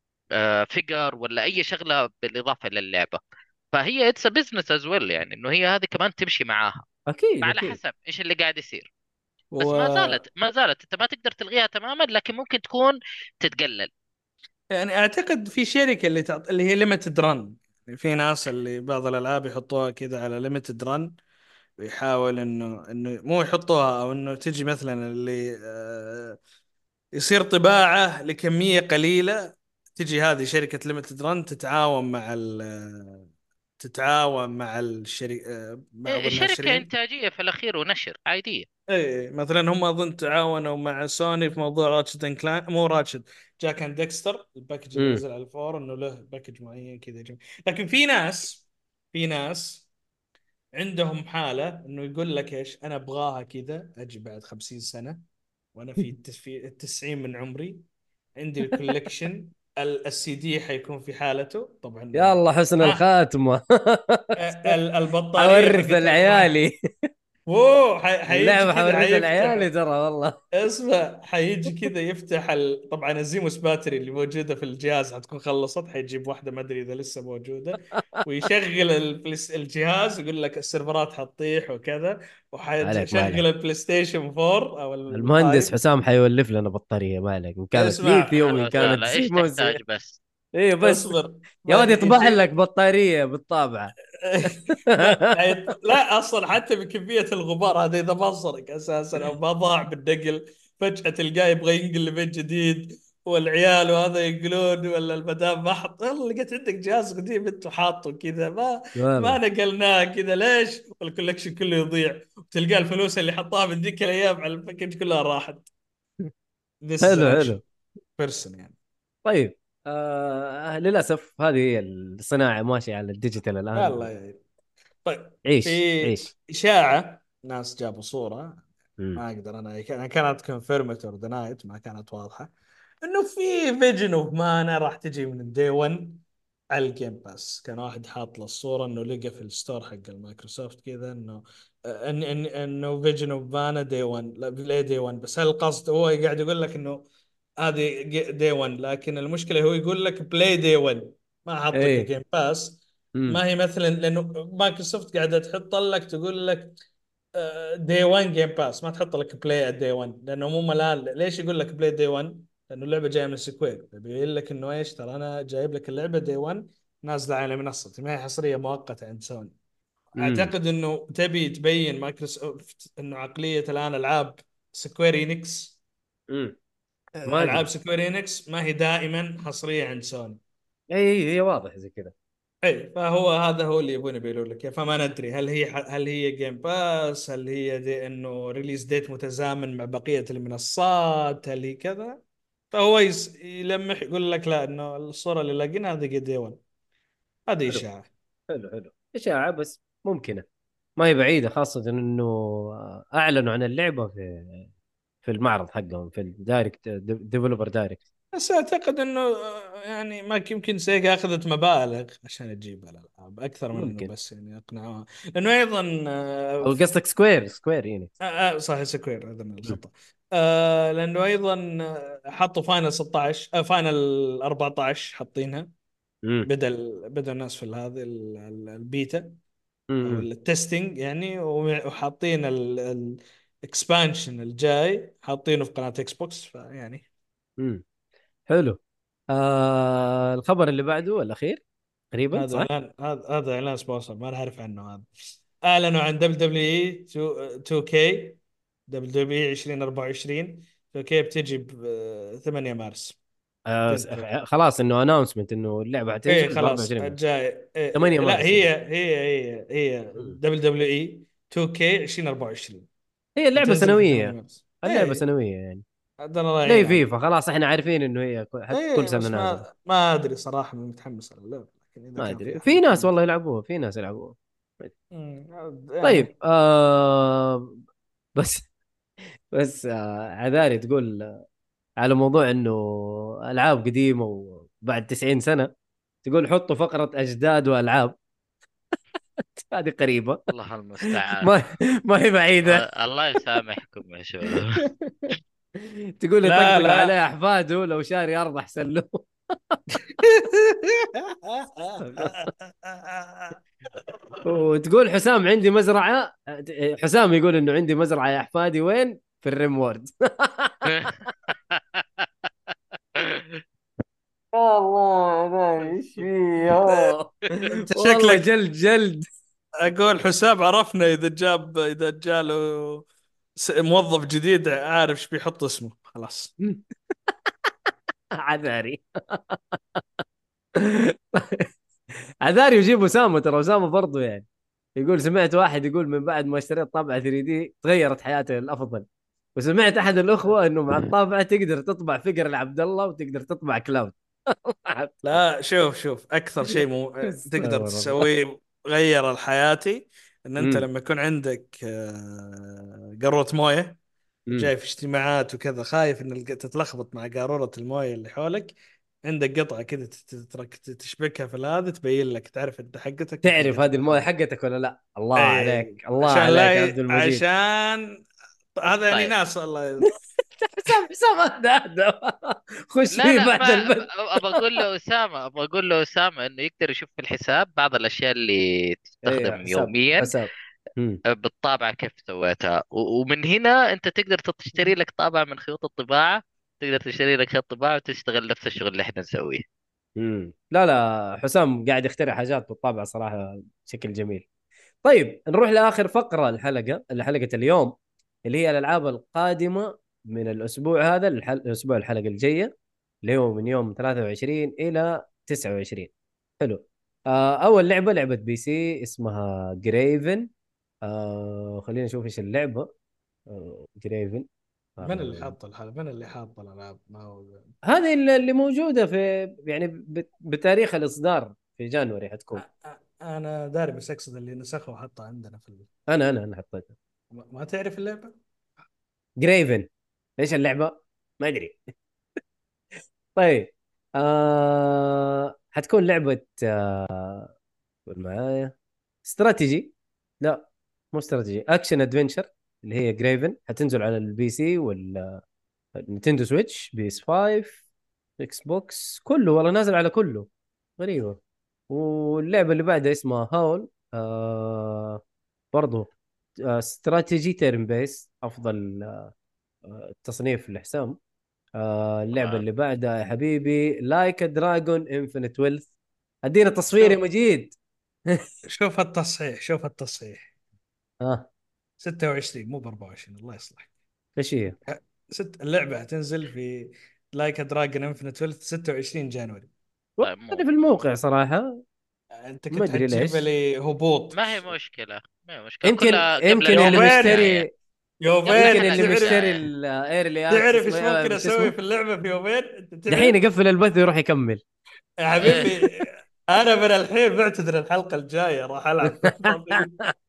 فيجر ولا اي شغله بالاضافه للعبه. فهي اتس بزنس از ويل، يعني انه هي هذه كمان تمشي معاها. اكيد على اكيد. حسب ايش اللي قاعد يصير. بس ما و زالت ما زالت انت ما تقدر تلغيها تماما، لكن ممكن تكون تتقلل. يعني اعتقد في شركه اللي تعط... اللي هي ليمتد رن. في ناس اللي بعض الالعاب يحطوها كذا على ليمتد رن، ويحاول انه انه مو يحطوها، او انه تجي مثلا اللي آه، يصير طباعة لكمية قليلة. تجي هذه شركة ليمتد رن تتعاون مع ال تتعاون مع الشركة مع إيه، ابو شركة الناشرين. إنتاجية في الأخير ونشر عادية. اي مثلا هم اظن تعاونوا مع سوني في موضوع راتشد اند كلان، مو راتشد، جاك اند ديكستر، الباكج اللي امم. نزل على الفور انه له باكج معين كذا جميل. لكن في ناس في ناس عندهم حالة انه يقول لك ايش، انا ابغاها كذا، اجي بعد خمسين سنة وانا في التس- في التسعين من عمري، عندي الكوليكشن، السي دي حيكون في حالته طبعا. يلا حسن ها، الخاتمة. ال- البطارية اورث حقت الماي العيالي. مو حي... حيجي اللعبه كذا حوريها حيفتح. لعيالي ترى والله. اسمع، حيجي كذا يفتح ال... طبعا الزيموس باتري اللي موجوده في الجهاز حتكون خلصت، حيجيب واحده ما ادري اذا لسه موجوده، ويشغل البلس... الجهاز، يقول لك السيرفرات حتطيح وكذا، عليك ما وحيشغل عليك، البلاي ستيشن فور او المهندس الفايف. حسام حيولف لنا بطاريه، ما عليك، ان كانت اسمع ليثيوم ان اهلا كانت وسهلا، ايش سيموس. تحتاج بس؟ ايه بس. اصبر. يا ما ولد يطبع لك يجيب. بطاريه بالطابعه. ما حيط... لا اصلا حتى بكميه الغبار هذا اذا ما صرق اساسا او ما ضاع بالنقل، فجاه تلقاه يبغى ينقل لبيت جديد، والعيال وهذا ينقلون، ولا المدام ما حط، والله لقيت عندك جهاز قديم انت حاطه كذا، ما ما والله. نقلناه كذا ليش؟ والكولكشن كله يضيع، وتلقى الفلوس اللي حطها من ذيك الايام على الباكج كلها راحت. This is حلو an حلو. actual person يعني. طيب آه للاسف هذه هي الصناعه ماشيه على الديجيتال الان. الله يعين. طيب، في عيش عيش. اشاعه ناس جابوا صوره، مم. ما اقدر انا، انا كانت كونفيرمت اور دينايت، ما كانت واضحه، انه في فيجن اوف مانا راح تجي من الدي واحد على الجيم باس. كان واحد حاط له الصوره انه لقى في الستور حق المايكروسوفت كذا انه ان ان انه فيجن اوف مانا دي واحد، لا بلاي دي واحد، بس هل القصد هو قاعد يقول لك انه هذه دي واحد، لكن المشكله هو يقول لك بلاي دي واحد، ما حاطه ايه. كجيم باس. مم. ما هي مثلا، لانه مايكروسوفت قاعده تحط لك تقول لك دي واحد جيم باس، ما تحط لك بلاي دي واحد، لانه مو ملال. ليش يقول لك بلاي دي واحد؟ لانه اللعبه جايه من سكوير، بيقول لك انه ايش، ترى انا جايب لك اللعبه دي واحد نازله على منصتي، ما هي حصريه مؤقته عند سوني. مم. اعتقد انه تبي تبين مايكروسوفت انه عقليه الان العاب سكوير انكس، مم. ما العاب ادري. سكوير انكس ما هي دائما حصريه عند سوني. اي اي هي واضح زي كذا. اي، فهو هذا هو اللي يبون يبينوا لك إياه. فما ندري هل هي هل هي جيم باس، هل هي دي انه ريليز ديت متزامن مع بقية المنصات، هل هي كذا. فهو يس يلمح يقول لك لا، انه الصورة اللي لاقينها هذه قد ون، هذه حلو اشاعة. حلو حلو، اشاعه بس ممكنه، ما هي بعيده، خاصه انه اعلنوا عن اللعبه في في المعرض حقهم في الدايركت، ديفلوبر دايركت. بس اعتقد انه آه، يعني ما يمكن سيجا اخذت مبالغ عشان تجيب الالعاب اكثر من انه ممكن. بس يعني اقنعوها، لانه ايضا آه، او قصدك سكوير، سكوير يعني. آه آه، صحيح سكوير، هذا من الخطأ. آه لأنه أيضا آه، حطوا فاينل ستة عشر، آه فاينل أربعة عشر حاطينها، امم. بدل بدل الناس في هذه ال- ال- البيتا أو امم. التستنج يعني، وحاطين الاكسبانشن الجاي حاطينه في قناة اكس بوكس، فيعني امم. حلو. آه الخبر اللي بعده الاخير تقريبا هذا صح؟ اعلان، هذا هذا اعلان سبونسر ما نعرف عنه هذا. اعلنوا عن دبليو دبليو اي تو كي، دبليو دبليو اي ألفين وأربعة وعشرين تو كي بتجي ب ثمانية مارس آه س- ألفين وثلاثة وعشرين. خلاص انه اناونسمنت انه اللعبه ايه حتنزل ب خلاص أربعة وعشرين مارس. الجاي، إيه ثمانية لا مارس هي يعني. هي هي هي مم. دبليو دبليو اي تو كي ألفين وأربعة وعشرين هي اللعبه بتنزل في ثمانية سنويه، مارس. اللعبه ايه سنويه يعني. هذا انا رايحين زي عليه. فيفا خلاص احنا عارفين انه هي ك- حت كل ايه سنه بس نازله. ما ما ادري صراحة، من متحمس على اللعبة، لكن اذا ما كان في ادري، احد في ناس متحمس. والله يلعبوها، في ناس يلعبوها. مم، طيب يعني آه بس بس آه عذاري تقول على موضوع انه العاب قديمه وبعد تسعين سنه تقول حطوا فقره اجداد والعاب. هذه قريبه. الله المستعان. ما ما هي بعيده. الله الله يسامحكم يا شباب. تقول لا يطقطق لا. عليه احفاده لو شاري ارض احسن له. وتقول حسام عندي مزرعه، حسام يقول انه عندي مزرعه يا احفادي، وين؟ في الريم وورد. يا الله هذا ايش فيه يا انت والله شكلك، جلد جلد. اقول حساب عرفنا اذا جاب، اذا جاله س- موظف جديد عارف ايش بيحط اسمه خلاص. عذاري. عذاري يجيب اسامه، ترى اسامه برضو يعني. يقول سمعت واحد يقول من بعد ما اشتريت طابعه ثري دي تغيرت حياته للافضل. وسمعت احد الاخوه انه مع الطابعه تقدر تطبع فقر لعبد الله وتقدر تطبع كلاود. لا شوف شوف، اكثر شيء مو... تقدر استغفر الله. تسويه غير حياتي، ان انت امم. لما يكون عندك آه، قارورة مويه امم. وجاي في اجتماعات وكذا، خايف ان الق- تتلخبط مع قارورة المويه اللي حولك، عندك قطعه كذا تترك تشبكها في هذا، تبين لك تعرف انت حقتك تعرف وحقت هذه المويه الواحد. حقتك ولا لا؟ الله اي عليك، الله عشان عليك يا لا عبد ي... المجيد. عشان هذا يعني طيب ناس والله. حسام حسام هذا هذا خش لا فيه لا، بعد ما البث. ابى اقول له اسامه، ابى اقول له اسامه انه يقدر يشوف في الحساب بعض الاشياء اللي ايوه تستخدم حساب يوميا حساب. امم بالطابعه كيف سويتها، و- ومن هنا انت تقدر تشتري لك طابعه من خيوط الطباعه، تقدر تشتري لك خيط طباعه وتشتغل نفس الشغل اللي احنا نسويه. امم لا لا، حسام قاعد يخترع حاجات بالطبع صراحه بشكل جميل. طيب نروح لاخر فقره الحلقه، حلقه اليوم، اللي هي الالعاب القادمه من الاسبوع هذا، الحل... الاسبوع الحلقه الجايه، اللي هو من يوم ثلاثة وعشرين الى تسعة وعشرين. حلو. آه اول لعبه لعبه بي سي اسمها جريفن. آه خلينا نشوف ايش اللعبه. آه جريفن. من اللي آه حاط الحلقه؟ من اللي حاط الالعاب؟ ما هو هذه اللي اللي موجوده في، يعني بت- بتاريخ الاصدار في جانوري أ- حتكون. أ- انا داري، بس اقصد اللي نسخه وحطه عندنا في ال... انا انا انا حطيتها. ما ما تعرف اللعبه؟ جريفن. ايش اللعبه؟ ما ادري. طيب. آه... حتكون لعبه، آه... قول معايا، استراتيجي. لا، مو استراتيجي، اكشن ادفنشر. اللي هي جريفن حتنزل على البي سي والنينتندو سويتش، بي اس خمسة، اكس بوكس، كله والله نازل على كله. غريبه. واللعبه اللي بعدها اسمها هاول. آه... برضو آه... استراتيجي تيرن بيس، افضل آه... تصنيف لحسام. آه اللعبة تمام. اللي بعدها يا حبيبي لايك دراجون انفينيت ويلث. ادينا تصوير يا شوف مجيد. شوف التصحيح، شوف التصحيح. اه ستة وعشرين مو ب أربعة وعشرين، الله يصلحك. ايش هي؟ ست اللعبه هتنزل في لايك دراجون انفنت ويلث ستة وعشرين جانوري. طيب والله مو في مو الموقع صراحة. انت ما كنت ادري حتجيب ليش. لي هبوط. ما هي مشكله، ما هي مشكله، يمكن كلها قبل يمكن اللي النهايه يومين، بالنهايه، مشتري، قبل يمكن يومين اللي الحلقه مشتري بالنهايه. الايرلي تعرف اكسس، ايش ممكن شو اسوي اسمه، في اللعبه في يومين؟ انت تعرف دحين يقفل البث ويروح يكمل. يا إيه. حبيبي؟ انا من الحين بعتذر، الحلقه الجايه راح العب ببجي.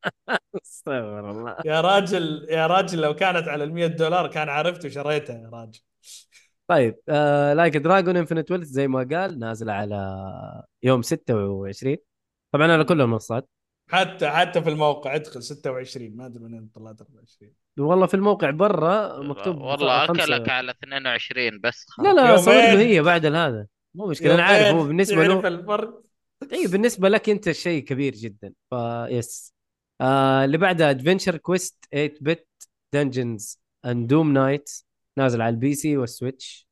استغفر الله. يا راجل يا راجل، لو كانت على المية دولار كان عرفت وشريتها يا راجل. طيب، آه لايك دراجون انفينيت ويلث زي ما قال نازل على يوم ستة وعشرين، طبعا على كل المنصات. حتى حتى في الموقع ادخل ستة وعشرين، ما ادري من وين طلعت أربعة وعشرين. والله في الموقع برا لا، مكتوب خ- والله اكلك خمسة. على اثنين وعشرين بس لا خلاص. لا، صور له يومين، هي بعد هذا، مو مشكلة، أنا عارف هو يومين بالنسبة تعرف له. الفرق. أي بالنسبة لك أنت شيء كبير جدا، فيس. آه اللي بعدها ادفنشر كويست ثمانية بت دنجنز اند دوم نايت، نازل على البي سي والسويتش.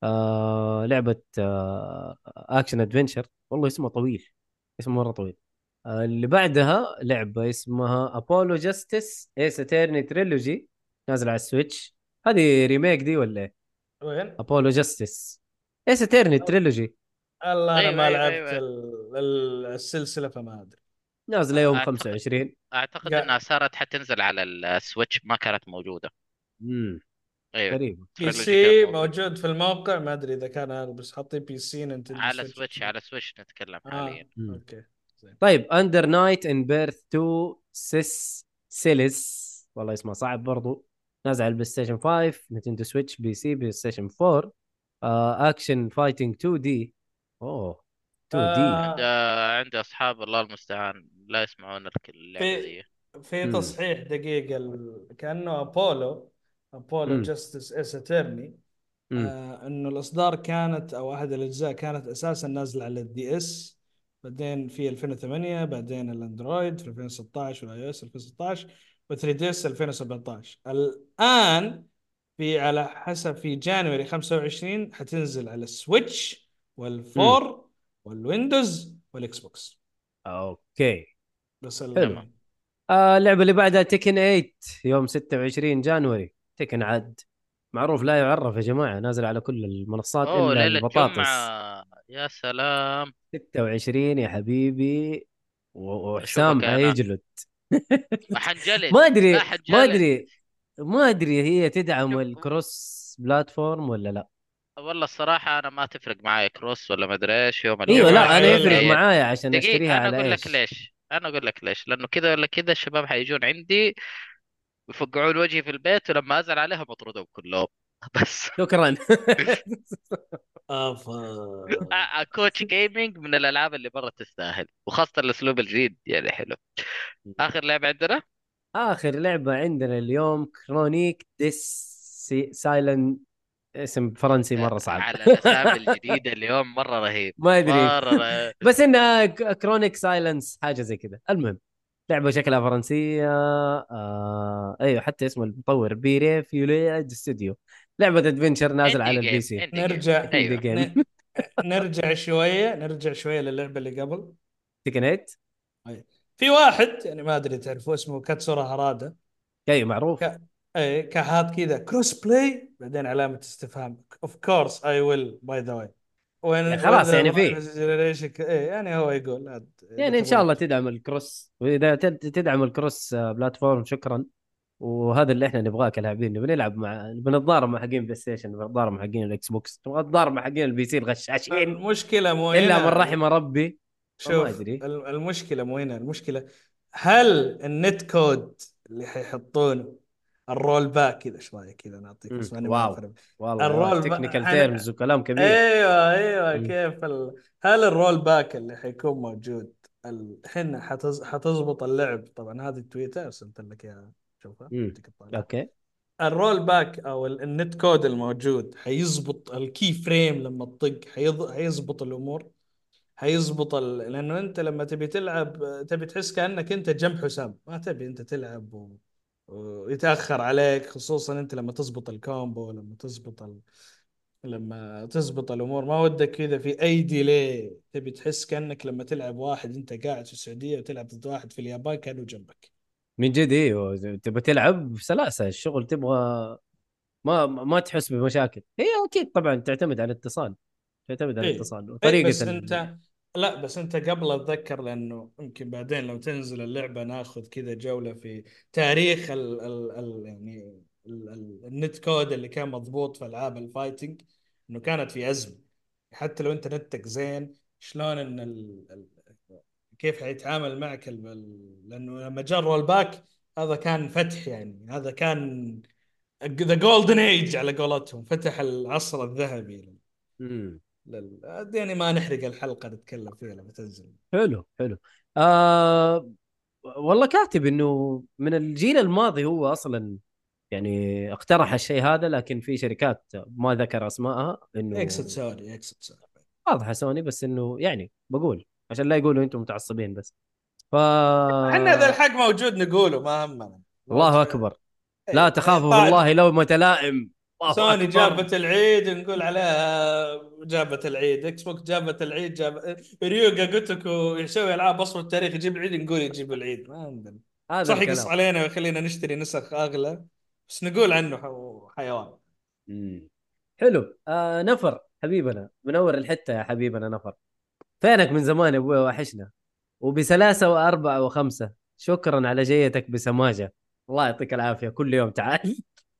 آه لعبة آه أكشن ادفنشر، والله اسمه طويل، اسمه مرة طويل. آه اللي بعدها لعبة اسمها أبولو جاستس ايس اترني تريلوجي، نازل على السويتش. هذه ريميك دي ولا إيه؟ وين؟ ابولو جاستس ايس اترني تريلوجي، الله انا ايوه ما ايوه لعبت ايوه. ال- ال- السلسله فما ادري. نازله يوم اعتقد خمسة وعشرين. اعتقد قا- انها صارت حتنزل على السويتش، ما كانت موجوده. امم ايوه، غريب. بي تريلوجي كانت سي موجوده موجود في الموقع، ما ادري اذا كان هذا، بس حاطين بي سي نينتندو على سويتش. سويتش، على سويتش نتكلم حاليا. اه مم. اوكي زين. طيب، اندر نايت ان بيرث تو سيس سيليس، والله اسمه صعب برضو، نازل على البلاي ستيشن خمسة، نينتندو سويتش، بي سي، بلاي ستيشن فور. آه اكشن فايتنج تو دي. اوه، تو دي. عند آه عندي اصحاب الله المستعان لا يسمعون الك- اللعبه في ذي. في امم تصحيح دقيقه، ال... كانه ابولو ابولو امم جاستس اس اترني. امم آه انه الاصدار كانت او احد الاجزاء كانت اساسا نازله على الدي اس، بعدين في ألفين وثمانية، بعدين الاندرويد في ألفين وستة عشر والاي او اس ألفين وستة عشر و3 دي اس ألفين وسبعطعش. الان في على حسب في جانوري خمسة وعشرين حتنزل على السويتش امم والفور والويندوز والاكس بوكس. اوكي. بس حلو. تمام. ال... آه اللعبه اللي بعدها تكن ثمانية، يوم ستة وعشرين جانوري. تكن عاد معروف لا يعرف يا جماعه، نازل على كل المنصات اوه الا ليله البطاطس. جمعه، يا سلام. ستة وعشرين يا حبيبي. و- وحسام اشوفك انا حيجلد. حنجلد، ما لا ادري ما حنجلد. ادري ما ادري هي تدعم شوف، الكروس بلاتفورم ولا لا. والله الصراحه انا ما تفرق معي كروس ولا ما ادري ايش، يوم يا ايوه، الجمعه لا انا حيجون يفرق معلم، عيد. معايا عشان اشتريها دقيقه انا على اقول لك ايش. ليش، انا اقول لك ليش، لانه كذا ولا كذا الشباب حيجون عندي يفقعون وجهي في البيت، ولما ازعل عليهم اطردهم كلهم. بس. شكرا. افا. كوتش جيمنج من الالعاب اللي مره تستاهل، وخاصه الاسلوب الجديد يعني حلو. اخر لعبه عندنا اخر لعبه عندنا اليوم كرونيك ديس سايلنت، اسم فرنسي مره صعب. على الاسامي الجديده اليوم مره رهيب. ما ادري. مره رهيب. بس انها كرونيك سايلنس حاجه زي كذا. المهم لعبه شكلها فرنسيه. آه ايوه، حتى اسم المطور بيري فيوليج ستوديو. لعبه ادفنشر نازل اندي على البي جيم، سي. اندي جيم. نرجع اندي ايوه. جيم. ن... نرجع شويه نرجع شويه للعبه اللي قبل. تيكن ايت. أي. في واحد يعني ما ادري تعرفوه، اسمه كاتسورا هارادا. اي معروف. ك... اي كحاط كذا كروس بلاي بعدين علامه استفهام. اوف كورس اي ويل باي ذا واي. يعني وين خلاص وذا يعني فيه، جنريشن اي يعني هو يقول لا، اذا يعني ان شاء تبغى. الله تدعم الكروس، واذا تد- تدعم الكروس آه، بلاتفورم شكرا. وهذا اللي احنا نبغاه كلاعبين، نبي نلعب مع، بنتضارب مع حقين بلاي ستيشن، بنتضارب مع حقين الاكس بوكس، نتضارب مع حقين البي سي الغشاشين، المشكله مو الا من هنا. رحم ربي. فما شوف ادري. الم- المشكلة مو هنا. المشكلة هل النت كود اللي حيحطونه الرول باك كذا، ايش رايك كذا نعطيك مم. بس ماني ما واو. افهم. والله يا ولد، الرول باك تكنيكال حن... تيرمز وكلام كبير. ايوه ايوه مم. كيف ال... هل الرول باك اللي حيكون موجود الحين حتز... حتزبط اللعب؟ طبعا هذه التويتر ارسلت لك اياها، شوفها مم. ودك تطالع. اوكي. الرول باك او ال- النت كود الموجود حيزبط الكي فريم لما تطق، حيض... حيزبط الامور، حيزبط ال... لانه انت لما تبي تلعب تبي تحس كانك انت جنب حسام، ما تبي انت تلعب و... ويتاخر عليك، خصوصا انت لما تزبط الكومبو، لما تزبط ال... لما تزبط الامور ما ودك كذا في اي ديلي. تبي تحس كانك لما تلعب واحد انت قاعد في السعوديه وتلعب ضد واحد في اليابان كانه جنبك. من جد ايوه، تبغى تلعب بسلاسه الشغل، تبغى ما ما تحس بمشاكل. هي اكيد طبعا تعتمد على الاتصال، تعتمد على ايه الاتصال ايه وطريقه بس ال... انت، لا بس انت قبل اتذكر، لانه يمكن بعدين لو تنزل اللعبه ناخذ كذا جوله في تاريخ ال ال ال يعني ال ال النت كود اللي كان مضبوط في العاب الفايتنج، انه كانت في ازمه. حتى لو انت نتك زين شلون ان ال ال كيف حيتعامل معك ال ال- لانه لما جاء الرول باك هذا كان فتح، يعني هذا كان ذا جولدن ايج على قولتهم، فتح العصر الذهبي مم. لل... يعني ما نحرق الحلقة نتكلم فيها لما تنزل. حلو حلو. آه والله كاتب انه من الجيل الماضي هو اصلا، يعني اقترح الشيء هذا، لكن في شركات ما ذكر اسمائها اكسد انه سوري اكسد سوري. واضحه سوني، بس انه يعني بقول عشان لا يقولوا انتم متعصبين بس. ف احنا ذا الحق موجود نقوله ما همنا. الله موجود. اكبر. لا اي تخافوا في طيب. الله لومة لائم. الله سوني اكبر. جابت العيد نقول عليها جابت العيد، اكس بوكس جابت العيد، جاب ريوغا جوتوكو يسوي العاب اصل التاريخ يجيب العيد نقول يجيب العيد، ما عندنا. هذا صح يقص الكلام. علينا ويخلينا نشتري نسخ اغلى، بس نقول عنه ح- حيوان. مم. حلو. آه نفر حبيبنا منور الحته يا حبيبنا نفر، فينك من زمان يا ابوي، وحشنا. وبسلاسة وأربعة وخمسة، شكرا على جيتك بسماجة. الله يعطيك العافية، كل يوم تعال.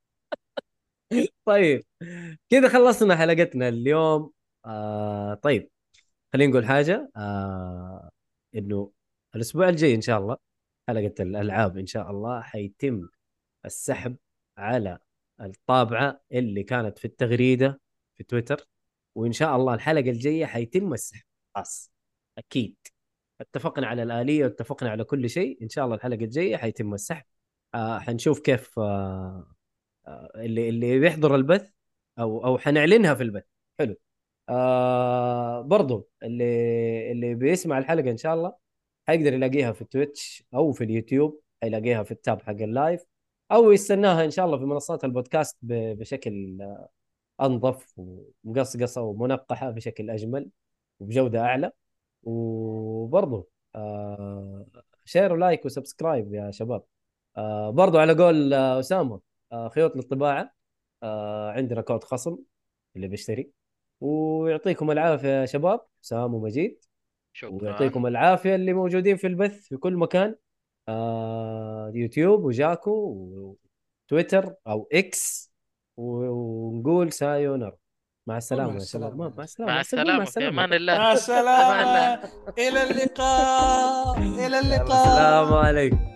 طيب كذا خلصنا حلقتنا اليوم. آه طيب خلينا نقول حاجة، آه إنه الأسبوع الجاي إن شاء الله حلقة الألعاب إن شاء الله حيتم السحب على الطابعة اللي كانت في التغريدة في تويتر. وإن شاء الله الحلقة الجاية حيتم السحب خلاص، أكيد. اتفقنا على الآلية واتفقنا على كل شيء. إن شاء الله الحلقة الجاية حيتم السحب. آه حنشوف كيف آه آه اللي اللي بيحضر البث، أو أو حنعلنها في البث. حلو. آه برضو اللي اللي بيسمع الحلقة إن شاء الله حيقدر يلاقيها في تويتش أو في اليوتيوب، حيلاقيها في التاب حق اللايف، أو يستناها إن شاء الله في منصات البودكاست ب- بشكل أنظف ومقصقصة ومنقحة بشكل أجمل وبجودة أعلى. وبرضه آه شير ولايك وسبسكرايب يا شباب. آه برضه على قول آه أسامة، آه خيوط للطباعة، آه عندنا كود خصم اللي بيشتري. ويعطيكم العافية يا شباب، سام ومجيد. شكرا. ويعطيكم العافية اللي موجودين في البث في كل مكان، آه يوتيوب وجاكو وتويتر أو إكس. ونقول سايونر، مع قول مع السلامة يا شباب. السلامة ما يا مع أخي. السلامة، مع هسه أقول مع السلامة، في السلامة. امان الله. مع في امان الله. السلامة. إلى اللقاء إلى يلا سلام اللقاء. عليكم.